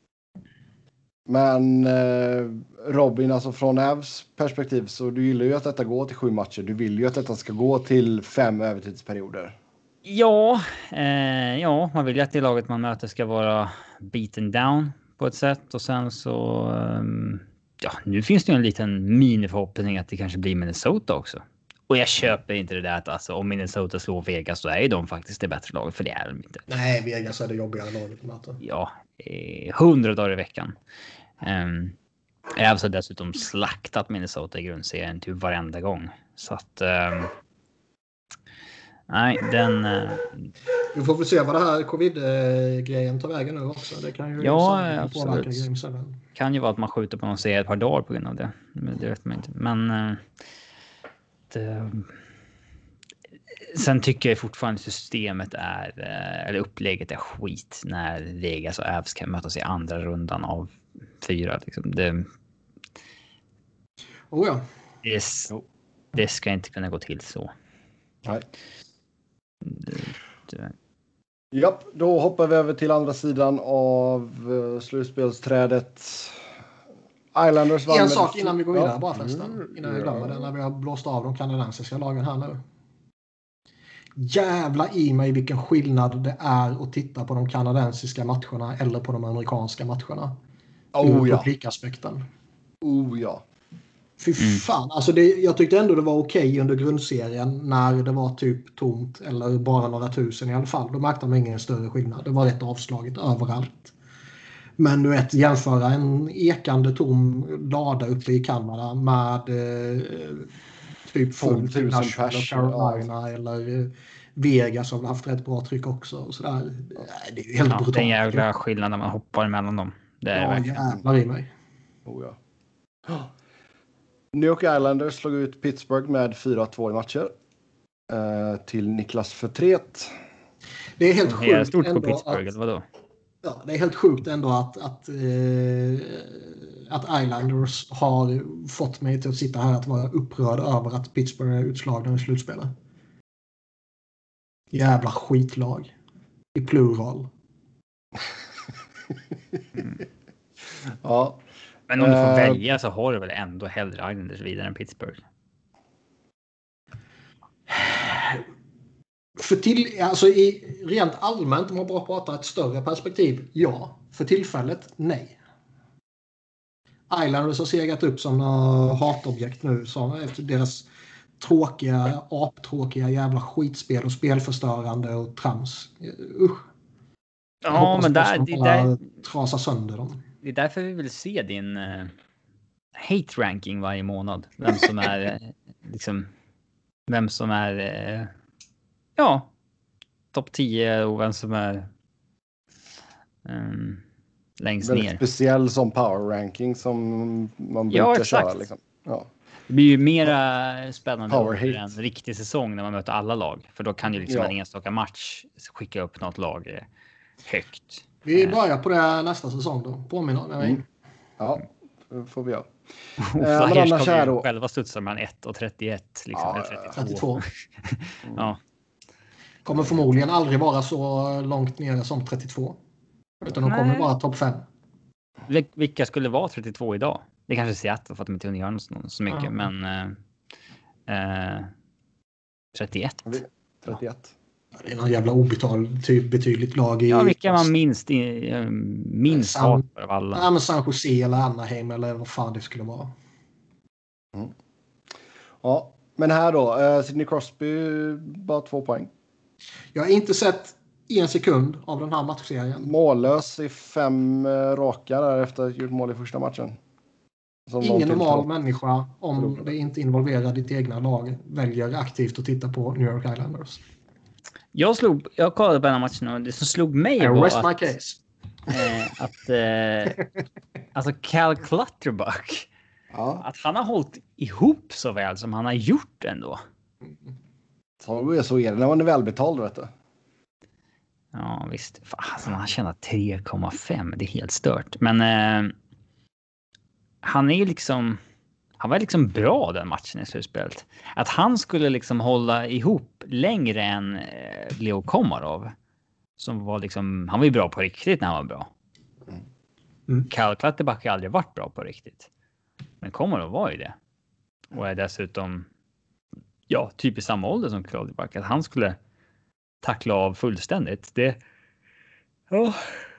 men uh, Robin, alltså från Avs perspektiv, så du gillar ju att detta går till sju matcher. Du vill ju att detta ska gå till fem övertidsperioder. Ja, eh, ja, man vill ju att det laget man möter ska vara beaten down på ett sätt. Och sen så, um, ja, nu finns det ju en liten miniförhoppning att det kanske blir Minnesota också. Och jag köper inte det där att alltså, om Minnesota slår Vegas så är ju de faktiskt det bättre laget, för det är de inte. Nej, Vegas är det jobbigare laget att möta. Ja, hundra eh, dagar i veckan. Um, jag har dessutom slaktat Minnesota i grundserien typ varenda gång. Så att... Um, nej, den... Uh, vi får väl se vad det här covid-grejen tar vägen nu också. Det kan ju ja, absolut. Kan ju vara att man skjuter på någon serie ett par dagar på grund av det. Det vet man inte. Men... Uh, det, sen tycker jag fortfarande systemet är, eller upplägget är skit när Vegas och Avs kan mötas i andra rundan av fyra. Liksom. Det, oh ja. det, det ska inte kunna gå till så. Nej. Det, det. Japp, då hoppar vi över till andra sidan av uh, slutspelsträdet. Islanders en sak innan vi går vidare, ja. Bara förresten. Innan jag glömmer det, när vi har blåst av de kanadensiska lagen här nu. Jävla i mig vilken skillnad det är att titta på de kanadensiska matcherna eller på de amerikanska matcherna. Oh ja. Publikaspekten. Oh ja. Fy fan, mm. alltså det, jag tyckte ändå det var okej under grundserien när det var typ tomt eller bara några tusen i alla fall. Då märkte man ingen större skillnad. Det var rätt avslaget överallt. Men du vet, jämföra en ekande tom lada uppe i Kanada med eh, typ fullt till Nashville, Carolina ja. Eller eh, Vegas har haft rätt bra tryck också. Och sådär. Det är ju helt ja, brutalt. Det är en jävla skillnad när man hoppar mellan dem. Det är ja, verkligen. Jävlar i mig. Oh, ja. New York Islanders slog ut Pittsburgh med fyra två i matcher. Eh, till Niklas Förtret. Det är helt sjukt. Det är stort på Pittsburgh, eller vadå? Ja, det är helt sjukt ändå att, att, eh, att Islanders har fått mig till att sitta här att vara upprörd över att Pittsburgh är utslagna i slutspelet. Jävla skitlag. I plural. mm. Ja. Men om du får uh, välja så har du väl ändå hellre Islanders vidare än Pittsburgh? För till, alltså i rent allmänt, om man bara pratar ett större perspektiv, ja. För tillfället, nej. Islanders har segat upp som uh, hatobjekt nu. Som, efter deras tråkiga, aptråkiga jävla skitspel och spelförstörande och trams. Usch. Ja, men där, det där trasa sönder dem. Det är därför vi vill se din uh, hate ranking varje månad. Vem som är uh, liksom vem som är uh, ja, topp tio och vem som är um, längst väldigt ner. Speciell som power ranking som man brukar ja, köra. Liksom. Ja. Det blir ju mera spännande under en riktig säsong när man möter alla lag. För då kan ju liksom ja. en enstaka match skicka upp något lag högt. Vi börjar på det nästa säsong då. Påminner mig. Mm. Ja, det får vi göra. Och Flyers eh, kommer ju själva studsa mellan ett och trettioett. Liksom, ja, trettiotvå. trettiotvå. mm. Ja. Kommer förmodligen aldrig vara så långt nere som trettiotvå. Utan de kommer bara topp fem. Vilka skulle vara trettiotvå idag? Det är kanske Seattle för att de inte gör så mycket. Ja. Men eh, trettioett. trettioett. Det är någon jävla obetal typ betydligt lag i... Ja, vilka man minst, i, minst San, hatar av alla. Ja, men San Jose eller Anaheim eller vad fan det skulle vara. Mm. Ja, men här då. Uh, Sidney Crosby, bara två poäng. Jag har inte sett en sekund av den här matchserien. Mållös i fem uh, raka där efter att gjort mål i första matchen. Som Ingen normal människa, om det inte involverar ditt egna lag, väljer aktivt att titta på New York Islanders. Jag, slog, jag kollade på den här matchen och det som slog mig I var rest att, my case. eh, att eh, alltså Cal Clutterbuck, ja. att han har hållit ihop så väl som han har gjort ändå. Så, så är det när man är välbetald, vet du. Ja, visst. Fan, alltså, han tjänar tre komma fem. Det är helt stört. Men eh, han är ju liksom... Han var liksom bra den matchen i slutspelet. Att han skulle liksom hålla ihop längre än eh, Leo Komarov. Som var liksom... Han var ju bra på riktigt när han var bra. Mm. Cal Clutterbuck har aldrig varit bra på riktigt. Men Komarov var ju det. Och är dessutom... Ja, typ i samma ålder som Clutterbuck. Att han skulle tackla av fullständigt. Det... Ja.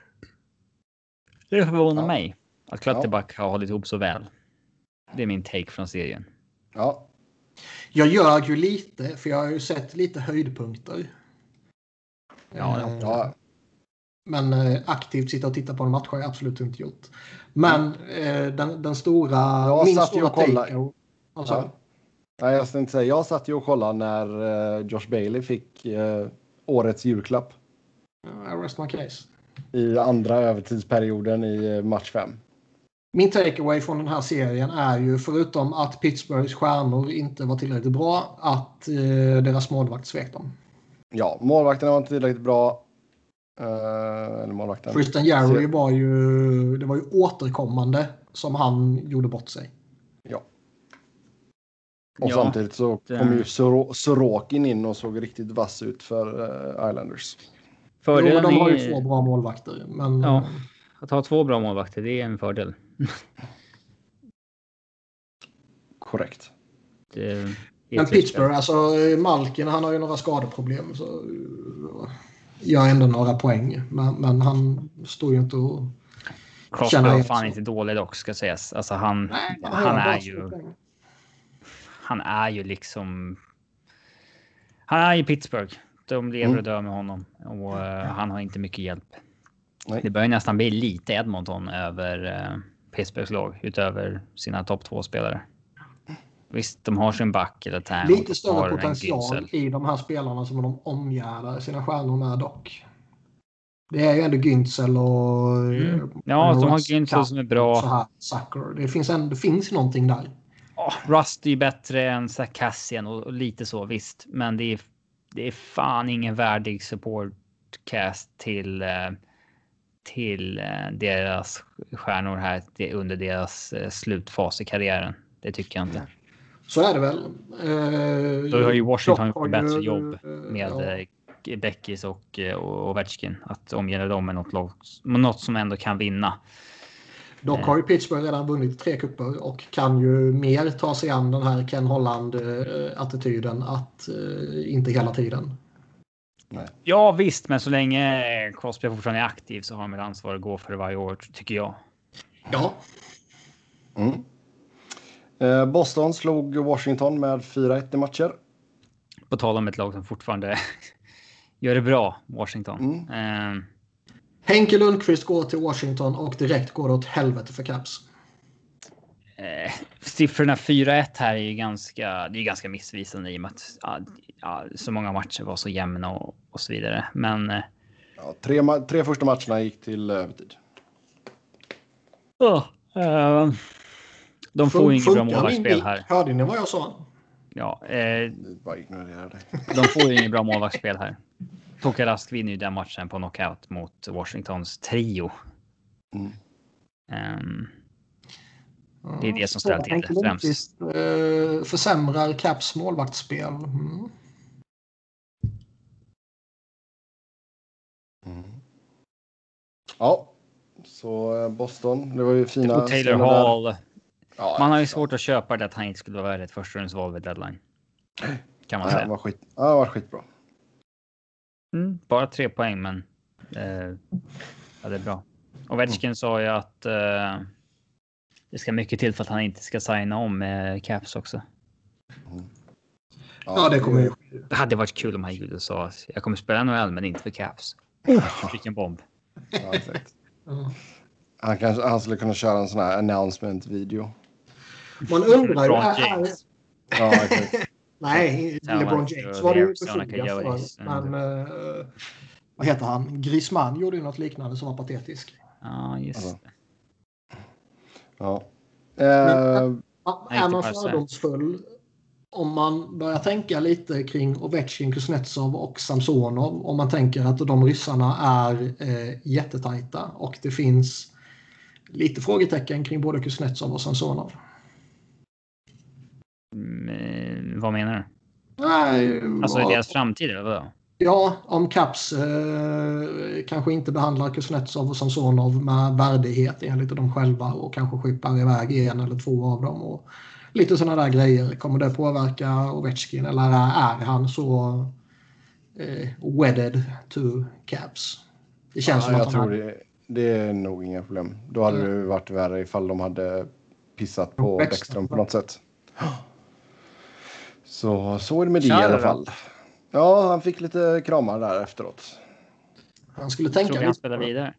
Det förvånar ja. mig. Att Clutterbuck ja. har hållit ihop så väl. Det är min take från serien. Ja. Jag gör ju lite, för jag har ju sett lite höjdpunkter. Ja, eh, ja. Men eh, aktivt sitta och titta på en match har jag absolut inte gjort. Men eh, den, den stora... Jag min satt stora ju och kollade. take, alltså, Ja. Nej, jag ska inte säga. Jag satt ju och kollade när uh, Josh Bailey fick uh, årets julklapp. I rest my case. I andra övertidsperioden i uh, match fem. Min takeaway från den här serien är ju, förutom att Pittsburghs stjärnor inte var tillräckligt bra, att eh, deras målvakt svek dem. Ja, målvakterna var inte tillräckligt bra. Uh, eller målvakten. Tristan Jarry var ju, det var ju återkommande som han gjorde bort sig. Ja. Och ja, samtidigt så det... kom ju Sor- Sorokin in och såg riktigt vass ut för uh, Islanders. Fördelen jo, de har ju är... två bra målvakter. Men... Ja, att ha två bra målvakter, det är en fördel. Korrekt. Det är men Pittsburgh, alltså Malkin, han har ju några skadeproblem. Så jag har ändå några poäng. Men, men han står ju inte och... Crosby var fan inte dålig dock, ska sägas. Alltså han, Nej, han, han är ju... Han är ju liksom... Han är i Pittsburgh. De lever mm. och dör med honom. Och uh, han har inte mycket hjälp. Nej. Det börjar nästan bli lite Edmonton över uh, Pittsburghs lag. Utöver sina topp två spelare. Visst, de har sin back eller tärn. Lite större potential i de här spelarna som de omgärdar sina stjärnor med dock. Det är ju ändå Güntzel och... Mm. Ja, de har Güntzel som är bra. Så här, Zucker. Det finns, en, det finns någonting där. Oh, Rust är ju bättre än Sarkassian och, och lite så, visst. Men det är, det är fan ingen värdig supportcast till, till deras stjärnor här under deras slutfas i karriären. Det tycker jag inte. Så är det väl. Eh, Då har ju Washington gjort ett bättre ju, jobb med ja. Beckis och, och Ovechkin. Att omgärda dem med något, lag, något som ändå kan vinna. Dock har ju Pittsburgh redan vunnit tre kupper och kan ju mer ta sig an den här Ken Holland-attityden att uh, inte hela tiden. Nej. Ja visst, men så länge Crosby fortfarande är aktiv så har de ett ansvar att gå för det varje år, tycker jag. Ja. Mm. Eh, Boston slog Washington med fyra ett i matcher. På tal om ett lag som fortfarande gör det bra, Washington. Mm. Eh, Henke Lundqvist går till Washington och direkt går det åt helvete för Caps. Eh, siffrorna fyra ett här är ju ganska, det är ganska missvisande i och med att ja, ja, så många matcher var så jämna och, och så vidare. Men eh, ja, tre, tre första matcherna gick till övertid. Oh, uh, de får ju inget bra målvaktsspel här. Hörde ni vad jag sa? Ja, eh, bara ignorera det. De får ju inget bra målvaktsspel här. Tuukka Rask vinner ju den matchen på knockout mot Washingtons trio. Mm. Um, det är det som ställer till det främst. Uh, försämrar Caps målvaktsspel. Mm. Mm. Ja, så Boston, det var ju fina. Och Taylor Hall. Ja, man har ju svårt att köpa det att han inte skulle vara värd ett första rundsval vid deadline. Kan man ja, säga. Han var skit, ja, han var skitbra. Mm, bara tre poäng, men eh, ja, det är bra. Och Vetchkin mm. sa ju att eh, det ska mycket till för att han inte ska signa om med Caps också. Mm. Ja, ja, det kommer ju. Det hade varit kul om han gjorde och sa att jag kommer spela N H L men inte för Caps. Oh, vilken bomb. Ja, exakt. Han, kanske, han skulle kunna köra en sån här announcement-video. Man undrar ju här... Ja, exakt. Nej, LeBron James var det ju befogat för. Men uh, vad heter han? Griezmann gjorde ju något liknande som var patetiskt. Ja, just alltså. det. Ja. Men, uh, är man fördomsfull om man börjar tänka lite kring Ovechkin, Kuznetsov och Samsonov, om man tänker att de ryssarna är eh, jättetajta och det finns lite frågetecken kring både Kuznetsov och Samsonov. Mm, vad menar du? Nej, alltså i deras framtid eller vad? Ja, om Caps eh, kanske inte behandlar Kuznetsov och Samsonov med värdighet enligt dem själva och kanske skippar iväg en eller två av dem och lite sådana där grejer. Kommer det påverka Ovechkin eller är han så eh, wedded to Caps? Det känns ja, som jag att tror han det, det är nog inga problem. Då hade mm. det varit värre ifall de hade pissat på Bäckström på något sätt. Så så är det med det i alla fall. Ja, han fick lite kramar där efteråt. Han skulle tänka tror vi han spelar vidare.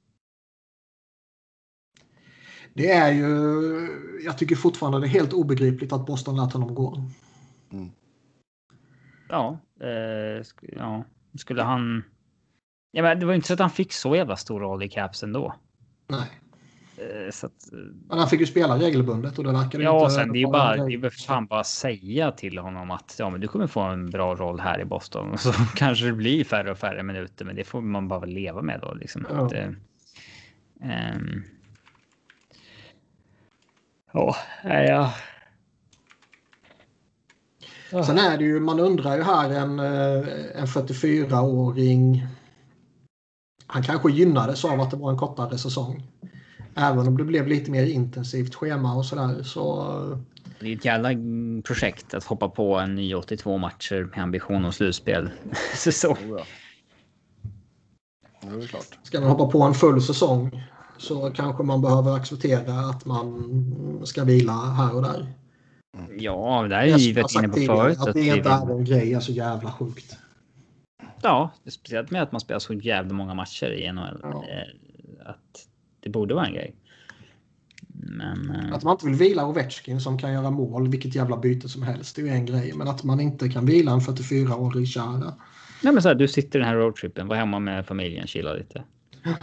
Det är ju, jag tycker fortfarande det är helt obegripligt att Boston lät honom gå. Mm. Ja, eh, sk- ja, skulle han... Ja, men det var inte så att han fick så jävla stor roll i Caps ändå. Nej. Eh, så att, men han fick ju spela regelbundet och det verkade ja, inte... Ja, sen det är ju bara, det är väl fan bara säga till honom att ja, men du kommer få en bra roll här i Boston. Och så kanske det blir färre och färre minuter, men det får man bara leva med då. Liksom. Ja. Att, eh, um... oh, ja. Oh. Sen är det ju, man undrar ju här en, en fyrtiofyra-åring. Han kanske gynnades av att det var en kortare säsong. Även om det blev lite mer intensivt schema och sådär. Så... Det är ett jävla projekt att hoppa på en ny åttiotvå matcher med ambition och slutspel. så. Oh, ja. Det är klart. Ska man hoppa på en full säsong så kanske man behöver acceptera att man ska vila här och där. Ja, det är ju givet inne på förut. Att det inte är en grej är så jävla sjukt. Ja, speciellt med att man spelar så jävla många matcher i N H L. Ja. Att det borde vara en grej. Men, att man inte vill vila Ovechkin som kan göra mål, vilket jävla byte som helst, det är ju en grej. Men att man inte kan vila en fyrtiofyra-årig kära. Nej, men så här, du sitter i den här roadtrippen, var hemma med familjen, chilla lite. Ja.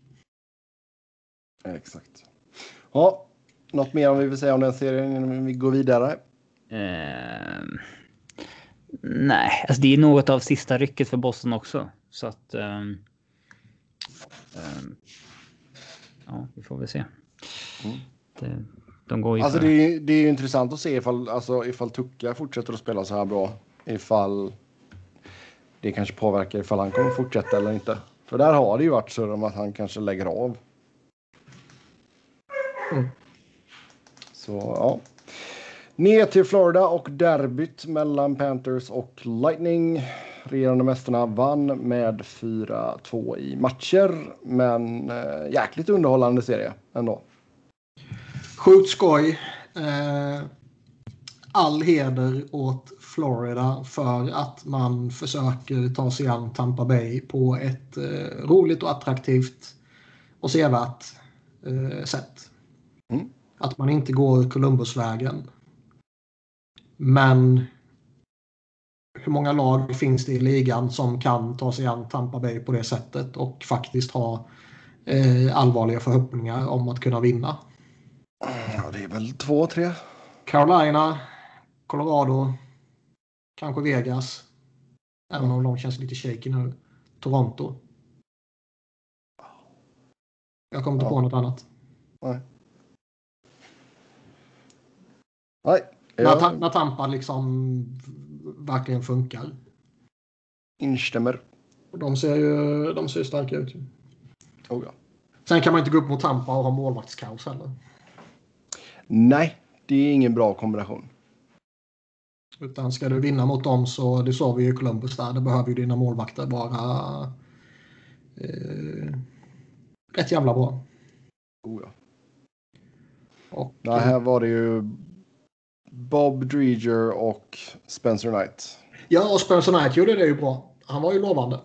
Exakt. Ja, något mer om vi vill säga om den serien innan vi går vidare? Eh, nej, alltså det är något av sista rycket för Boston också. Så att... Eh, eh, ja, vi får väl se. Mm. Det, de går ju alltså det är, det är ju intressant att se ifall, alltså, ifall Tucka fortsätter att spela så här bra. Ifall det kanske påverkar ifall han kommer fortsätta eller inte. För där har det ju varit så om att han kanske lägger av. Mm. Så ja. Ner till Florida och derbyt mellan Panthers och Lightning. Regerande mästarna vann med fyra två i matcher. Men äh, jäkligt underhållande serie ändå. Sjukt skoj. Eh, all heder åt Florida för att man försöker ta sig an Tampa Bay på ett eh, roligt och attraktivt och sevärt eh, sätt. Mm. Att man inte går Columbusvägen. Men hur många lag finns det i ligan som kan ta sig an Tampa Bay på det sättet och faktiskt ha eh, allvarliga förhoppningar om att kunna vinna? Ja, det är väl två, tre. Carolina, Colorado, kanske Vegas. Även om de känns lite shaky nu. Toronto. Jag kommer inte ja. på något annat. Nej. Nej. När, ta- när Tampa liksom verkligen funkar. Instämmer. Och de ser ju de ser starka ut. Oh, ja. Sen kan man inte gå upp mot Tampa och ha målvaktskaos heller. Nej, det är ingen bra kombination. Utan ska du vinna mot dem så, det sa vi ju i Columbus där, det behöver ju dina målvakter vara eh, rätt jävla bra. Oh ja. Och, Nej, här var det ju Bob Dreger och Spencer Knight. Ja, och Spencer Knight gjorde det ju bra. Han var ju lovande.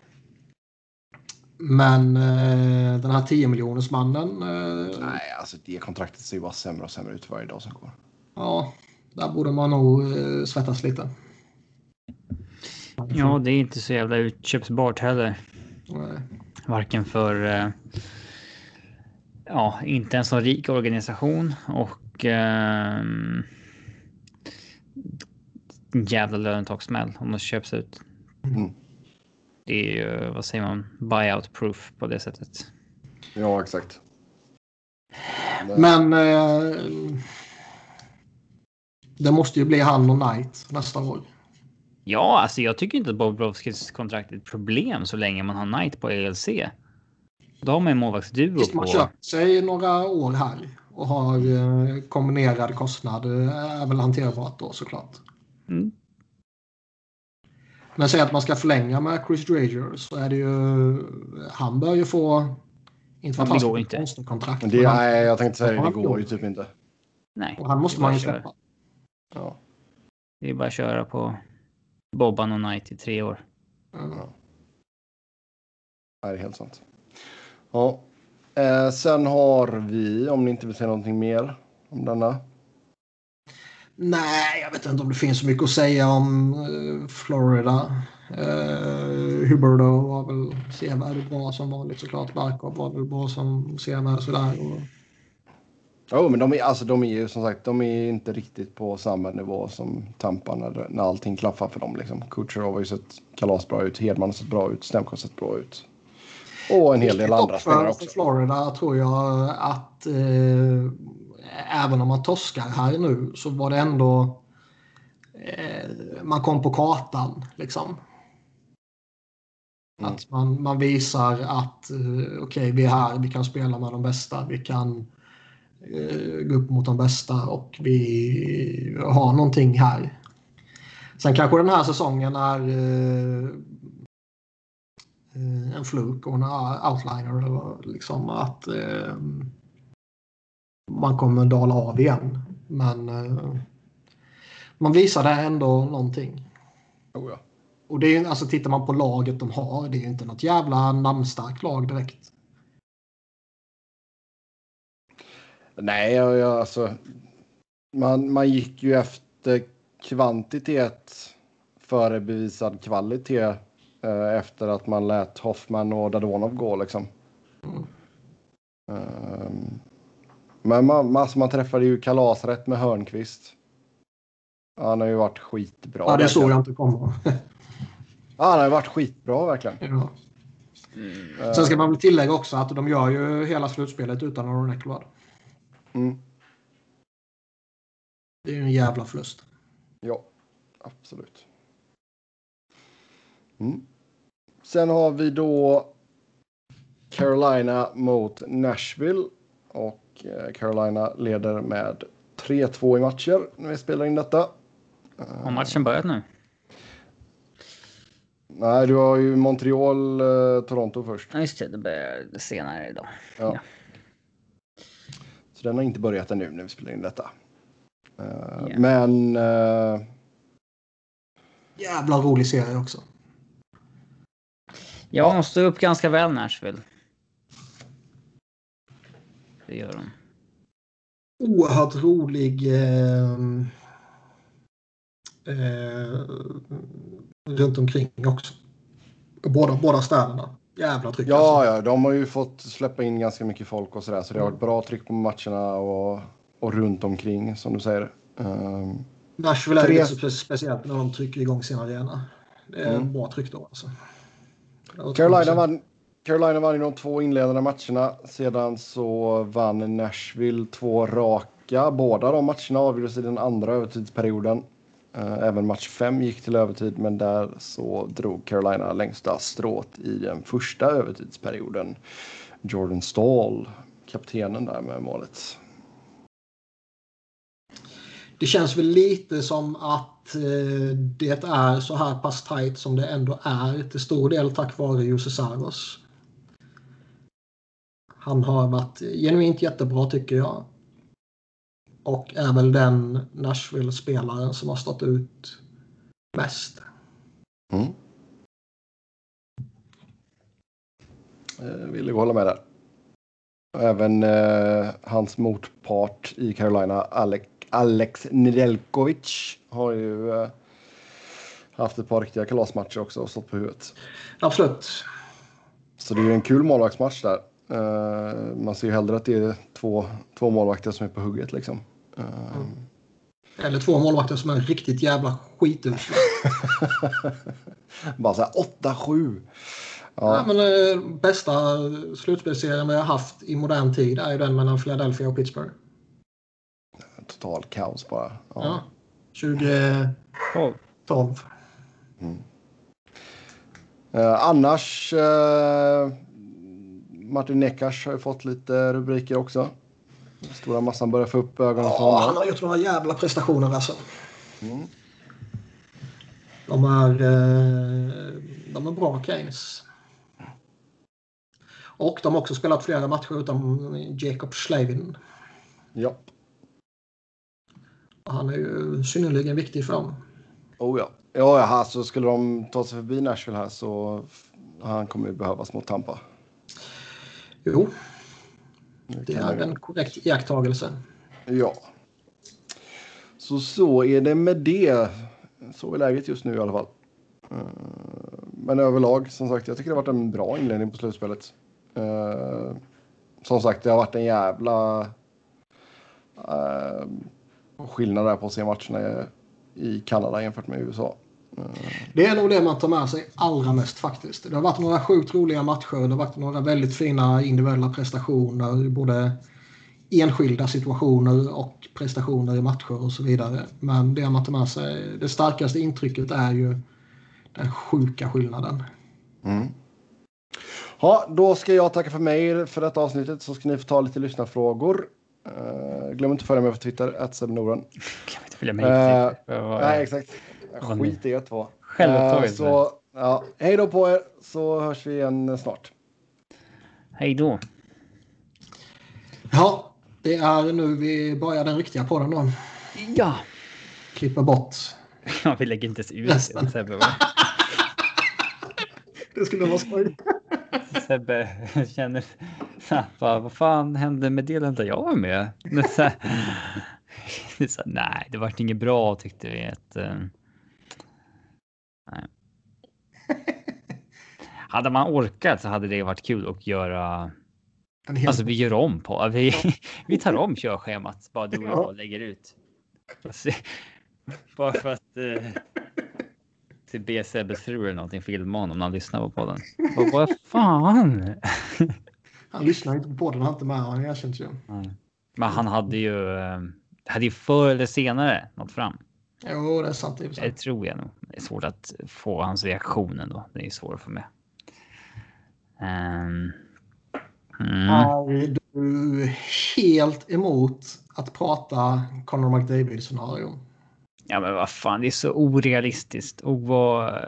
Men eh, den här tio miljoners mannen. Eh, Nej, alltså det kontraktet ser ju bara sämre och sämre ut varje dag som går. Ja, där borde man nog eh, svettas lite. Ja, det är inte så jävla utköpsbart heller. Nej. Varken för... Eh, ja, inte en så rik organisation och... Eh, en jävla lönetaksmäll om de köps ut. Mm. Det är ju, vad säger man, buyout proof på det sättet. Ja, exakt. Men eh, det måste ju bli han och Knight nästa år. Ja, alltså jag tycker inte att Bobrovskis kontrakt är ett problem så länge man har Knight på E L C. Då har man en målvaktsduo Visst, man på... köpt sig några år här och har eh, kombinerad kostnad eh, är väl hanterbart då såklart. Mm. Men säg att man ska förlänga med Chris Drager så är det ju, han bör ju få, inte för att det han ska går få inte. konstigt kontrakt. Men det, han, nej, jag tänkte säga han det går går. ju typ inte. Nej. Och han måste det är man ju bara att släppa. Ja. Det är bara att köra på Bobban och Knight i tre år. Mm. Nej, det är helt sant. Ja. Eh, sen har vi, om ni inte vill säga någonting mer om denna. Nej, jag vet inte om det finns så mycket att säga om uh, Florida. Uh, Huberto var väl sevärd bra som vanligt såklart. Barkov var väl bra som sevärd sådär. Och... Ja, men de är, alltså, de är ju som sagt, de är inte riktigt på samma nivå som Tampa när, när allting klaffar för dem. Liksom. Kucherov har ju sett kalasbra ut, Hedman har sett bra ut, Stamkos har sett bra ut. Och en hel del andra spelare också. För Florida tror jag att eh, även om man torskar här nu så var det ändå eh, man kom på kartan liksom. Mm. Att man, man visar att eh, okej, okay, vi är här, vi kan spela med de bästa, vi kan eh, gå upp mot de bästa och vi har någonting här. Sen kanske den här säsongen är eh, en fluk och en outliner eller liksom att eh, man kommer dala av igen. Men eh, man visade ändå någonting. Oh ja. Och det är alltså tittar man på laget de har, det är ju inte något jävla namnstarkt lag direkt. Nej, jag, jag, alltså man, man gick ju efter kvantitet före bevisad kvalitet eh, efter att man lät Hoffman och Dadonov gå liksom. Mm. Um, men man, alltså, man träffade ju kalasrätt med Hörnqvist. Han har ju varit skitbra. Ja, det såg verkligen. jag inte komma. Ja, han har ju varit skitbra verkligen. Ja. Mm. Sen ska man väl tillägga också att de gör ju hela slutspelet utan Aaron Ekblad. Mm. Det är ju en jävla förlust. Ja, absolut. Mm. Sen har vi då Carolina mot Nashville. Och Carolina leder med tre två i matcher när vi spelar in detta. Har matchen börjat nu? Nej, du har ju Montreal, eh, Toronto först. Ja, just det. Det börjar senare idag. Ja. Ja. Så den har inte börjat ännu när vi spelar in detta. Uh, Yeah. Men... Uh, Jävla rolig serie också. Ja, de står upp ganska väl Nashville. Det gör de. Oerhört rolig eh, eh, runt omkring också. Båda, båda städerna. Jävla tryck. ja, alltså. ja, de har ju fått släppa in ganska mycket folk och sådär. Så det har varit bra tryck på matcherna och, och runt omkring, som du säger. Um, Nashville är tre... lite speciellt när de trycker igång sin arena. Det är Mm. bra tryck då alltså. Carolina vann, Carolina vann i de två inledande matcherna. Sedan så vann Nashville två raka. Båda de matcherna avgjordes i den andra övertidsperioden. Uh, även match fem gick till övertid, men där så drog Carolina längsta strået i den första övertidsperioden. Jordan Stahl, kaptenen där med målet. det känns väl lite som att eh, det är så här pass tajt som det ändå är till stor del tack vare Juuse Saros. Han har varit genuint jättebra tycker jag. Och är väl den Nashville-spelaren som har stått ut mest. Mm. Jag vill hålla med där. Även eh, hans motpart i Carolina, Alex, Alex Nedeljkovic, har ju eh, haft ett par riktiga kalasmatcher också och stått på huvudet. Absolut. Så det är ju en kul målvaktsmatch där. Uh, man ser ju hellre att det är två, två målvakter som är på hugget liksom. Uh... Mm. Eller två målvakter som är riktigt jävla skitusla. Bara så här åtta sju. Ja. Ja, men eh, bästa slutspelsserien vi har haft i modern tid är ju den mellan Philadelphia och Pittsburgh. Total kaos bara. Ja. Ja. tjugo tolv. Mm. Uh, annars uh, Martin Necas har ju fått lite rubriker också. Stora massan börjar få upp ögonen på honom. Ja, han har gjort några jävla prestationer alltså. Mm. De är eh, de är bra Keynes. Och de har också spelat flera matcher utan Jacob Slavin. Ja. Han är ju synnerligen viktig för dem. Oh ja. Ja, ja, alltså skulle de ta sig förbi Nashville här så han kommer ju behövas mot Tampa. Jo. Det är en korrekt iakttagelse. Ja. Så så är det med det. Så är läget just nu i alla fall. Men överlag, som sagt, jag tycker det har varit en bra inledning på slutspelet. Som sagt, det har varit en jävla uh, skillnad där på att se matcherna i Kanada jämfört med U S A. Uh. Det är nog det man tar med sig allra mest faktiskt. Det har varit några sjukt roliga matcher. Det har varit några väldigt fina individuella prestationer. Både enskilda situationer och prestationer i matcher och så vidare. Men det man tar med sig, det starkaste intrycket är ju den sjuka skillnaden. Mm. Ja, då ska jag tacka för mig för detta avsnittet, så ska ni få ta lite lyssnarfrågor. Uh, glöm inte att följa mig på Twitter, at sebnoren. Glöm inte följa mig på Twitter. Uh, nej, exakt. Skit i er två. Självupptaget. Uh, så, ja, hej då på er, så hörs vi igen snart. Hej då. Ja, det är nu vi börjar den riktiga podden då. Ja. Klippa bort. Ja, vi lägger inte ens ut det, Sebbe. Det skulle vara skoj. Sebbe känner vad, vad fan hände med delen där jag var med? Det är så här, det är så här, nej, det var inget bra tyckte vi. Att, uh, nej. Hade man orkat så hade det varit kul att göra. Alltså vi gör om på. Vi, vi tar om körschemat. Bara du och jag lägger ut. Bara för att eh, till be Sebbes fru eller någonting filma honom när han lyssnar på podden. Och vad fan? Han lyssnar inte på podden, han inte med. Han erkänns ju. Nej. Men han hade ju hade ju förr eller senare nått fram. Jo, det är sant. Det, är det tror jag nog. Det är svårt att få hans reaktion ändå. Det är svårt för mig. Um, mm. Är du helt emot att prata Connor McDavid-scenario? Ja, men vad fan, det är så orealistiskt. Och vad...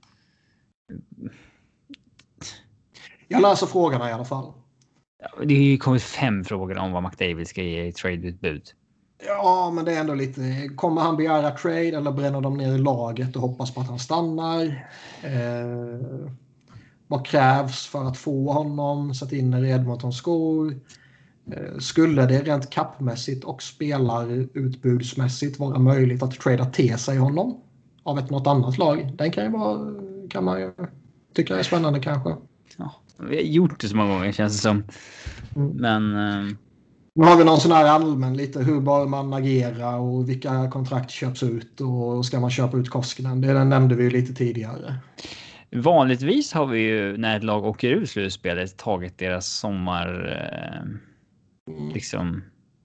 Jag läser frågorna i alla fall. Ja, det har ju kommit fem frågor om vad McDavid ska ge i trade-utbud. Ja, men det är ändå lite... Kommer han begära trade eller bränner de ner i laget och hoppas på att han stannar? Eh, vad krävs för att få honom? Sätt in i Edmontons skor. Eh, skulle det rent kappmässigt och spelarutbudsmässigt vara möjligt att trada till sig honom av ett något annat lag? Den kan ju vara, kan man ju tycka är spännande kanske. Ja, vi har gjort det så många gånger känns det som. Mm. Men... Eh... Nu har vi någon sån här allmän lite hur bör man agera och vilka kontrakt köps ut och ska man köpa ut Koskinen. Det nämnde vi ju lite tidigare. Vanligtvis har vi ju när ett lag åker ur slutspelet tagit deras sommar eh, mm. liksom.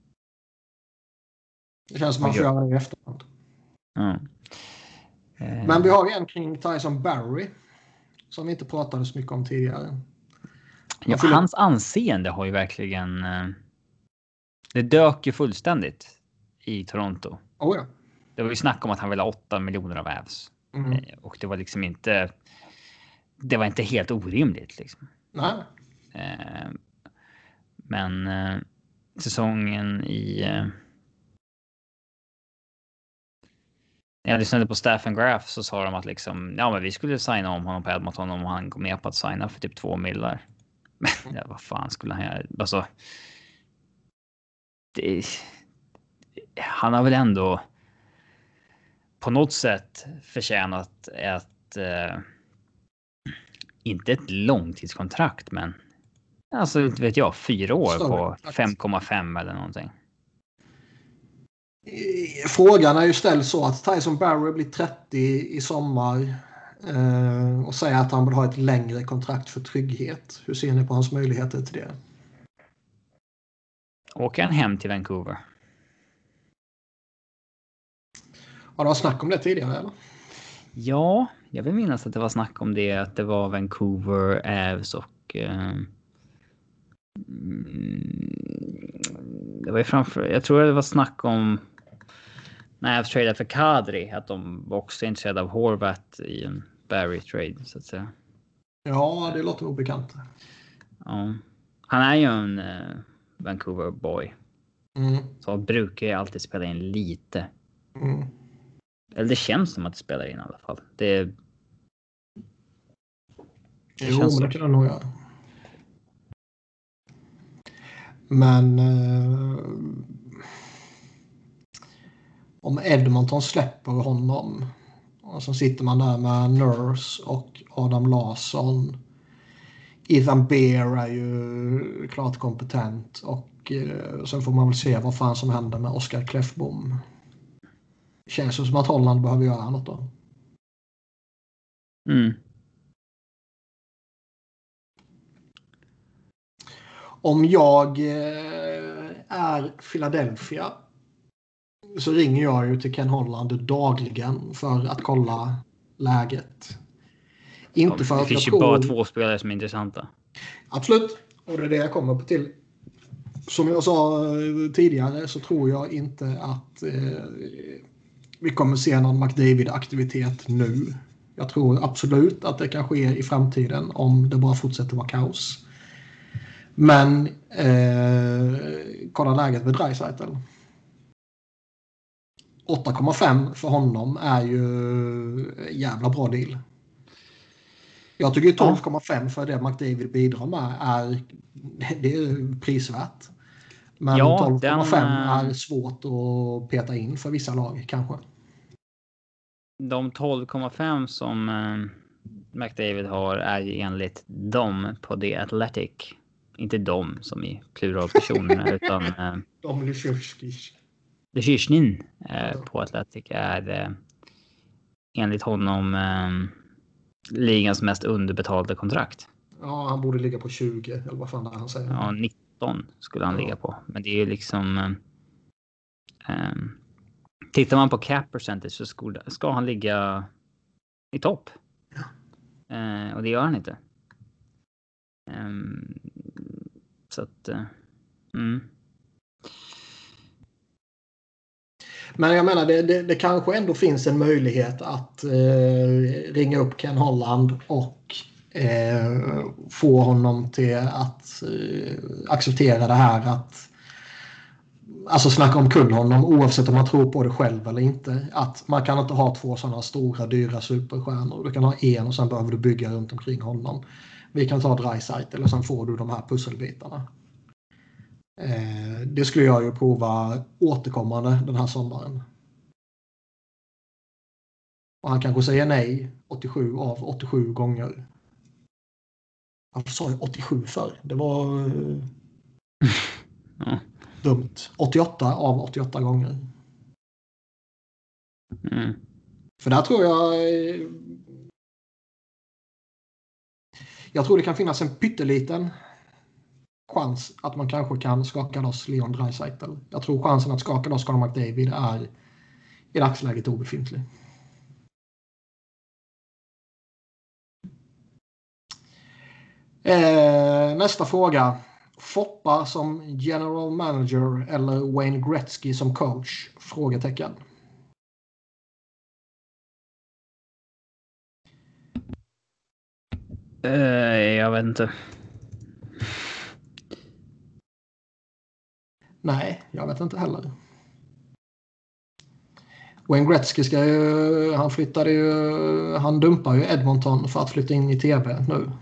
Det känns som man får göra det i efterhand. Mm. Eh. Men vi har en kring Tyson Barrie som vi inte pratade så mycket om tidigare. Ja, fyller... Hans anseende har ju verkligen eh, det dök ju fullständigt i Toronto. Oh ja. Det var ju snack om att han ville ha åtta miljoner av Avs. Mm. Eh, och det var liksom inte... Det var inte helt orimligt liksom. Nej. Eh, men eh, säsongen i... Eh, när jag lyssnade på Staff and Graph så sa de att liksom, ja, men vi skulle signa om honom på Edmonton om han går med på att signa för typ två millar. Men ja, vad fan skulle han göra? Alltså, det, han har väl ändå på något sätt förtjänat ett eh, inte ett långtidskontrakt, men alltså inte vet jag, fyra år Större på kontrakt. fem komma fem eller någonting. Frågan är ju ställd så att Tyson Barrie blir trettio i sommar eh, och säger att han vill ha ett längre kontrakt för trygghet. Hur ser ni på hans möjligheter till det? Åker han hem till Vancouver? Har det varit snack om det tidigare eller? Ja, jag vill minnas att det var snack om det, att det var Vancouver, Avs och eh, det var ju framför, jag tror det var snack om när Avs tradade för Kadri, att de var också intresserade av Horvat i en Barry trade så att säga. Ja, det låter obekant. Ja. Han är ju en eh, Vancouver boy. Mm. Så brukar jag alltid spela in lite. Mm. Eller det känns som att det spelar in i alla fall. Det, det Jo, känns men det så. kan jag nog göra. Men eh, om Edmonton släpper honom och så sitter man där med Nurse och Adam Larsson. Ethan Bear är ju klart kompetent och eh, sen får man väl se vad fan som händer med Oskar Kläffbom. Känns det som att Holland behöver göra något då. Mm. Om jag eh, är Philadelphia så ringer jag ju till Ken Holland dagligen för att kolla läget. Inte för Det att finns jag ju tror... bara två spelare som är intressanta. Absolut, och det är det jag kommer på till. Som jag sa eh, tidigare så tror jag inte att eh, vi kommer se någon McDavid-aktivitet nu. Jag tror absolut att det kan ske i framtiden om det bara fortsätter vara kaos. Men eh, kolla läget med Draisaitl. åtta komma fem för honom är ju en jävla bra deal. Jag tycker tolv komma fem för det McDavid bidrar med är, det är prisvärt. Men Ja, tolv komma fem den, är svårt att peta in för vissa lag kanske. De tolv komma fem som eh, McDavid har är ju enligt dem på The Athletic. Inte de som i pluralpersonerna utan eh, De Lyshevskis. Lyshnin eh, på Athletic är eh, enligt honom eh, ligans mest underbetalda kontrakt. Ja, han borde ligga på tjugo eller vad fan det är han säger. Ja, nitton skulle han Ja. ligga på. Men det är ju liksom eh, eh, tittar man på cap percentage så ska, ska han ligga i topp. Ja. Eh, och det gör han inte. Um, så att uh, mm. Men jag menar, det, det, det kanske ändå finns en möjlighet att eh, ringa upp Ken Holland och eh, få honom till att eh, acceptera det här. Att, alltså snacka om kund honom oavsett om man tror på det själv eller inte. Att man kan inte ha två sådana stora, dyra superstjärnor. Du kan ha en och sen behöver du bygga runt omkring honom. Vi kan ta Draisaitl eller sen får du de här pusselbitarna. Eh, det skulle jag ju prova återkommande den här sommaren. Och han kanske säger nej åttiosju av åttiosju gånger. Varför sa jag åttiosju för? Det var uh, Ja. dumt. åttioåtta av åttioåtta gånger. Mm. För där tror jag... Uh, jag tror det kan finnas en pytteliten chans att man kanske kan skaka loss Leon Draisaitl. Jag tror chansen att skaka loss Conor McDavid är i dagsläget obefintlig. Eh, nästa fråga. Foppa som general manager eller Wayne Gretzky som coach? Frågetecken. Uh, jag vet inte. Nej, jag vet inte heller. Wayne Gretzky ska ju, han flyttade ju, han dumpar ju Edmonton för att flytta in i tv nu.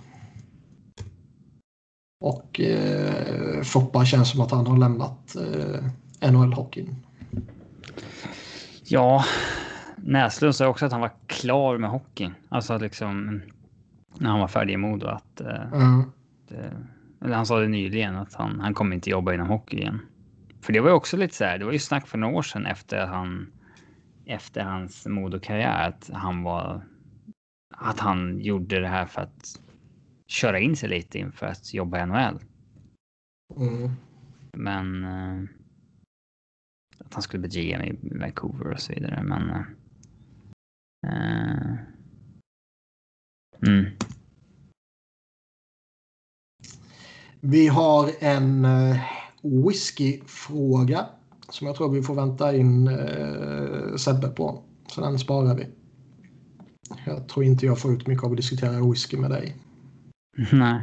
Och eh, Foppa känns som att han har lämnat eh, N H L-hockeyn. Ja, Näslund sa också att han var klar med hockeyn. Alltså liksom när han var färdig i Modo att eh, Mm. det, eller han sa det nyligen att han, han kommer inte jobba inom hockey igen. För det var ju också lite så här, det var ju snack för några år sedan efter att han efter hans Modo-karriär att han var att han gjorde det här för att köra in sig lite inför att jobba i N H L. Mm. Men eh, att han skulle bli G M i Vancouver och så vidare. Men eh, mm. Vi har en uh, whiskyfråga som jag tror vi får vänta in uh, Sebbe på. Så den sparar vi. Jag tror inte jag får ut mycket av att diskutera whisky med dig. Nej.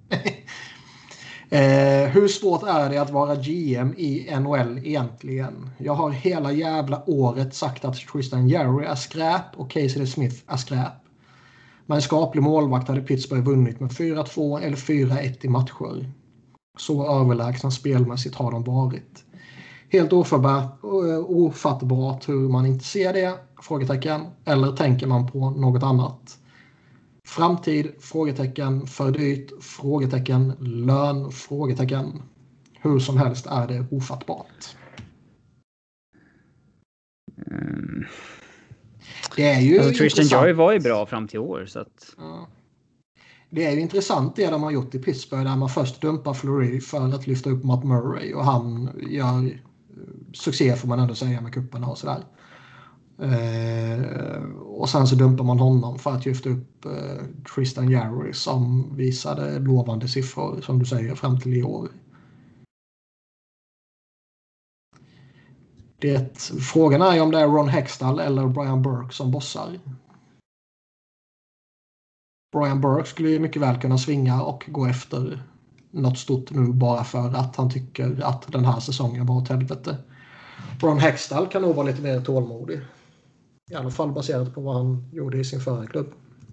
Eh, hur svårt är det att vara G M i N H L egentligen? Jag har hela jävla året sagt att Tristan Jarry är skräp och Casey Smith är skräp. Men en skaplig målvakt hade Pittsburgh vunnit med fyra två eller fyra ett i matcher. Så överlägsna spelmässigt har de varit. Helt ofattbart hur man inte ser det, frågetecken, eller tänker man på något annat? Framtid, frågetecken, för dyrt, frågetecken, lön, frågetecken. Hur som helst är det ofattbart. Mm. Det är ju alltså, Tristan Jarry var ju bra fram till år. Så att... ja. Det är ju intressant det de har gjort i Pittsburgh där man först dumpar Fleury för att lyfta upp Matt Murray och han gör succé får man ändå säga med kupperna och sådär. Eh, och sen så dumpar man honom för att lyfta upp eh, Tristan Jarry som visade lovande siffror som du säger fram till i år. Det, frågan är ju om det är Ron Hextall eller Brian Burke som bossar. Brian Burke skulle ju mycket väl kunna svinga och gå efter något stort nu bara för att han tycker att den här säsongen var åt helvete. Ron Hextall kan nog vara lite mer tålmodig. I alla fall baserat på vad han gjorde i sin förra klubb.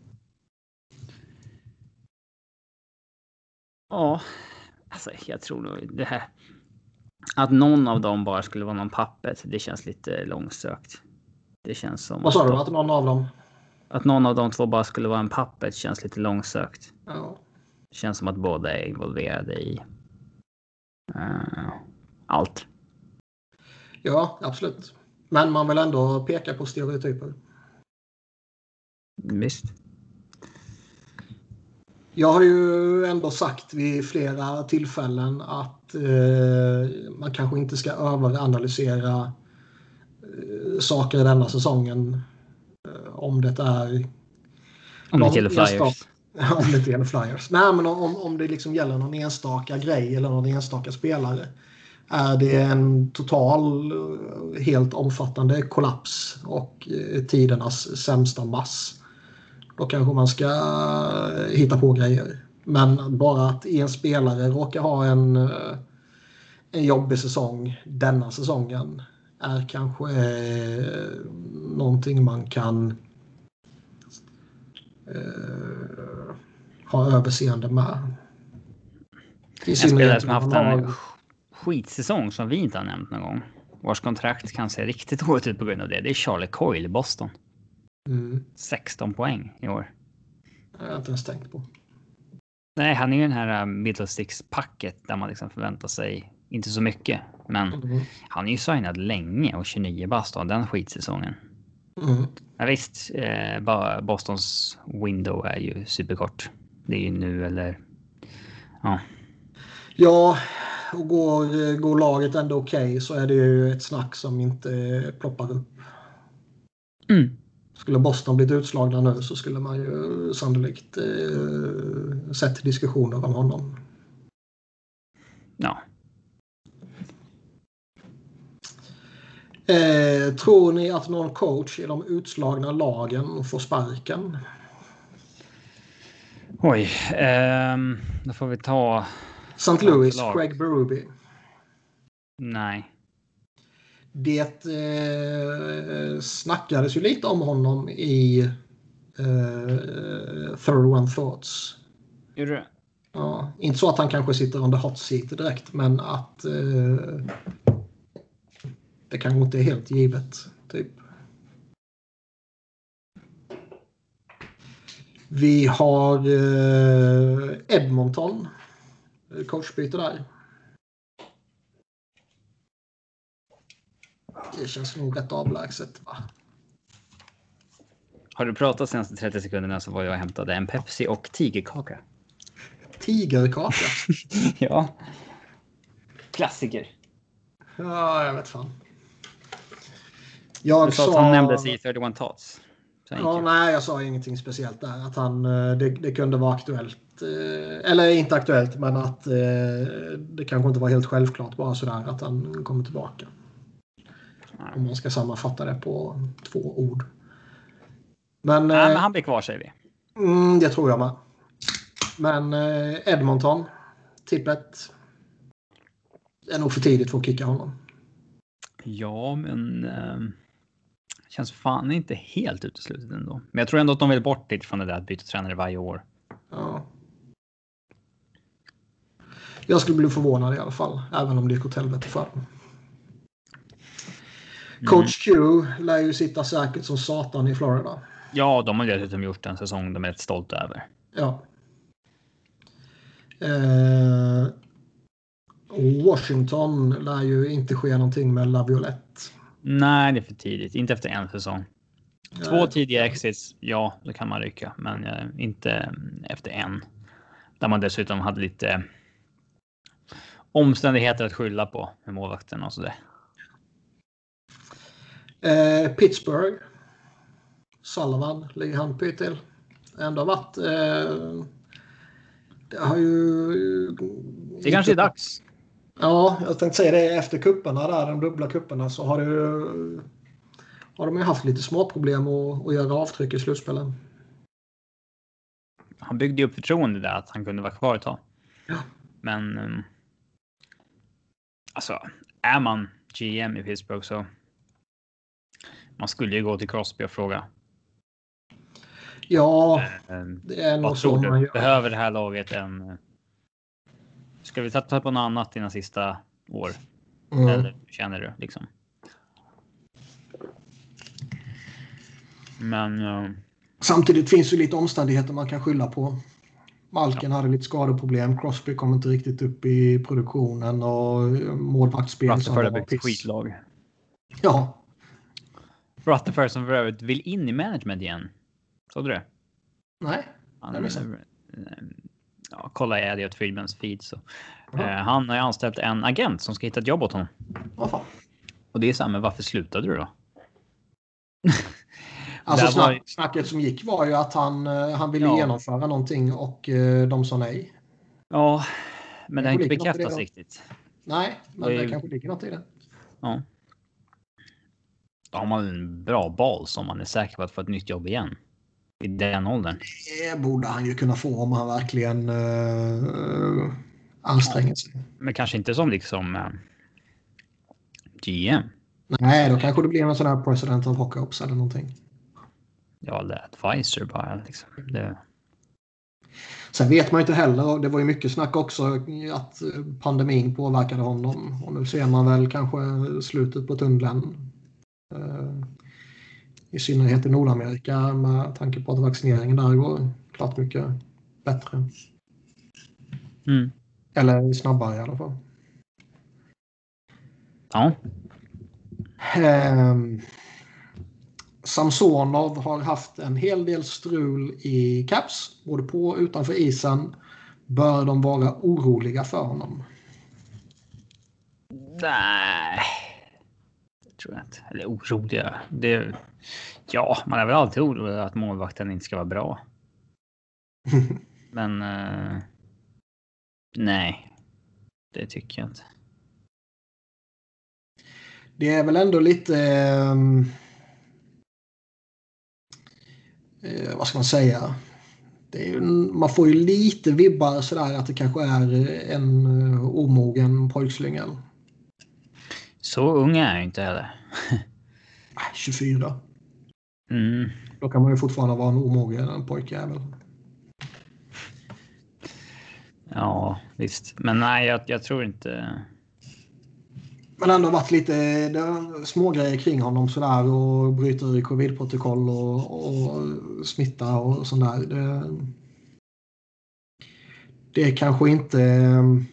Ja, alltså jag tror nog det här. Att någon av dem bara skulle vara någon pappet, det känns lite långsökt. Det känns som... Vad sa du? Att någon av dem? Att någon av de två bara skulle vara en pappet känns lite långsökt. Ja. Det känns som att båda är involverade i uh, allt. Ja, absolut. Men man vill ändå peka på stereotyper. Visst. Jag har ju ändå sagt vid flera tillfällen att eh, man kanske inte ska överanalysera eh, saker i denna säsongen. Eh, om det är... Om det gäller Flyers. Ja, om det gäller Flyers. Nej, men om, om det liksom gäller någon enstaka grej eller någon enstaka spelare. Är det en total, helt omfattande kollaps och eh, tidernas sämsta mass. Då kanske man ska hitta på grejer. Men bara att en spelare råkar ha en, en jobbig säsong denna säsongen är kanske eh, någonting man kan eh, ha överseende med. En spelare som har haft en skitsäsong som vi inte har nämnt någon gång. Vars kontrakt kan se riktigt dåligt ut på grund av det. Det är Charlie Coyle i Boston. Mm. sexton poäng i år. Jag har inte ens tänkt på. Nej, han är ju den här middlesticks-packet där man liksom förväntar sig inte så mycket. Men mm. han är ju signad länge och tjugonio bast av den skitsäsongen. Mm. Ja, visst, eh, Bostons window är ju superkort. Det är ju nu eller... Ja. Ja, och går, går laget ändå okej okay, så är det ju ett snack som inte ploppar upp. Mm. Skulle Boston blivit utslagna nu så skulle man ju sannolikt eh, sett diskussioner om honom. Ja. Eh, tror ni att någon coach i de utslagna lagen får sparken? Oj, um, då får vi ta... Saint Louis, Craig Berube. Nej. Det eh, snackades ju lite om honom i eh, thirty-one Thoughts. Gjorde det? Ja, inte så att han kanske sitter under hot seat direkt, men att eh, det kanske inte är helt givet. Typ. Vi har eh, Edmonton. Coachbyte där. Det känns nog rätt avlägset, va? Har du pratat senaste trettio sekunderna så var jag och hämtade en Pepsi och tigerkaka. Tigerkaka? Ja. Klassiker. Ja, jag vet fan. Jag du sa sa att han nämndes i thirty-one Thoughts. Ja, nej, jag sa ingenting speciellt där. Att han, det, det kunde vara aktuellt. Eller inte aktuellt, men att det kanske inte var helt självklart bara sådär att han kommer tillbaka. Om man ska sammanfatta det på två ord. Men, nej, men han blir kvar, säger vi. Mm, det tror jag med. Men Edmonton, tippet. Det är nog för tidigt för att kicka honom. Ja, men... Eh... känns fan inte helt uteslutet ändå. Men jag tror ändå att de vill bort dit från det där att byta tränare varje år. Ja. Jag skulle bli förvånad i alla fall. Även om det gick åt helvete för dem. Mm. Coach Q lär ju sitta säkert som satan i Florida. Ja, de har dessutom gjort en säsong de är rätt stolta över. Ja. Eh, Washington lär ju inte ske någonting med Laviolette. Nej, det är för tidigt. Inte efter en säsong. Två Nej. tidiga exits, ja, då kan man rycka. Men eh, inte efter en. Där man dessutom hade lite omständigheter att skylla på med målvakten och sådär. Eh, Pittsburgh. Sullivan ligger han på till. Ändå varit... Eh, det har ju... Det kanske är dags. Ja, jag tänkte säga det efter kupperna där, de dubbla kupperna, så har, det ju, har de ju haft lite små problem att, att göra avtryck i slutspelen. Han byggde upp förtroende där att han kunde vara kvar ett tag. Ja. Men um, alltså, är man G M i Pittsburgh så man skulle ju gå till Crosby och fråga. Ja, um, det är nog så man gör. Behöver det här laget en... Ska vi satsa på något annat dina sista år? Mm. Eller känner du liksom? Men... Uh... Samtidigt finns ju lite omständigheter man kan skylla på. Malkin ja. hade lite skadeproblem. Crosby kom inte riktigt upp i produktionen och målvaktsspel som var piss. Skitlag. Ja. Rutherford som för övrigt vill in i management igen. Så du det? Nej. Han, är, ja, kolla jag Elliot Friedmans feed så. Uh, han har ju anställt en agent som ska hitta ett jobb åt honom. Varför? Och det är samma, varför slutade du då? Alltså snack, var... snacket som gick var ju att han, han ville ja. genomföra någonting och uh, de sa nej. Ja, men det har inte bekräftats riktigt. Nej, men det, det kanske ligger något i det. Ja. Då har man en bra bal som man är säker på att få ett nytt jobb igen. I den åldern. Det borde han ju kunna få om han verkligen uh, anstränger sig. Ja. Men kanske inte som liksom uh, G M. Nej, då kanske det blir en sån här president of Hockups eller någonting. Ja, eller advisor bara liksom. Det... Sen vet man ju inte heller. Det var ju mycket snack också att pandemin påverkade honom. Och nu ser man väl kanske slutet på tunneln. Uh, I synnerhet i Nordamerika med tanke på att vaccineringen där går klart mycket bättre. Mm. Eller snabbare i alla fall. Ja. Um, Samsonov har haft en hel del strul i Caps. Både på och utanför isen. Bör de vara oroliga för honom? Nej. Det tror jag inte. Eller oroliga. Det... Ja, man är väl alltid orolig att målvakten inte ska vara bra. Men... Uh... Nej. Det tycker jag inte. Det är väl ändå lite... Um... Eh, vad ska man säga? det är, man får ju lite vibbar sådär att det kanske är en uh, omogen pojkslyngel. Så ung är jag inte heller. tjugofyra. Mm. Då kan man ju fortfarande vara en omogen pojkjävel. Ja, visst. Men nej, jag, jag tror inte... Men ändå varit lite små grejer kring honom sådär och bryter i covid-protokoll och, och smitta och sånt där. Det, det är kanske inte...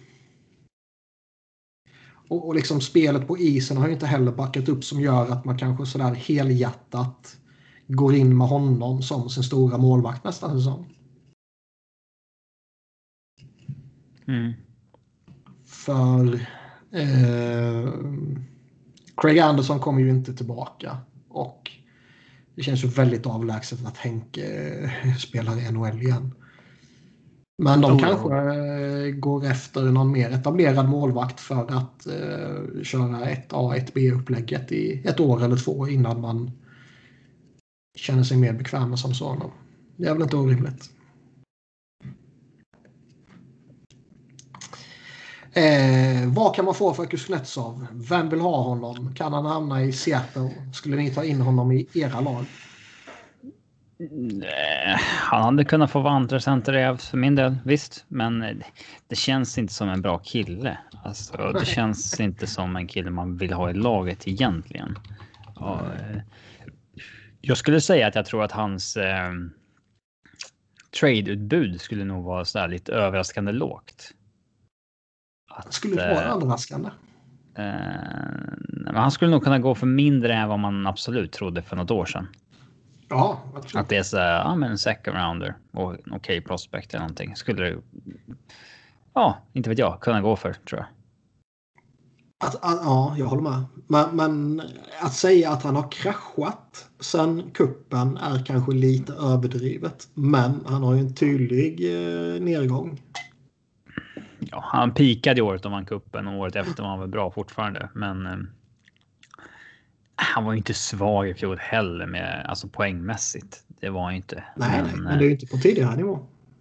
Och, och liksom spelet på isen har ju inte heller backat upp som gör att man kanske sådär helhjärtat går in med honom som sin stora målvakt nästa säsong. Mm. För eh, Craig Anderson kommer ju inte tillbaka och det känns ju väldigt avlägset att Henke eh, spelar i N H L igen. Men de Oh, kanske eh, går efter någon mer etablerad målvakt för att eh, köra ett A ett B-upplägget i ett år eller två innan man känner sig mer bekväm med Samsonov. Det är väl inte orimligt. Eh, vad kan man få för Kuznetsov? Vem vill ha honom? Kan han hamna i Seattle? Skulle ni ta in honom i era lag? Nej, han hade kunnat få vara andra center för min del, visst. Men det känns inte som en bra kille. Alltså, det känns inte som en kille man vill ha i laget egentligen. Och, jag skulle säga att jag tror att hans eh, trade-utbud skulle nog vara så där lite överraskande lågt. Att, skulle det vara eh, överraskande? Eh, men han skulle nog kunna gå för mindre än vad man absolut trodde för något år sedan. Ja, jag tror att det är så ja, men en second rounder och en okej okay prospect eller någonting. Skulle det, ja, inte vet jag, kunna gå för, tror jag. Att, att, ja, jag håller med. Men, men att säga att han har kraschat sen kuppen är kanske lite överdrivet. Men han har ju en tydlig eh, nedgång. Ja, han pikade i året om han kuppen och året efter var han väl bra fortfarande. Men eh, han var ju inte svag i fjol heller med, alltså poängmässigt. Det var han inte. Nej, men, nej, men det är ju inte på tidigare nivå.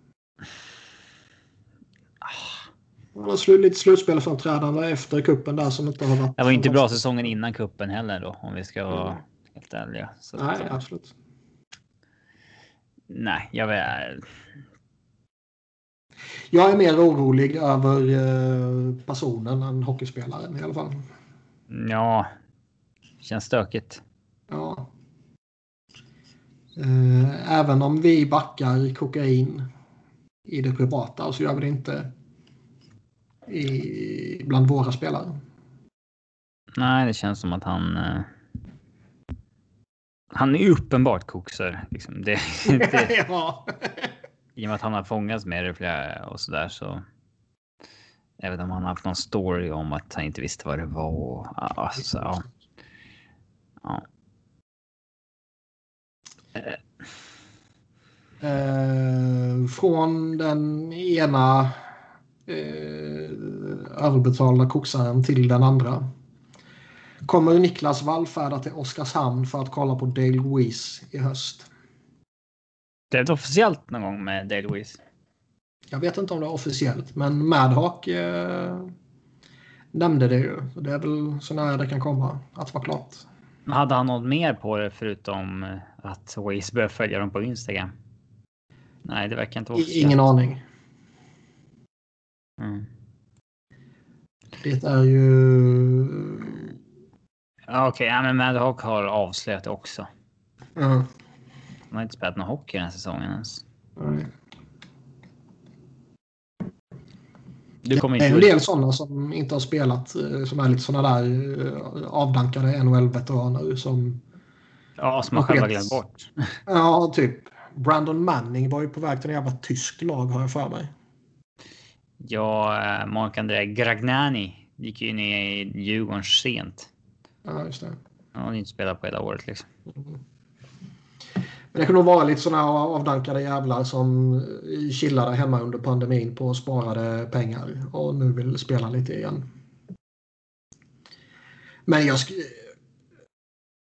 Han har slut, lite slutspelframträdande efter kuppen där som inte har varit... Det var inte bra säsongen innan kuppen heller då, om vi ska vara mm. helt ärliga. Så nej, att, absolut. Nej, jag vet. Jag är mer orolig över eh, personen än hockeyspelaren i alla fall. Ja, känns stökigt. Ja. Eh, även om vi backar kokain i det privata så gör vi det inte i, bland våra spelare. Nej, det känns som att han... Eh, han är uppenbart koksar. Liksom. Det, det, ja. I och med att han har fångats med det flera och sådär så... Jag vet inte om han har haft någon story om att han inte visste vad det var. Och, alltså, ja. Ja. Eh. Eh, från den ena eh, överbetalda koksaren till den andra. Kommer Niklas vallfärda till Oskarshamn för att kolla på Dale Louise i höst? Det är officiellt någon gång med Dale Louise. Jag vet inte om det är officiellt, men Madhawk eh, nämnde det ju. Det är väl så nära det kan komma att vara klart. Hade han något mer på det förutom att Louise började följa dem på Instagram? Nej, det verkar inte vara officiellt. Ingen aning. Mm. Det är ju... Okej, okay, ja, men Madhawk har avslöjat också. Mm. Han har inte spelat någon hockey den här säsongen ens. Mm. Du kommer det är inte en del sådana som inte har spelat, som är lite sådana där avdankade N H L-veteraner som... Ja, som har själva glömt bort. Ja, typ. Brandon Manning var ju på väg till en jävla tysk lag, har jag för mig. Ja, Marc-André Gragnani gick ju in i Djurgården sent. Ja, just det. Ja, han har inte spelat på hela året liksom. Mm. Men det kan nog vara lite sådana avdankade jävlar som chillade hemma under pandemin på sparade pengar och nu vill spela lite igen. Men jag sk-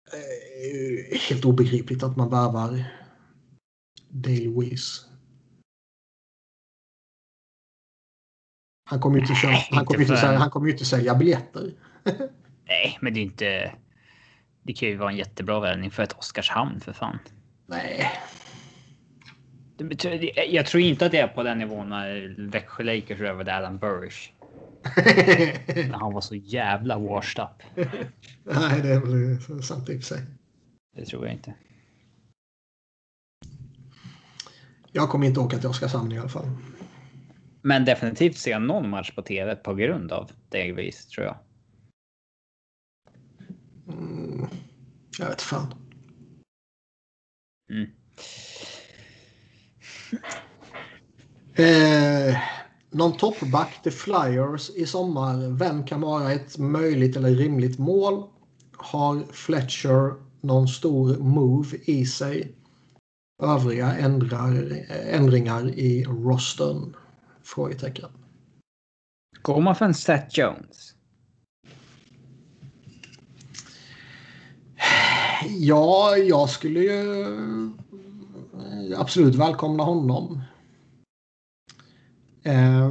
helt obegripligt att man värvar Dale Louise. Han kommer ju inte, köra, Nej, han kommer inte inte, för- sälja, han kommer ju inte sälja biljetter. Nej, men det är inte... Det kan ju vara en jättebra värvning för ett Oskarshamn, för fan. Nej. Det betyder, jag tror inte att det är på den nivån när Växjö Lakers rövade Alan Burrish. När han var så jävla washed up. Nej, det är väl sant i och för sig. Det tror jag inte. Jag kommer inte åka till Oskarshamn i alla fall. Men definitivt se någon match på tv på grund av Davis, tror jag. Mm, jag vet fan. Mm. Eh, någon toppback till Flyers i sommar. Vem kan vara ett möjligt eller rimligt mål? Har Fletcher någon stor move i sig? Övriga ändrar, ändringar i rostern? Frågetecken. Går man för en Seth Jones? Ja, jag skulle ju absolut välkomna honom. Eh,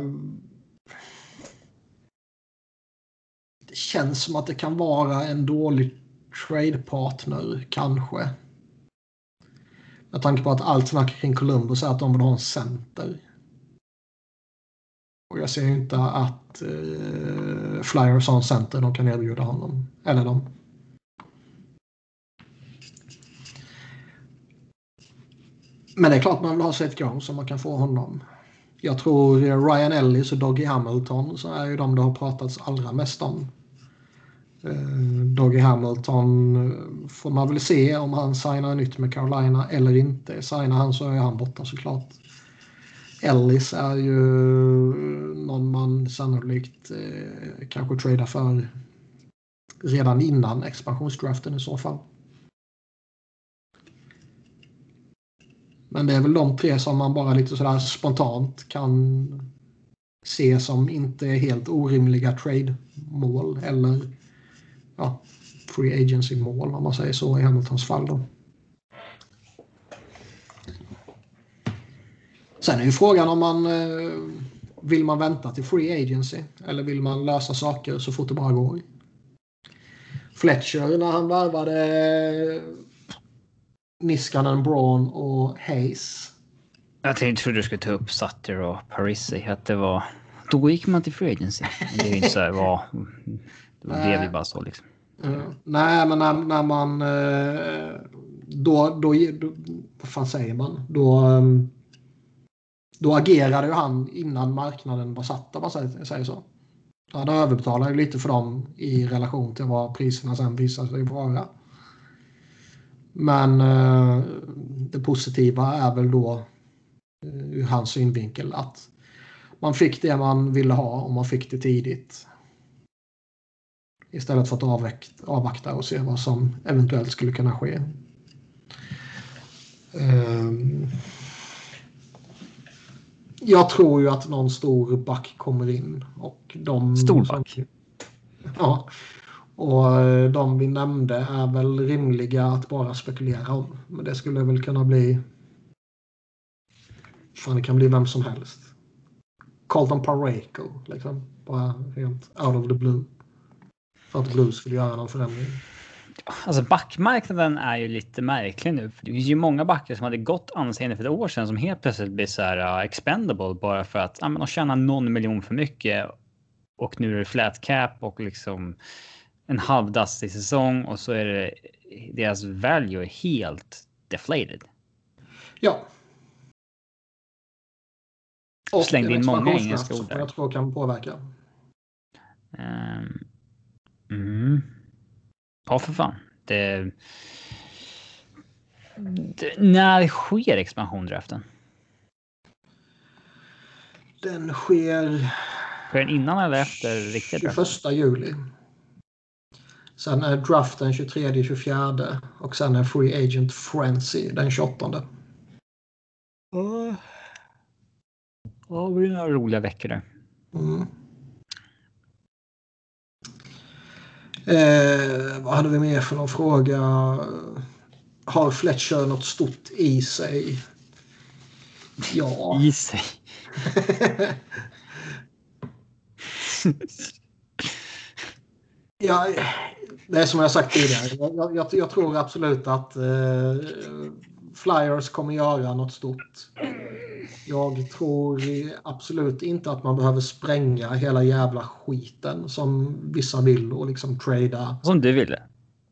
det känns som att det kan vara en dålig trade-partner, kanske. Med tanke på att allt snack kring Columbus är att de vill ha en center. Och jag ser ju inte att eh, Flyers har en center de kan erbjuda honom. Eller de. Men det är klart man vill ha Seth Jones så man kan få honom. Jag tror Ryan Ellis och Dougie Hamilton så är ju de det har pratats allra mest om. Uh, Dougie Hamilton får man väl se om han signar nytt med Carolina eller inte. Signar han så är han borta såklart. Ellis är ju någon man sannolikt uh, kanske tradar för redan innan expansionsdraften i så fall. Men det är väl de tre som man bara lite sådär spontant kan se som inte helt orimliga trade-mål eller ja, free agency-mål om man säger så i Hamiltons fall då. Sen är ju frågan om man vill man vänta till free agency eller vill man lösa saker så fort det bara går. Fletcher när han värvade Niskanen, Braun och Hayes. Jag tänkte du skulle ta upp Sutter och Parisi. Att det var... Då gick man till free agency. Det är ju inte så här, var... Det blev ju bara så liksom. Uh, nej, men när, när man... Uh, då, då, då... Vad fan säger man? Då... Um, då agerade ju han innan marknaden var satt, om man säger, säger så. Han överbetalar ju lite för dem i relation till vad priserna sen visar sig vara. Men uh, det positiva är väl då uh, ur hans synvinkel att man fick det man ville ha och man fick det tidigt. Istället för att avvakta, avvakta och se vad som eventuellt skulle kunna ske. Um, jag tror ju att någon stor back kommer in. Och de Stor back? Som, ja. Och de vi nämnde är väl rimliga att bara spekulera om. Men det skulle väl kunna bli... Fan, det kan bli vem som helst. Colton Parayko, liksom. Bara helt out of the blue. För att Blues skulle göra någon förändring. Alltså backmarknaden är ju lite märklig nu. För det finns ju många backar som hade gått anseende för ett år sedan som helt plötsligt blir så här uh, expendable bara för att ja, men de tjänar någon miljon för mycket. Och nu är det flat cap och liksom en halvdassig säsong och så är det deras value är helt deflated. Ja. Och slängde in många engelska ord där. Jag tror kan påverka. Um, mm. Ja, för fan. Det, det, när sker expansiondraften? Den sker... Sker den innan eller efter riktigt? tjugoförsta juli. Sen är draften tjugotredje tjugofjärde och sen är free agent frenzy den tjugoåttonde. Ja, oh. Det blir några roliga veckor där. Mm. Eh, vad hade vi mer för någon fråga? Har Fletcher något stort i sig? Ja. I sig? Ja, det är som jag sagt tidigare. Jag, jag, jag tror absolut att eh, Flyers kommer göra något stort. Jag tror absolut inte att man behöver spränga hela jävla skiten som vissa vill och liksom trada. Som du ville.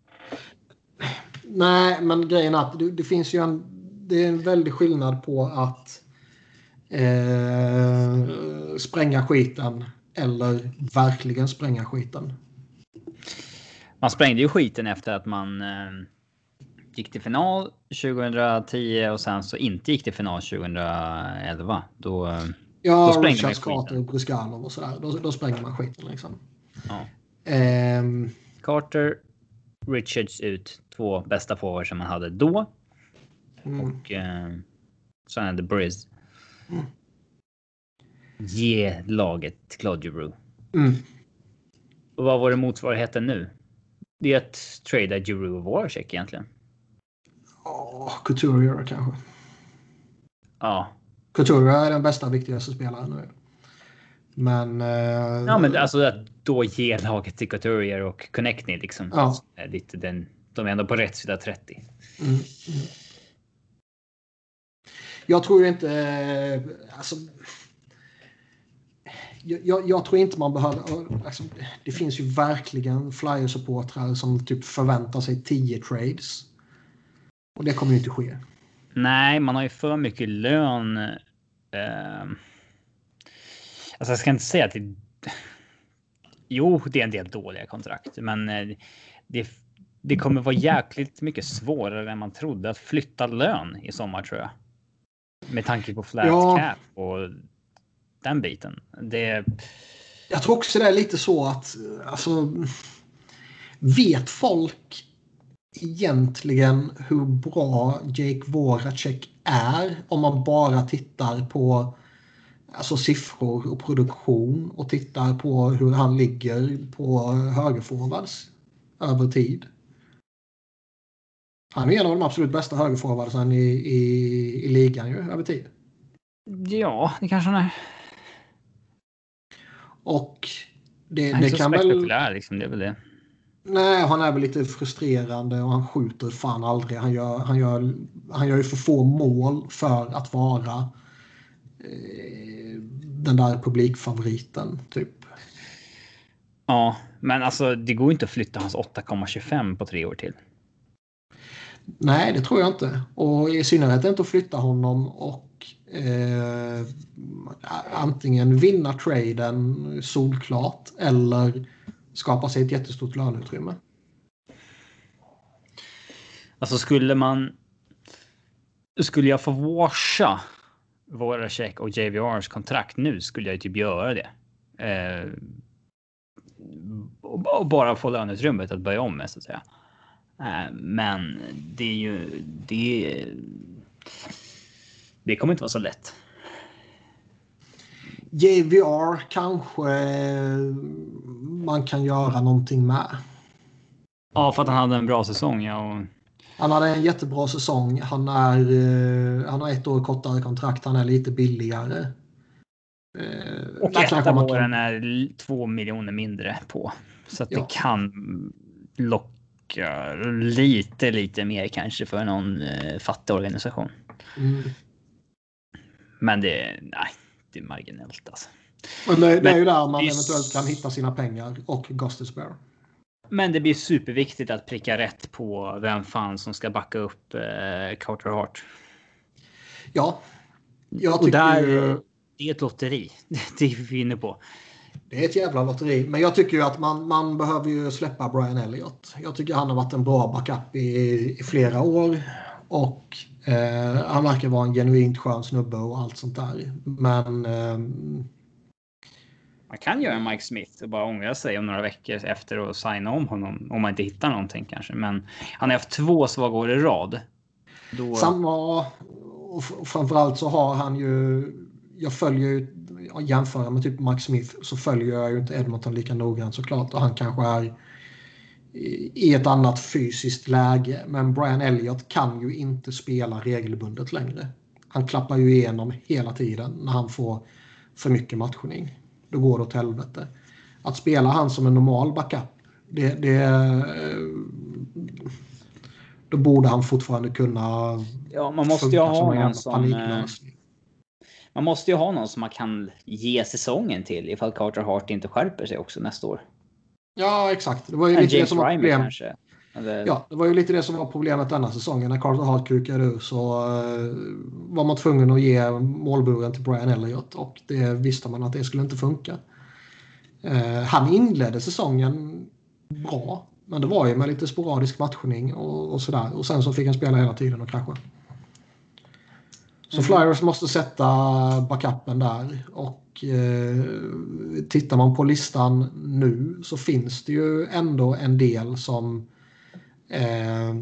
Nej, men grejen är att det, det finns ju en, det är en väldig skillnad på att eh, spränga skiten eller verkligen spränga skiten. Man sprängde ju skiten efter att man eh, gick till final tjugohundratio och sen så inte gick till final tjugohundraelva. Då, eh, ja, då sprängde Richards, man Carter, skiten. Bruscanov och sådär. Då, då spränger man skiten liksom. Ja. Ehm, Carter, Richards ut. Två bästa forwards som man hade då. mm. Och eh, sen hade Briz. Mm. Ge laget Claude Giroux. Mm. Och vad var det motsvarigheten nu? Det är att trada Giroux och Voracek egentligen. Oh, Couturier kanske. Ja. Couturier är den bästa, viktigaste spelaren nu. Men... Eh, Ja, men alltså att då ge laget till Couturier och Connectney liksom. Ja. Lite den, de är ändå på rätt sida trettio. Mm. Mm. Jag tror inte... Eh, alltså... Jag, jag tror inte man behöver... Alltså, det finns ju verkligen Flyers-supportrar som typ förväntar sig tio trades. Och det kommer ju inte ske. Nej, man har ju för mycket lön. Eh, alltså jag ska inte säga att det... Jo, det är en del dåliga kontrakt. Men eh, det, det kommer vara jäkligt mycket svårare än man trodde att flytta lön i sommar, tror jag. Med tanke på flat Ja. cap och den biten. Det... Jag tror också det är lite så att... Alltså, vet folk egentligen hur bra Jake Voracek är om man bara tittar på alltså siffror och produktion och tittar på hur han ligger på högerforwards över tid? Han är en av de absolut bästa högerforwardsen i, i, i ligan ju, över tid. Ja, det kanske han är. Och det, Han är det så kan väl... spektakulär liksom, det är väl det. Nej, han är väl lite frustrerande och han skjuter fan aldrig. Han gör, han gör, han gör ju för få mål för att vara eh, den där publikfavoriten typ. Ja, men alltså det går inte att flytta hans åtta komma tjugofem på tre år till. Nej, det tror jag inte. Och i synnerhet inte att flytta honom och eh, antingen vinna traden solklart eller skapa sig ett jättestort löneutrymme. Alltså skulle man... Skulle jag få washa Voracek och J V R:s kontrakt nu skulle jag ju typ göra det. Eh, och bara få löneutrymmet att börja om med, så att säga. Eh, men det är ju... Det, det kommer inte vara så lätt. J V R kanske man kan göra någonting med. Ja, för att han hade en bra säsong. Ja, och... Han hade en jättebra säsong. Han, är, uh, han har ett år kortare kontrakt. Han är lite billigare. Uh, och ett av åren kan... är två miljoner mindre på. Så att ja. Det kan locka lite, lite mer kanske för någon uh, fattig organisation. Mm. Men det, nej, det är marginellt alltså. Men det, det är ju där man eventuellt kan hitta sina pengar och Gostisbehere. Men det blir superviktigt att pricka rätt på vem fan som ska backa upp eh, Carter Hart. Ja. Jag tycker där, ju... Det är ett lotteri. Det är vi inne på. Det är ett jävla lotteri. Men jag tycker ju att man, man behöver ju släppa Brian Elliott. Jag tycker han har varit en bra backup i, i flera år. Och eh, han verkar vara en genuint skön snubbe och allt sånt där. Men... Eh, man kan göra Mike Smith och bara ångra sig om några veckor efter och signa om honom om man inte hittar någonting kanske. Men han har haft två svaga år i rad. Då... Samma, och framförallt så har han ju, jag följer ju, jämför med typ Mike Smith så följer jag ju inte Edmonton lika noggrant såklart. Och han kanske är i ett annat fysiskt läge. Men Brian Elliott kan ju inte spela regelbundet längre. Han klappar ju igenom hela tiden när han får för mycket matchning. Då går det åt helvete. att spela han som en normal backup, det, det, då borde han fortfarande kunna. Ja, man måste ju ha som någon som... Eh, som man måste ju ha någon som man kan ge säsongen till ifall Carter Hart inte skärper sig också nästa år. Ja, exakt. Det var ju en lite James det som var problem. Kanske. Eller... Ja, det var ju lite det som var problemet denna säsongen. När Carter Hart kukade ur så uh, var man tvungen att ge målburen till Brian Elliott, och det visste man att det skulle inte funka. Uh, han inledde säsongen bra, men det var ju med lite sporadisk matchning och, och sådär. Och sen så fick han spela hela tiden och krascha. Så mm. Flyers måste sätta backupen där, och eh, tittar man på listan nu så finns det ju ändå en del som eh,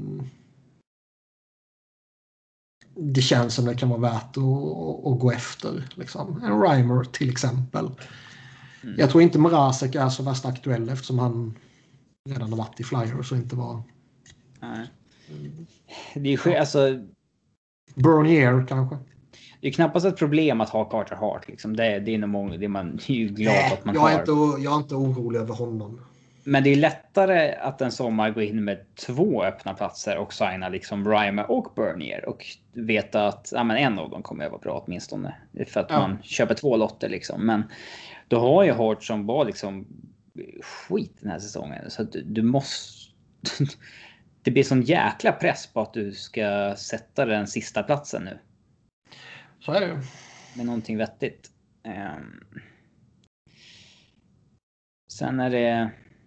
det känns som det kan vara värt att, att, att gå efter. Liksom. En Reimer till exempel. Mm. Jag tror inte Mrazek är så värst aktuell eftersom han redan har varit i Flyers och inte var... Nej. Det är ju alltså... Bernier kanske. Det är knappast ett problem att ha Carter Hart. Liksom. Det, det är nog många, det är man det är ju glad Nej, att man jag har. Är inte, jag är inte orolig över honom. Men det är lättare att en sommar gå in med två öppna platser och signa liksom Reimer och Bernier. Och veta att ja, men en av dem kommer att vara bra åtminstone. För att ja. man köper två lotter liksom. Men då har ju Hart som var liksom skit den här säsongen. Så att du, du måste... Det blir sån jäkla press på att du ska sätta den sista platsen nu. Så är det ju. Med någonting vettigt. Um... Sen är det...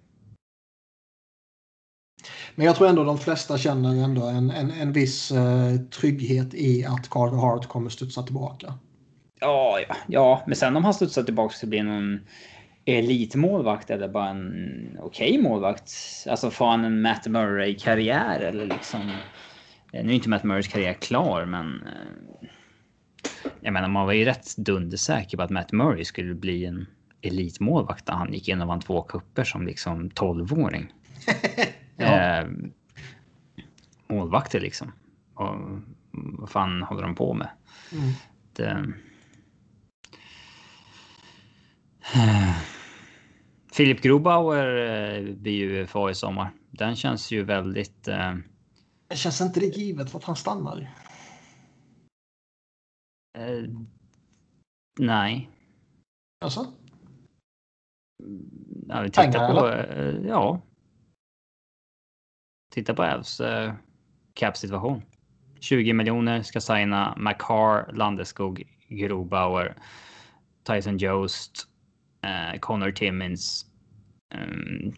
Men jag tror ändå de flesta känner ändå en, en, en viss uh, trygghet i att Carter Hart kommer studsa tillbaka. Ja, ja, ja. Men sen om han studsar tillbaka så blir det någon elitmålvakt eller bara en okej okay målvakt. Alltså får han en Matt Murray-karriär eller liksom... Nu är inte Matt Murrays karriär klar, men... Jag menar, man var ju rätt dundersäker på att Matt Murray skulle bli en elitmålvakt när han gick in och vann två kupper som liksom tolvåring. ja. eh, målvakter liksom. Och vad fan håller de på med? Mm. Det... Eh... Philip Grubauer eh, blir ju U F A i sommar. Den känns ju väldigt... Eh... Det känns inte det givet att han stannar. Eh... Nej. Alltså? Ja, vi tittar på... Eh, ja. Titta på Avs eh, cap-situation. tjugo miljoner ska signa McCarr, Landeskog, Grubauer, Tyson Jost, eh, Connor Timmins um,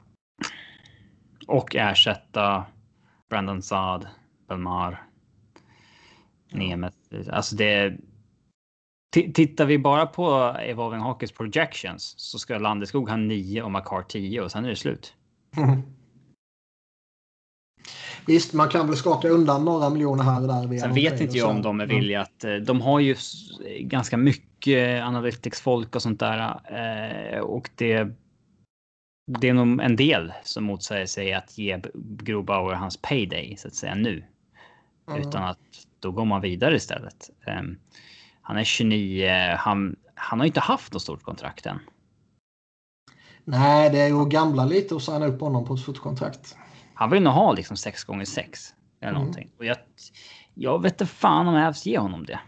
och ersätta Brandon Saad, Belmar, Nemeth. Alltså det... T- tittar vi bara på Evolving Hockeys projections så ska Landeskog ha nio och McCarr tio och sen är det slut. Mm. Visst, man kan väl skaka undan några miljoner här och där. Sen vet inte jag om de är villiga att... De har ju ganska mycket analytics-folk och sånt där. Eh, och det, det är nog en del som motsäger sig att ge Grubauer hans payday, så att säga, nu. Mm. Utan att då går man vidare istället. Eh, han är tjugonio. Han, han har inte haft något stort kontrakt än. Nej, det är ju gamla lite att signa upp honom på ett stort kontrakt. Han vill nog ha liksom sex gånger sex eller mm. någonting. Och jag, jag vet inte fan om Avs ger honom det.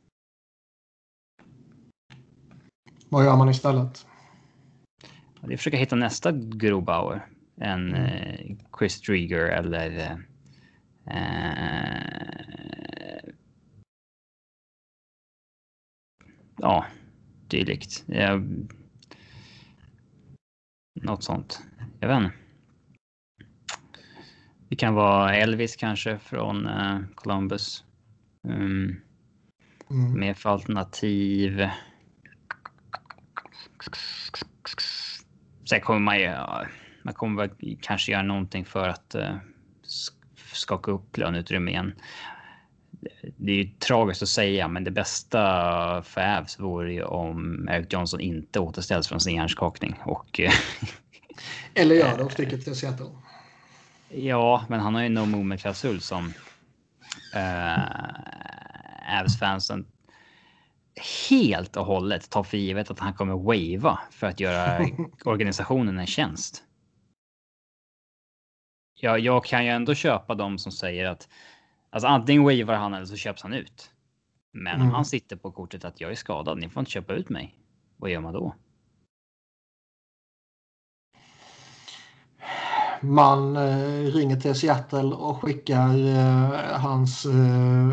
Vad gör man istället? Det är försöka hitta nästa Grubauer. En mm. eh, Chris Drieger eller eh, ja, dylikt. Ja, något sånt. Jag vet inte. Det kan vara Elvis kanske från uh, Columbus. Um, mm. Med för alternativ. Sen kommer man ju... Man kommer väl kanske göra någonting för att uh, skaka upp löneutrymme igen. Det är ju tragiskt att säga, men det bästa för Avs vore ju om Erik Johnson inte återställs från sin hjärnskakning. Och, eller gör det och sticker till Seattle. Ja, men han har ju no movement-klausul som äh, Avs-fansen helt och hållet ta för givet att han kommer wava för att göra organisationen en tjänst. Ja, jag kan ju ändå köpa dem som säger att alltså antingen wavar han eller så köps han ut. Men mm. om han sitter på kortet att jag är skadad, ni får inte köpa ut mig. Vad gör man då? Man eh, ringer till Seattle och skickar eh, hans eh,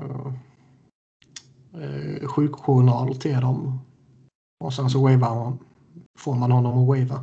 eh, sjukjournal till dem. Och sen så wavar man, får man honom att wava.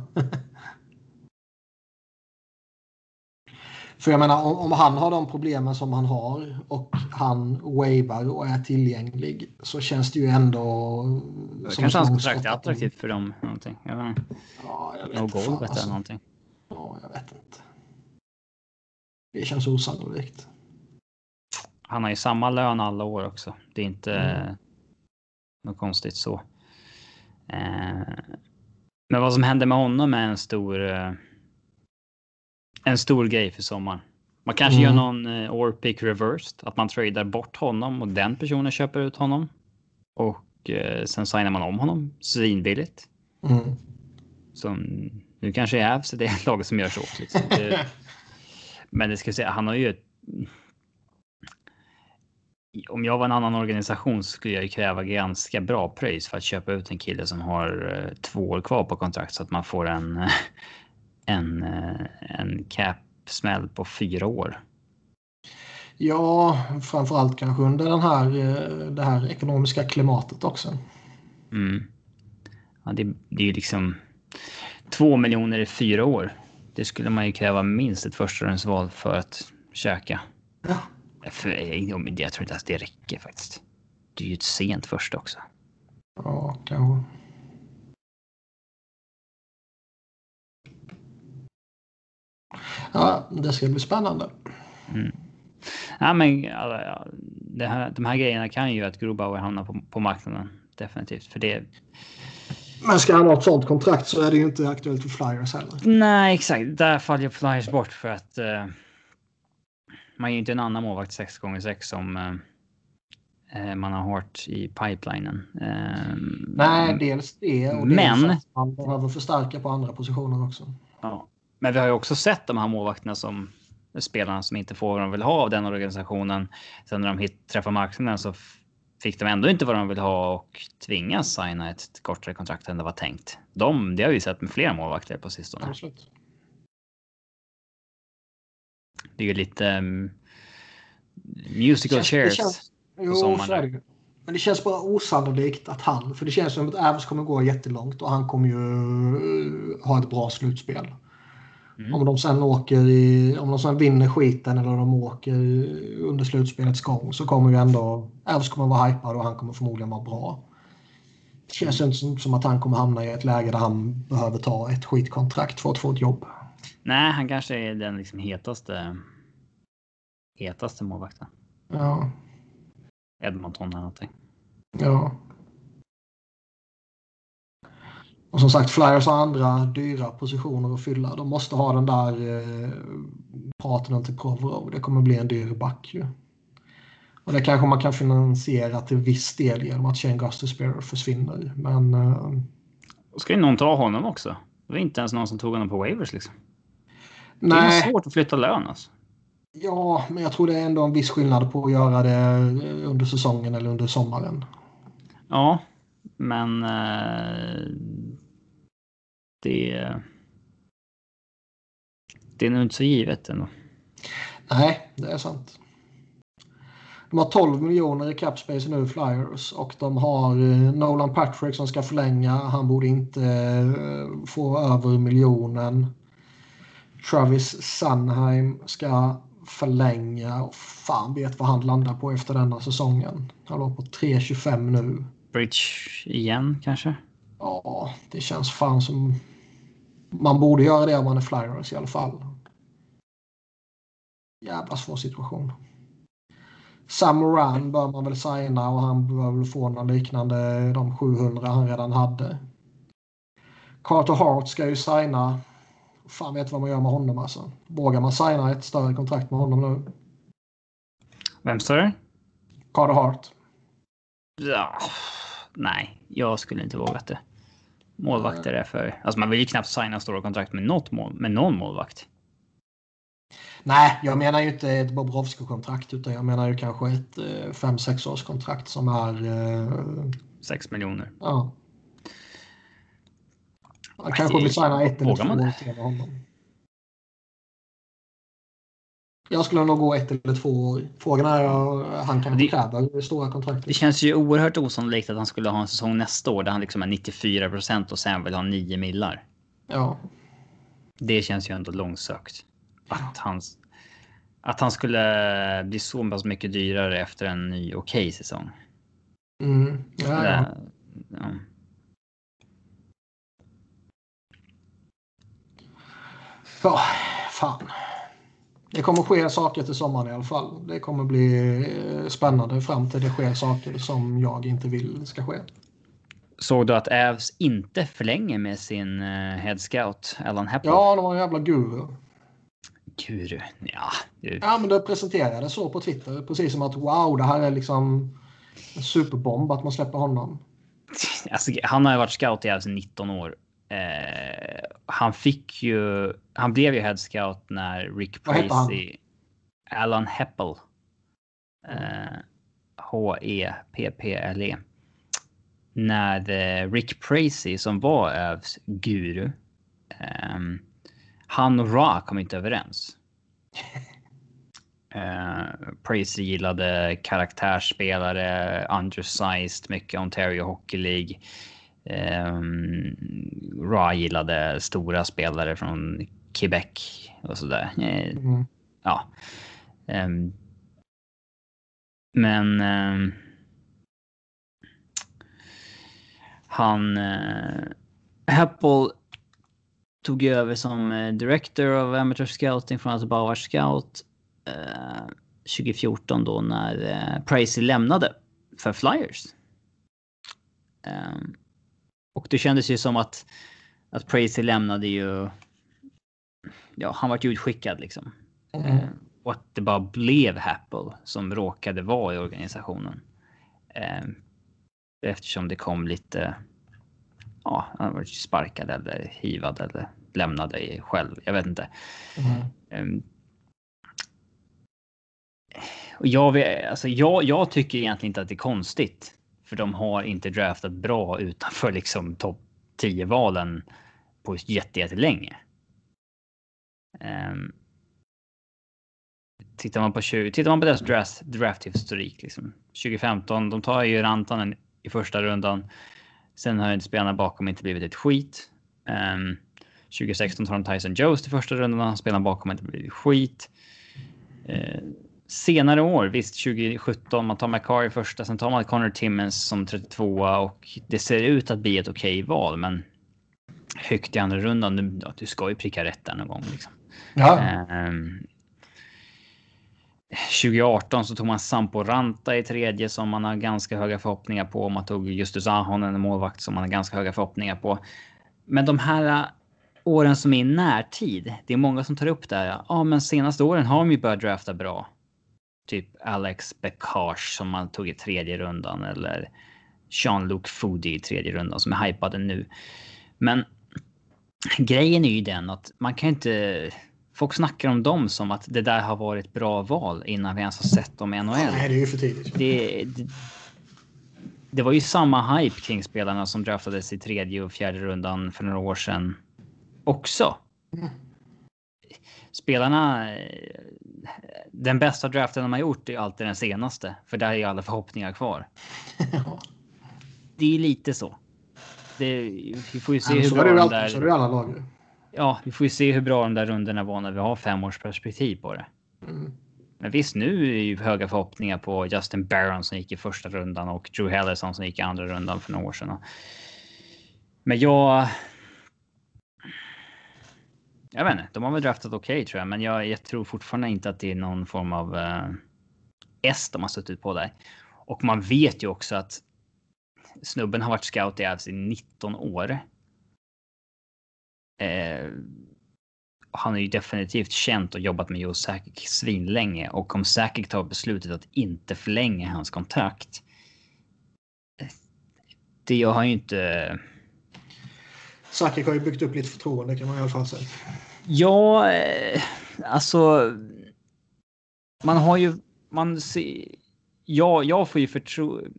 För jag menar, om, om han har de problemen som han har och han wavar och är tillgänglig så känns det ju ändå... Det kanske hans kontrakt är attraktivt för dem. Någonting. Jag vet inte. Ja, jag vet no inte. Golvet Alltså. eller någonting. Ja, jag vet inte. Det känns osannolikt. Han har ju samma lön alla år också. Det är inte mm. något konstigt så. Eh, men vad som händer med honom är en stor... Eh, en stor grej för sommaren. Man kanske mm. gör någon eh, or pick reversed. Att man tradar bort honom och den personen köper ut honom. Och eh, sen signar man om honom svinbilligt. Mm. Som nu kanske är så det är laget som gör så. Liksom. Det, men det ska jag säga, han har ju ett, om jag var en annan organisation skulle jag ju kräva ganska bra pris för att köpa ut en kille som har eh, två år kvar på kontrakt så att man får en en, en cap-smäll på fyra år. Ja, framförallt kanske under den här, det här ekonomiska klimatet också. Mm. Ja, det, det är ju liksom två miljoner i fyra år. Det skulle man ju kräva minst ett förstahundsval för att käka. Ja. För, jag tror inte att det räcker faktiskt. Det är ju ett sent först också. Ja, kanske. Ja, det ska bli spännande. Mm. Ja, men ja, det här, de här grejerna kan ju att Grubauer hamnar på, på marknaden. Definitivt. För det... Men ska han ha ett sånt kontrakt så är det ju inte aktuellt för Flyers heller. Nej, exakt. Där faller Flyers bort för att uh, man är ju inte en annan målvakt sex gånger sex som uh, man har hört i pipelinen. Uh, Nej, dels det. Och men dels att man behöver förstärka på andra positioner också. Ja. Men vi har ju också sett de här målvakterna som spelarna som inte får vad de vill ha av den organisationen. Sen när de hit, träffar marknaden så fick de ändå inte vad de vill ha och tvingas signa ett kortare kontrakt än det var tänkt. De, det har vi sett med flera målvakter på sistone. Absolut. Det är ju lite um, musical känns, chairs känns, på jo, sommaren. det. Men det känns bara osannolikt att han, för det känns som att Avs kommer gå jättelångt och han kommer ju uh, ha ett bra slutspel. Mm. Om de sen åker i, om de sen vinner skiten eller de åker under slutspelets gång så kommer ju ändå Avs kommer vara hypad och han kommer förmodligen vara bra. Det känns inte som, som att han kommer hamna i ett läge där han behöver ta ett skitkontrakt för att få ett jobb. Nej, han kanske är den liksom hetaste hetaste målvakten. Ja. Edmonton eller någonting. Ja. Och som sagt, Flyers har andra dyra positioner att fylla. De måste ha den där eh, praten till Provorov. Det kommer bli en dyr back ju. Och det kanske man kan finansiera till viss del genom att Shane Gostisbehere försvinner. Men... Eh, ska ju någon ta honom också? Det var inte ens någon som tog honom på waivers liksom. Nej. Det är svårt att flytta lön alltså. Ja, men jag tror det är ändå en viss skillnad på att göra det under säsongen eller under sommaren. Ja, men eh, det, det är nog inte så givet ändå. Nej, det är sant. De har tolv miljoner i cap space nu, Flyers, och de har Nolan Patrick som ska förlänga. Han borde inte få över miljonen. Travis Sanheim ska förlänga och fan vet vad han landar på efter denna säsongen. Han låg på tre tjugofem nu. Bridge igen kanske? Ja, det känns fan som man borde göra det om man är Flyers i alla fall. Jävla svår situation. Sam Moran bör man väl signa och han bör väl få något liknande de sjuhundra han redan hade. Carter Hart ska ju signa. Fan vet vad man gör med honom alltså. Vågar man signa ett större kontrakt med honom nu? Vem står det? Carter Hart. Ja. nej, jag skulle inte vågat det. Målvakter är för... Alltså man vill ju knappt signa stora kontrakt med, något mål, med någon målvakt. Nej, jag menar ju inte ett Bobrovski-kontrakt utan jag menar ju kanske ett eh, fem sex års kontrakt som är... Eh, sex miljoner. Ja. Man kanske vill signa ett eller två år till med honom. Jag skulle nog gå ett eller två år. Frågan är om han kan det, kräva stora kontrakt. Det känns ju oerhört osannolikt att han skulle ha en säsong nästa år där han liksom är nittiofyra procent och sen vill ha nio millar. Ja. Det känns ju ändå långsökt. Att han, att han skulle bli så pass mycket dyrare efter en ny okej okay säsong. Mm. Ja, ja. Det, ja. Ja, fan. Det kommer ske saker till sommaren i alla fall. Det kommer bli spännande fram till det sker saker som jag inte vill ska ske. Såg du att Avs inte förlänger med sin head scout Alan Happel? Ja, det var en jävla guru. Guru? Ja. Du. Ja, men det presenterades så på Twitter. Precis som att wow, det här är liksom en superbomb att man släpper honom. Alltså, han har ju varit scout i Avs i nitton år. Eh, han fick ju, han blev ju head scout när Rick Presley, Alan Happel, eh, H E P P L E, när eh, Rick Presley som var Avs guru, eh, han och Ra kom inte överens. Eh, Presley gillade karaktärsspelare, undersized, mycket Ontario Hockey League. Um, Ra gillade stora spelare från Quebec och sådär. Mm. Ja. Um, men um, han uh, Happel tog över som uh, director of amateur scouting från att bara vara scout uh, tjugo fjorton då när uh, Presley lämnade för Flyers. Um, Och det kändes ju som att att Presley lämnade ju, ja, han var ju utskickad liksom. Mm. Eh, och att det bara blev Happel som råkade vara i organisationen. Eh, eftersom det kom lite, ja, han var sparkad eller hivad eller lämnade själv. Jag vet inte. Mm. Eh, och jag, alltså jag, jag tycker egentligen inte att det är konstigt. För de har inte draftat bra utanför liksom topp tio-valen på jättelänge. Um, tittar man på tjugo, tittar man på deras draft, draft-historik liksom. tjugo femton, de tar ju Rantanen i första rundan. Sen har inte spelarna bakom inte blivit ett skit. Um, tjugo sexton tar de Tyson Jones i första rundan. Spelarna bakom inte blivit skit. Uh, Senare år, visst tjugo sjutton, man tar McCarr i första, sen tar man Connor Timmins som trettiotvåa och det ser ut att bli ett okej val, men högt i andra rundan, du, ja, du ska ju pricka rätt där någon gång liksom. Ja. Um, tjugo arton så tog man Sampo Ranta i tredje som man har ganska höga förhoppningar på. Man tog Justus Ahonen, en målvakt som man har ganska höga förhoppningar på. Men de här åren som är i närtid, det är många som tar upp det här. Ja, ah, men senaste åren har de ju börjat drafta bra. Typ Alex Bekars som man tog i tredje rundan eller Jean-Luc Foudy i tredje rundan som är hypade nu. Men grejen är ju den att man kan inte, folk snackar om dem som att det där har varit bra val innan vi ens har sett dem i N H L. Nej, det är ju för tidigt. Det, det, det var ju samma hype kring spelarna som draftades i tredje och fjärde rundan för några år sedan också. Mm. Spelarna, den bästa draften de har gjort är alltid den senaste. För där är alla förhoppningar kvar. Ja. Det är lite så. Det, vi får ju se ja, hur bra de alltid, där... Så är det alla lag. Ja, vi får ju se hur bra de där rundorna var när vi har fem års perspektiv på det. Mm. Men visst, nu är ju höga förhoppningar på Justin Barron som gick i första rundan och Drew Helleson som gick i andra rundan för några år sedan. Men jag... Jag vet inte, de har väl draftat okej okay, tror jag. Men jag, jag tror fortfarande inte att det är någon form av uh, S de har suttit på där. Och man vet ju också att snubben har varit scout i Avs i nitton år. Uh, han är ju definitivt känt och jobbat med Joe Sakic svinlänge. Och om Sakic tar beslutet att inte förlänga hans kontrakt. det jag har ju inte... Sakic har ju byggt upp lite förtroende kan man i alla fall säga. Ja, alltså... Man har ju... Man ser, ja, jag får ju förtroende...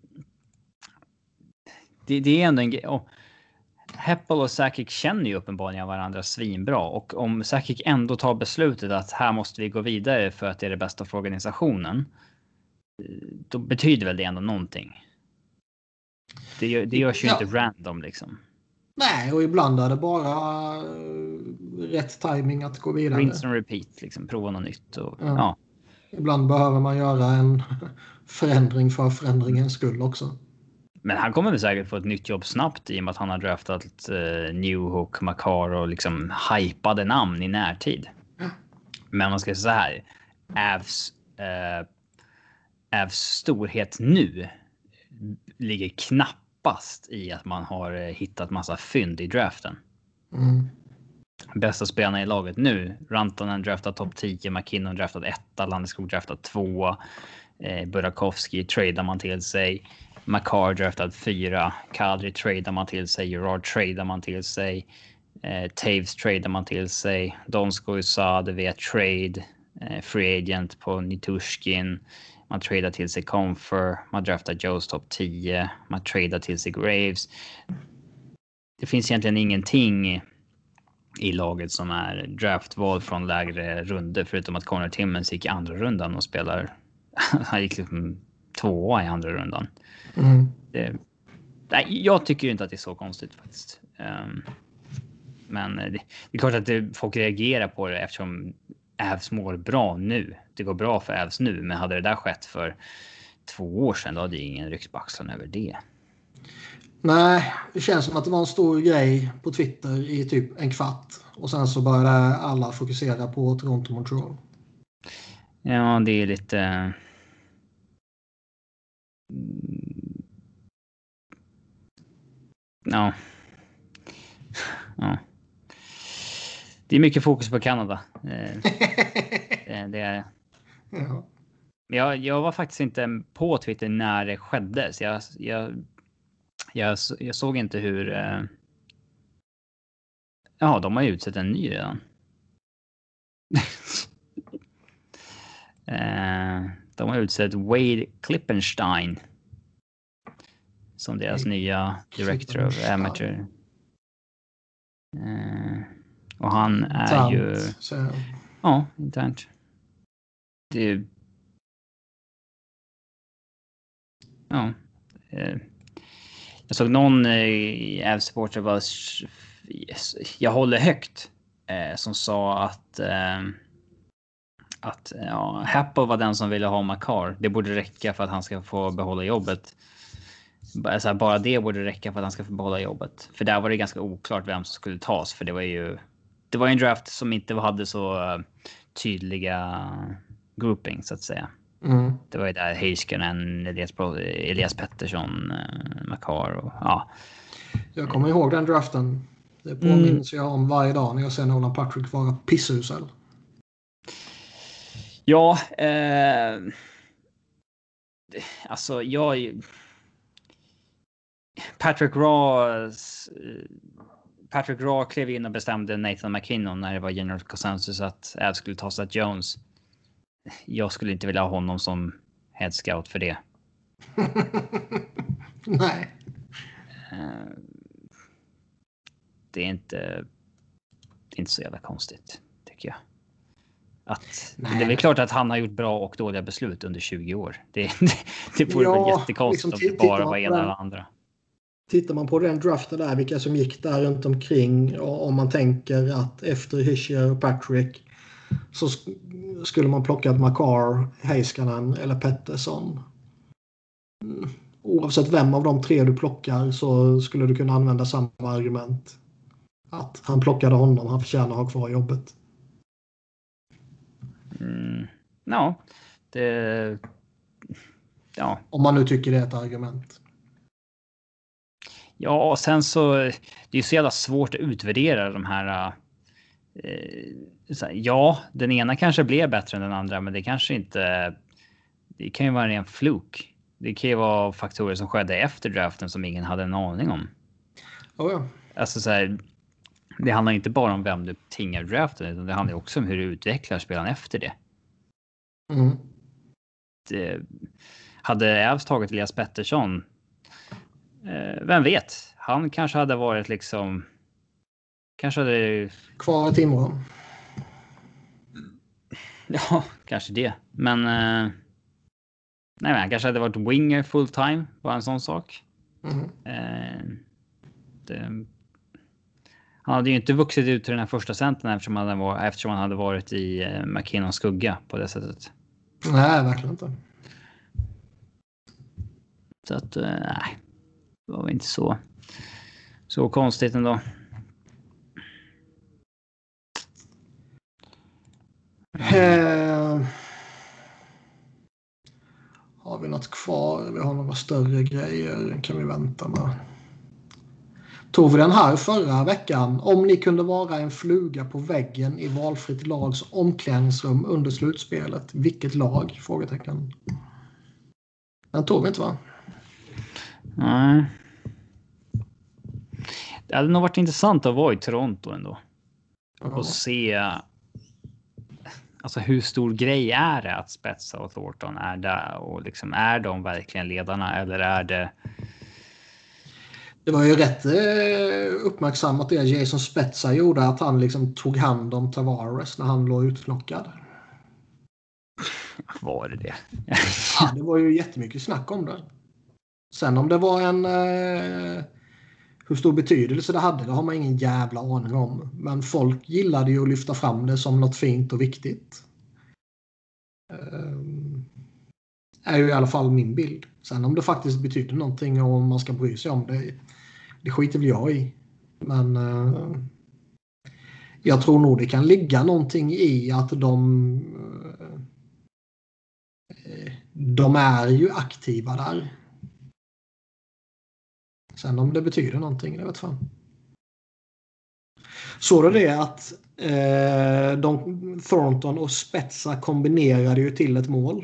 Det, det är ändå en grej... Oh. Heppel och Sakic känner ju uppenbarligen varandra svinbra. Och om Sakic ändå tar beslutet att här måste vi gå vidare för att det är det bästa för organisationen. Då betyder väl det ändå någonting. Det, gör, det görs ju ja. inte random liksom. Nej, och ibland är det bara rätt timing att gå vidare. Rinse and repeat, liksom. Prova något nytt. Och, ja. Ja. Ibland behöver man göra en förändring för förändringens skull också. Men han kommer väl säkert få ett nytt jobb snabbt i och med att han har draftat uh, Newhook, Makar och liksom hypade namn i närtid. Ja. Men man ska säga så här. Avs, uh, Avs storhet nu ligger knappast i att man har uh, hittat massa fynd i draften. Mm. Bästa spelarna i laget nu. Rantanen draftat topp tio, McKinnon draftat etta, Landeskog draftat två, eh, Burakovsky tradar man till sig, Makar draftad fyra, Kadri tradar man till sig, Gerard tradar man till sig, eh, Taves tradar man till sig, Donskoj Saad via trade, eh, free agent på Nitushkin, man tradar till sig Comfer, man draftar Joes topp tio, man tradar till sig Graves. Det finns egentligen ingenting i laget som är draftval från lägre runder, förutom att Connor Timmons gick i andra rundan och spelar han gick liksom tvåa i andra rundan. Mm. Det, nej, jag tycker inte att det är så konstigt faktiskt. Um, men det, det är klart att det, folk reagerar på det eftersom Avs mår bra nu. Det går bra för Avs nu, men hade det där skett för två år sedan då hade ingen ryckt på axlarna över det. Nej, det känns som att det var en stor grej på Twitter i typ en kvart. Och sen så började alla fokusera på Toronto Montreal. Ja, det är lite... Ja. Ja. Det är mycket fokus på Kanada. det, det är... Ja. Jag, jag var faktiskt inte på Twitter när det skedde. Så jag... jag Jag, jag såg inte hur... Eh... Ja, de har ju utsett en ny redan. eh, de har utsett Wade Klippenstein som deras Wade nya director of amateur. Eh, och han är internt, ju... Så... Ja, internt. Det är... Ja. Eh... Jag såg någon i eh, Avs-supporter var jag håller högt eh, som sa att eh, att ja, Happel var den som ville ha Makar. Det borde räcka för att han ska få behålla jobbet. Bara, så här, bara det borde räcka för att han ska få behålla jobbet. För där var det ganska oklart vem som skulle tas. För det var ju det var en draft som inte hade så uh, tydliga grouping så att säga. Mm. Det var ju där Heiskanen, Elias, Elias Pettersson, eh, Makar och ja. Jag kommer ihåg den draften. Det påminns mm. jag om varje dag när jag ser Nolan Patrick vara pissusel. Ja, eh, alltså jag Patrick Raw Patrick Raw klev in och bestämde Nathan McKinnon när det var general consensus att Avs skulle ta Seth Jones. Jag skulle inte vilja ha honom som head scout för det. Nej. Uh, det är inte det är inte så jävla konstigt tycker jag. Att det är väl klart att han har gjort bra och dåliga beslut under tjugo år. Det det, det vore ja, väl jättekonstigt liksom, om det bara var ena eller andra. Tittar man på den draften där, vilka som gick där runt omkring och om man tänker att efter Hischier och Patrick så sk- skulle man plocka Makar, Heiskanen eller Pettersson. Mm. Oavsett vem av de tre du plockar så skulle du kunna använda samma argument. Att han plockade honom, han förtjänar att ha kvar jobbet. Mm. Ja, det... Ja. Om man nu tycker det är ett argument. Ja, och sen så det är så jävla svårt att utvärdera de här eh, ja, den ena kanske blev bättre än den andra, men det kanske inte det kan ju vara en ren fluk. det kan ju vara faktorer som skedde efter draften som ingen hade en aning om. Oh ja. Alltså så här, det handlar inte bara om vem du tingar draften, utan det handlar också om hur du utvecklar spelaren efter det. Mm. det hade Avs tagit Elias Pettersson, eh, vem vet? Han kanske hade varit liksom... Kanske hade... Kvar i Timrå. Ja, kanske det. Men... Eh, nej, men han kanske hade varit winger full time. Var en sån sak. Mm. Eh, det, han hade ju inte vuxit ut till den här första centern eftersom han hade varit, eftersom han hade varit i eh, McKinnons skugga på det sättet. Nej, verkligen inte. Så att, eh, nej. Det var inte så, så konstigt ändå. Eh, har vi något kvar? Vi har några större grejer. Kan vi vänta med? Tog vi den här förra veckan? Om ni kunde vara en fluga på väggen i valfritt lags omklädningsrum under slutspelet. Vilket lag? Frågetecken. Den tog vi inte, va? Nej. Det hade nog varit intressant att vara i Toronto ändå. Ja. Och se... Alltså hur stor grej är det att Spezza och Thornton är där? Och liksom, är de verkligen ledarna? Eller är det... Det var ju rätt eh, uppmärksammat det Jason Spezza gjorde. Att han liksom tog hand om Tavares när han låg utknockad. Var det det? Ja, det var ju jättemycket snack om det. Sen om det var en... Eh, hur stor betydelse det hade, det har man ingen jävla aning om. Men folk gillade ju att lyfta fram det som något fint och viktigt. Um, är ju i alla fall min bild. Sen om det faktiskt betyder någonting och om man ska bry sig om det, det skiter väl jag i. Men uh, jag tror nog det kan ligga någonting i att de uh, de är ju aktiva där. Sen om det betyder någonting, det vet fan. Så är det att eh, de, Thornton och Spezza kombinerade ju till ett mål.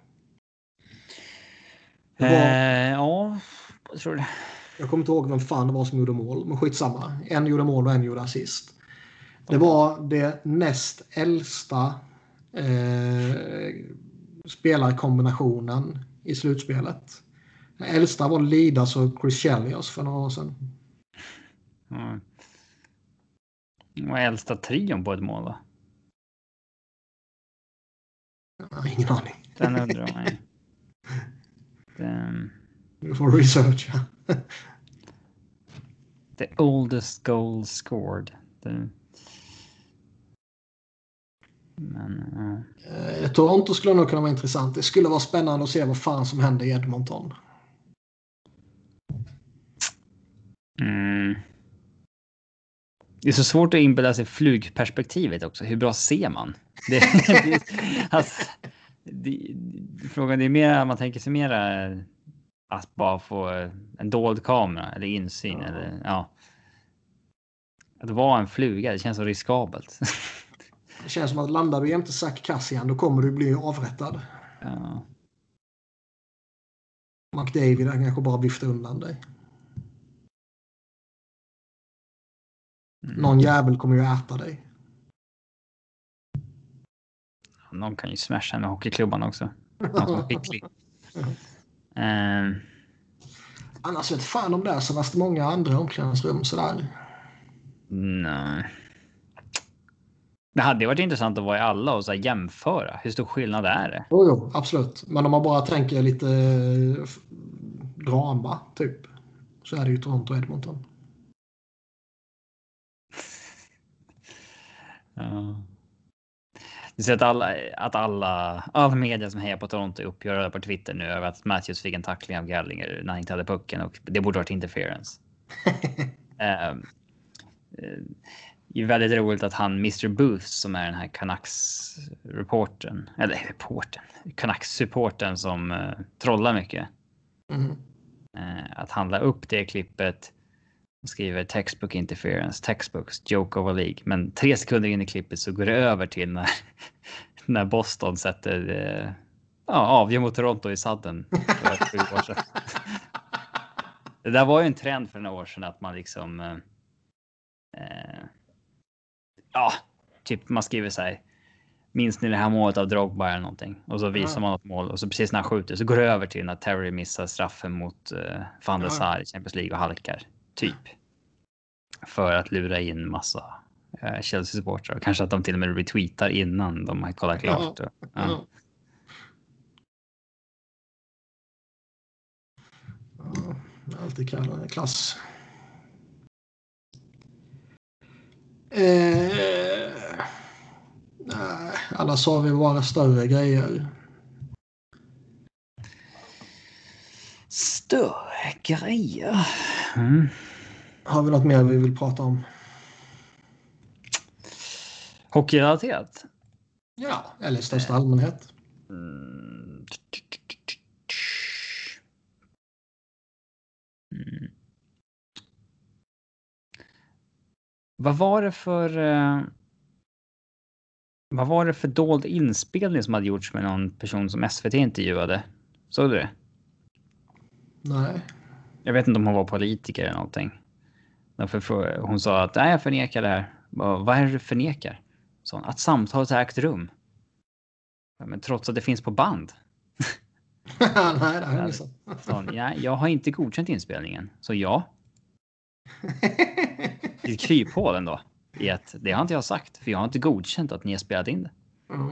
Det var, eh, ja, jag tror det. jag kommer inte ihåg vem fan det var som gjorde mål, men skitsamma. En gjorde mål och en gjorde assist. Det var det näst äldsta eh, spelarkombinationen i slutspelet. Den äldsta var Lidas och Chris Chelios för några år sedan. Mm. Vad är äldsta trion på ett mål då? Jag har ingen aning. Den undrar man ju. Den... Du får researcha. The oldest goal scored. Den... Men... Uh... Eh, Toronto skulle nog kunna vara intressant. Det skulle vara spännande att se vad fan som händer i Edmonton. Mm. Det är så svårt att inbilla sig flugperspektivet också. Hur bra ser man? Det, det, alltså, det, frågan är mer, man tänker sig mer att bara få en dold kamera eller insyn. Ja. Eller, ja. Att vara en fluga, det känns så riskabelt. Det känns som att landar du jämte Zach Kassian, då kommer du bli avrättad. Ja. McDavid han kanske bara viftar undan dig. Mm. Någon jävel kommer ju äta dig. Någon kan ju smasha med hockeyklubban också. Någon som är skicklig. uh. Annars vet fan om det är så fast många andra omklädningsrum sådär. Nej. Det hade varit intressant att vara i alla och så här jämföra. Hur stor skillnad är det? Jo, jo, absolut. Men om man bara tänker lite drama, typ. Så är det ju Toronto och Edmonton. Ja. Du ser att alla, att alla, all media som hejar på Toronto är uppgörade på Twitter nu över att Matthews fick en tackling av Gallagher när han inte hade pucken och det borde varit interference. um, uh, Det är väldigt roligt att han, mister Booth, som är den här Canucks-reporten, eller reporten, Canucks-supporten som uh, trollar mycket. Mm. Uh, att han la upp det klippet och skriver textbook interference, textbooks, joke of a league. Men tre sekunder in i klippet så går det över till när, när Boston sätter uh, Ja, avgör mot Toronto i sadden. För sju år sedan. Det där var ju en trend för några år sedan att man liksom... Eh, ja, typ man skriver så här. Minns ni det här målet av Drogba eller någonting? Och så visar ja. man ett mål och så precis när han skjuter så går det över till när Terry missar straffen mot uh, Van der Sar i Champions League och halkar. Typ. För att lura in massa uh, Chelsea-supportrar. Och kanske att de till och med retweetar innan de har kollat klart. Ja. Ja. Ja, alltid klass. Eh, nej, alla sa vi vara större grejer. Större grejer? Mm. Har vi något mer vi vill prata om? Hockeyrelaterat? Ja, eller största allmänhet. Mm. Mm. Vad var det för uh, vad var det för dold inspelning som hade gjorts med någon person som S V T intervjuade? Såg du det? Nej. Jag vet inte om hon var politiker eller någonting. Därför hon sa att nej, jag förnekar det här. Vad är det du förnekar? Så att samtalet har ägt rum. Men trots att det finns på band. Nej, det har jag missat. Ja, jag har inte godkänt inspelningen. Så ja. Det är kryphål ändå. I att det har inte jag sagt. För jag har inte godkänt att ni har spelat in det. Mm.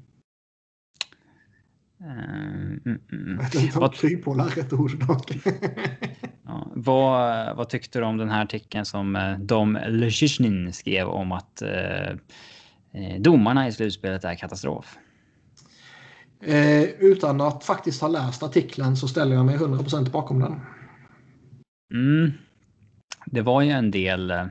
Mm, mm, mm. Jag vet inte om kryphål är rätt ord dock. Ja, vad, vad tyckte du om den här artikeln som Dom Lushishnin skrev om att eh, domarna i slutspelet är katastrof? Eh, utan att faktiskt ha läst artikeln så ställer jag mig hundra procent bakom den. Mm. Det var ju en del eh,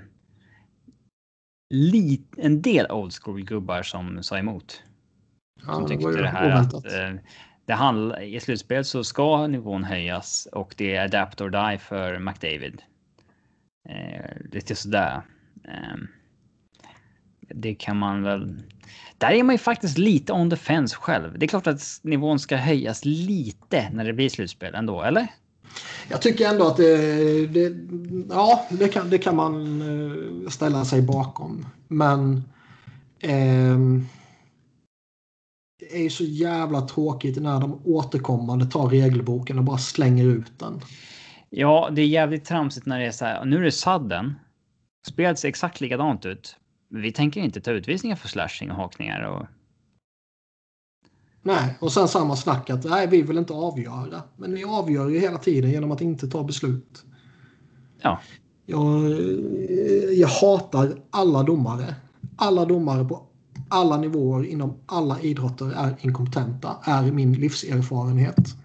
lit, en del old school gubbar som sa emot. Ja, som tyckte det, det här oväntat. att eh, det handl- i slutspelet så ska nivån höjas och det är adapt or die för McDavid. Eh, lite sådär. Eh, det kan man väl... Där är man ju faktiskt lite on the fence själv. Det är klart att nivån ska höjas lite när det blir slutspel ändå, eller? Jag tycker ändå att det, det, ja, det, kan, det kan man ställa sig bakom. Men eh, det är ju så jävla tråkigt när de återkommande tar regelboken och bara slänger ut den. Ja, det är jävligt tramsigt när det är så här. Nu är det sadden. Spelet ser exakt likadant ut. Vi tänker inte ta utvisningar för slashing och hakningar. Och... Nej, och sen samma snack att nej, vi vill inte avgöra. Men vi avgör ju hela tiden genom att inte ta beslut. Ja. Jag, jag hatar alla domare. Alla domare på alla nivåer inom alla idrotter är inkompetenta. Är min livserfarenhet.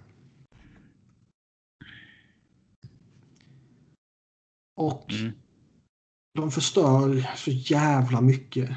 Och mm. de förstör så jävla mycket.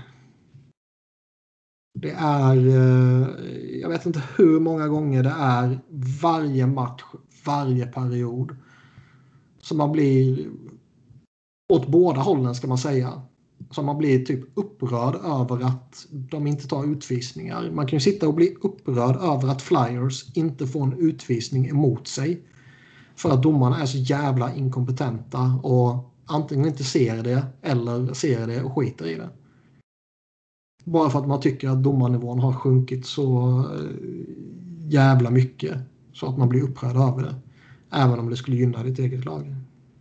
Det är, jag vet inte hur många gånger det är varje match, varje period. Så man blir, åt båda hållen ska man säga. Så man blir typ upprörd över att de inte tar utvisningar. Man kan ju sitta och bli upprörd över att Flyers inte får en utvisning emot sig. För att domarna är så jävla inkompetenta och antingen inte ser det eller ser det och skiter i det. Bara för att man tycker att domarnivån har sjunkit så jävla mycket så att man blir upprörd över det. Även om det skulle gynna ditt eget lag.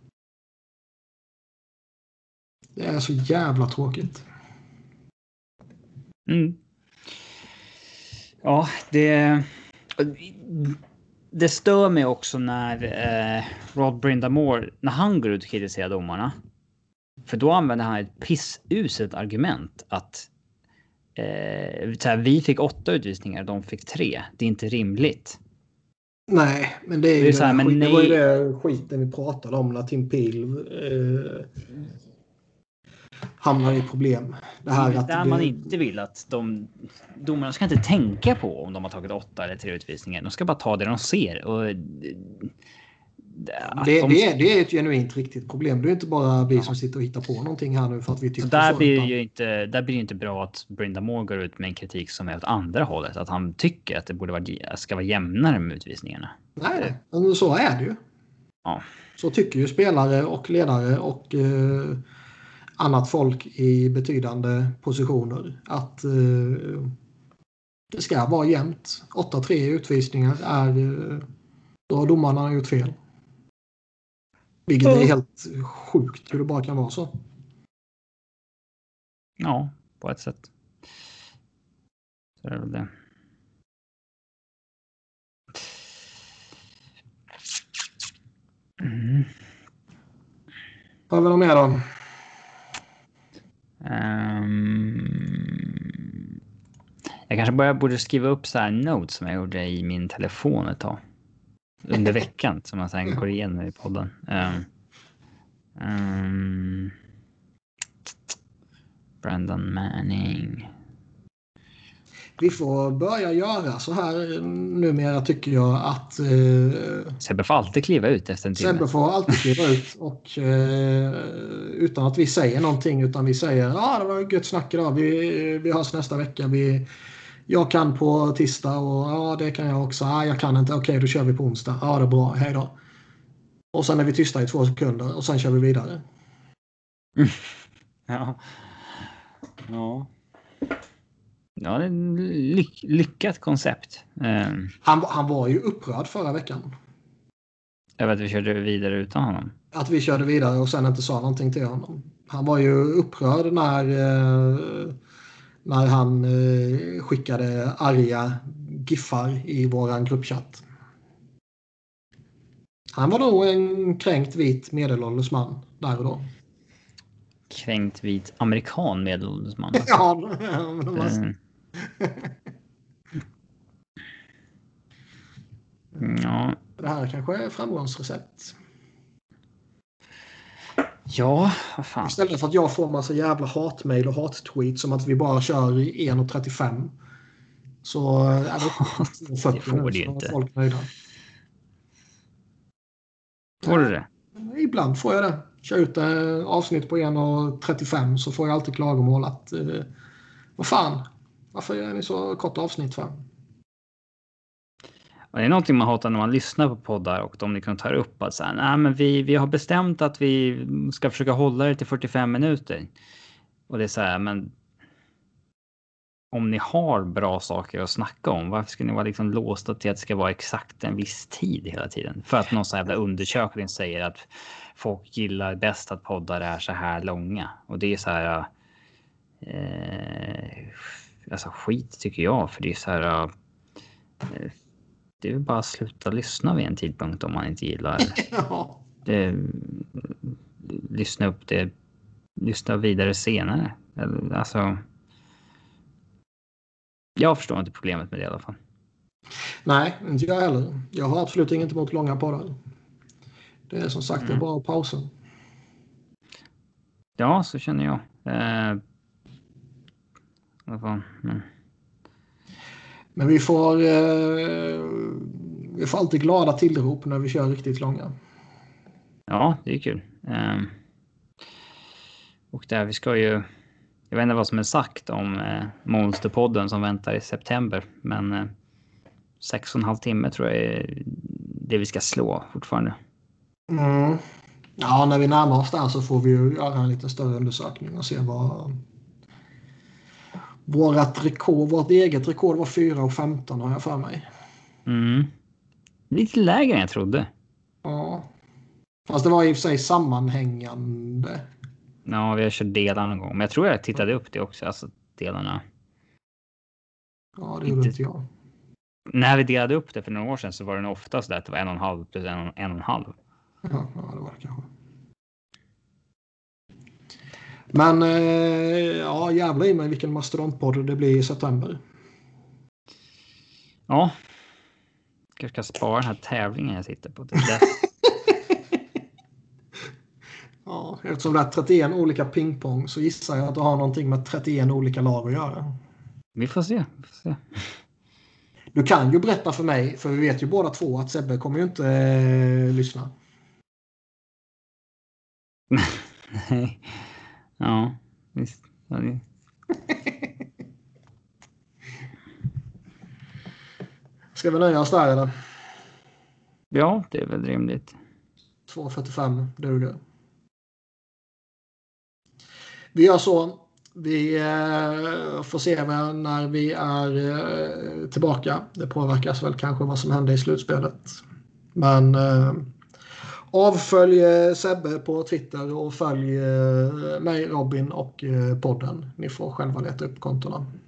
Det är så jävla tråkigt. Mm. Ja, det... Det stör mig också när eh, Rod Brindamore, när han går ut och kritiserar domarna. För då använder han ett pissuselt argument att eh, så här, vi fick åtta utvisningar, de fick tre. Det är inte rimligt. Nej, men det är ju det, är så här, men skit, nej... det var ju det skiten vi pratade om när Tim Peel eh, hamnar i problem. Det här det att där det... man inte vill att de domarna ska inte tänka på om de har tagit åtta eller tre utvisningar. De ska bara ta det de ser. Och Det, det, det, är, det är ett genuint riktigt problem. Det är inte bara vi ja. som sitter och hittar på någonting här nu för att vi tycker så. Där så, blir utan... det ju inte, där blir det inte bra att Brenda Moore går ut med en kritik som är åt andra hållet. Att han tycker att det borde vara, ska vara jämnare med utvisningarna. Nej, men så är det ju. Ja. Så tycker ju spelare och ledare och eh, annat folk i betydande positioner att eh, det ska vara jämnt. åtta tre utvisningar är eh, då har domarna gjort fel. Vilket är helt sjukt hur det bara kan vara så. Ja, på ett sätt. Så är det väl det. Mm. Vad vill de med då? Um, jag kanske bara borde skriva upp så här notes som jag gjorde i min telefon ett tag. Under veckan som man sen går igenom i podden. Um, um, Brandon Manning. Vi får börja göra så här numera tycker jag att eh, Sebbe får alltid kliva ut efter en timme. Sebbe får alltid kliva ut och eh, utan att vi säger någonting utan vi säger ja ah, det var gött snack idag. Vi, vi hörs nästa vecka. Vi, jag kan på tisdag och ja ah, det kan jag också. Ah, jag kan inte. Okej, okay, då kör vi på onsdag. Ja, ah, det är bra. Hej då. Och sen är vi tysta i två sekunder och sen kör vi vidare. Mm. Ja. Ja. Ja, det är ly- lyckat koncept. Um, han, han var ju upprörd förra veckan. Jag vet att vi körde vidare utan honom. Att vi körde vidare och sen inte sa någonting till honom. Han var ju upprörd när, eh, när han eh, skickade arga giffar i våran gruppchatt. Han var nog en kränkt vit medelålders man där och då. Kränkt vit amerikan medelålders man. Ja, men de var... Mm. Ja. Det här kanske är framgångsrecept. Ja, vad fan. Istället för att jag får massa jävla hatmail och hattweet som att vi bara kör i en trettiofem. Så är det det får det ju inte. Folk nöjda. Får du det? Ibland får jag det. Kör ut eh, avsnitt på en trettiofem så får jag alltid klagomål att eh, vad fan, varför är ni så kort avsnitt för? Och det är någonting man hatar när man lyssnar på poddar och de kan ta upp att säga, nej men vi, vi har bestämt att vi ska försöka hålla det till fyrtiofem minuter. Och det är så här, men om ni har bra saker att snacka om, varför ska ni vara liksom låsta till att det ska vara exakt en viss tid hela tiden? För att någon sån jävla undersökning säger att folk gillar bäst att poddar är så här långa. Och det är så här, eh, alltså skit tycker jag, för det är så här, eh, det är bara att sluta lyssna vid en tidpunkt om man inte gillar det. Lyssna upp det, lyssna vidare senare. Alltså, jag förstår inte problemet med det i alla fall. Nej, inte jag heller. Jag har absolut inget emot långa poddar. Det är som sagt mm. det är bara pausen. Ja, så känner jag. Eh, vad fan, men. Men vi får eh, vi får alltid glada tillrop när vi kör riktigt långa. Ja, det är kul. Eh, och där vi ska ju, jag vet inte vad som är sagt om eh, Monsterpodden som väntar i september, men eh, sex och en halv timme tror jag är det vi ska slå fortfarande. Mm. Ja, när vi närmar oss där så får vi ju göra en lite större undersökning och se vad vårt rekord, vårt eget rekord var fyra och femton har jag för mig. Mm. Lite lägre än jag trodde. Ja. Fast det var i och för sig sammanhängande. Ja, vi har kört delar någon gång. Men jag tror jag tittade upp det också. Alltså delarna. Ja, det gjorde inte jag. När vi delade upp det för några år sedan så var det nog oftast där att det var en och en halv plus en, en och en halv. Ja, ja det var det kanske. Men eh, ja, jävlar i mig vilken mastodontpodd det blir i september. Ja. Jag ska spara den här tävlingen jag sitter på. Ja, eftersom det är trettioen olika pingpong så gissar jag att du har någonting med trettioen olika lag att göra. Vi får se. Vi får se. Du kan ju berätta för mig, för vi vet ju båda två att Sebbe kommer ju inte eh, lyssna. Nej. Ja, visst. Ja, det... Ska vi nöja oss där eller? ja, det är väl rimligt. två fyrtiofem duger. Vi gör så. Vi eh, får se när vi är eh, tillbaka. Det påverkas väl kanske vad som händer i slutspelet. Men eh, avfölj Sebbe på Twitter och följ eh, mig, Robin och eh, podden. Ni får själva leta upp kontona.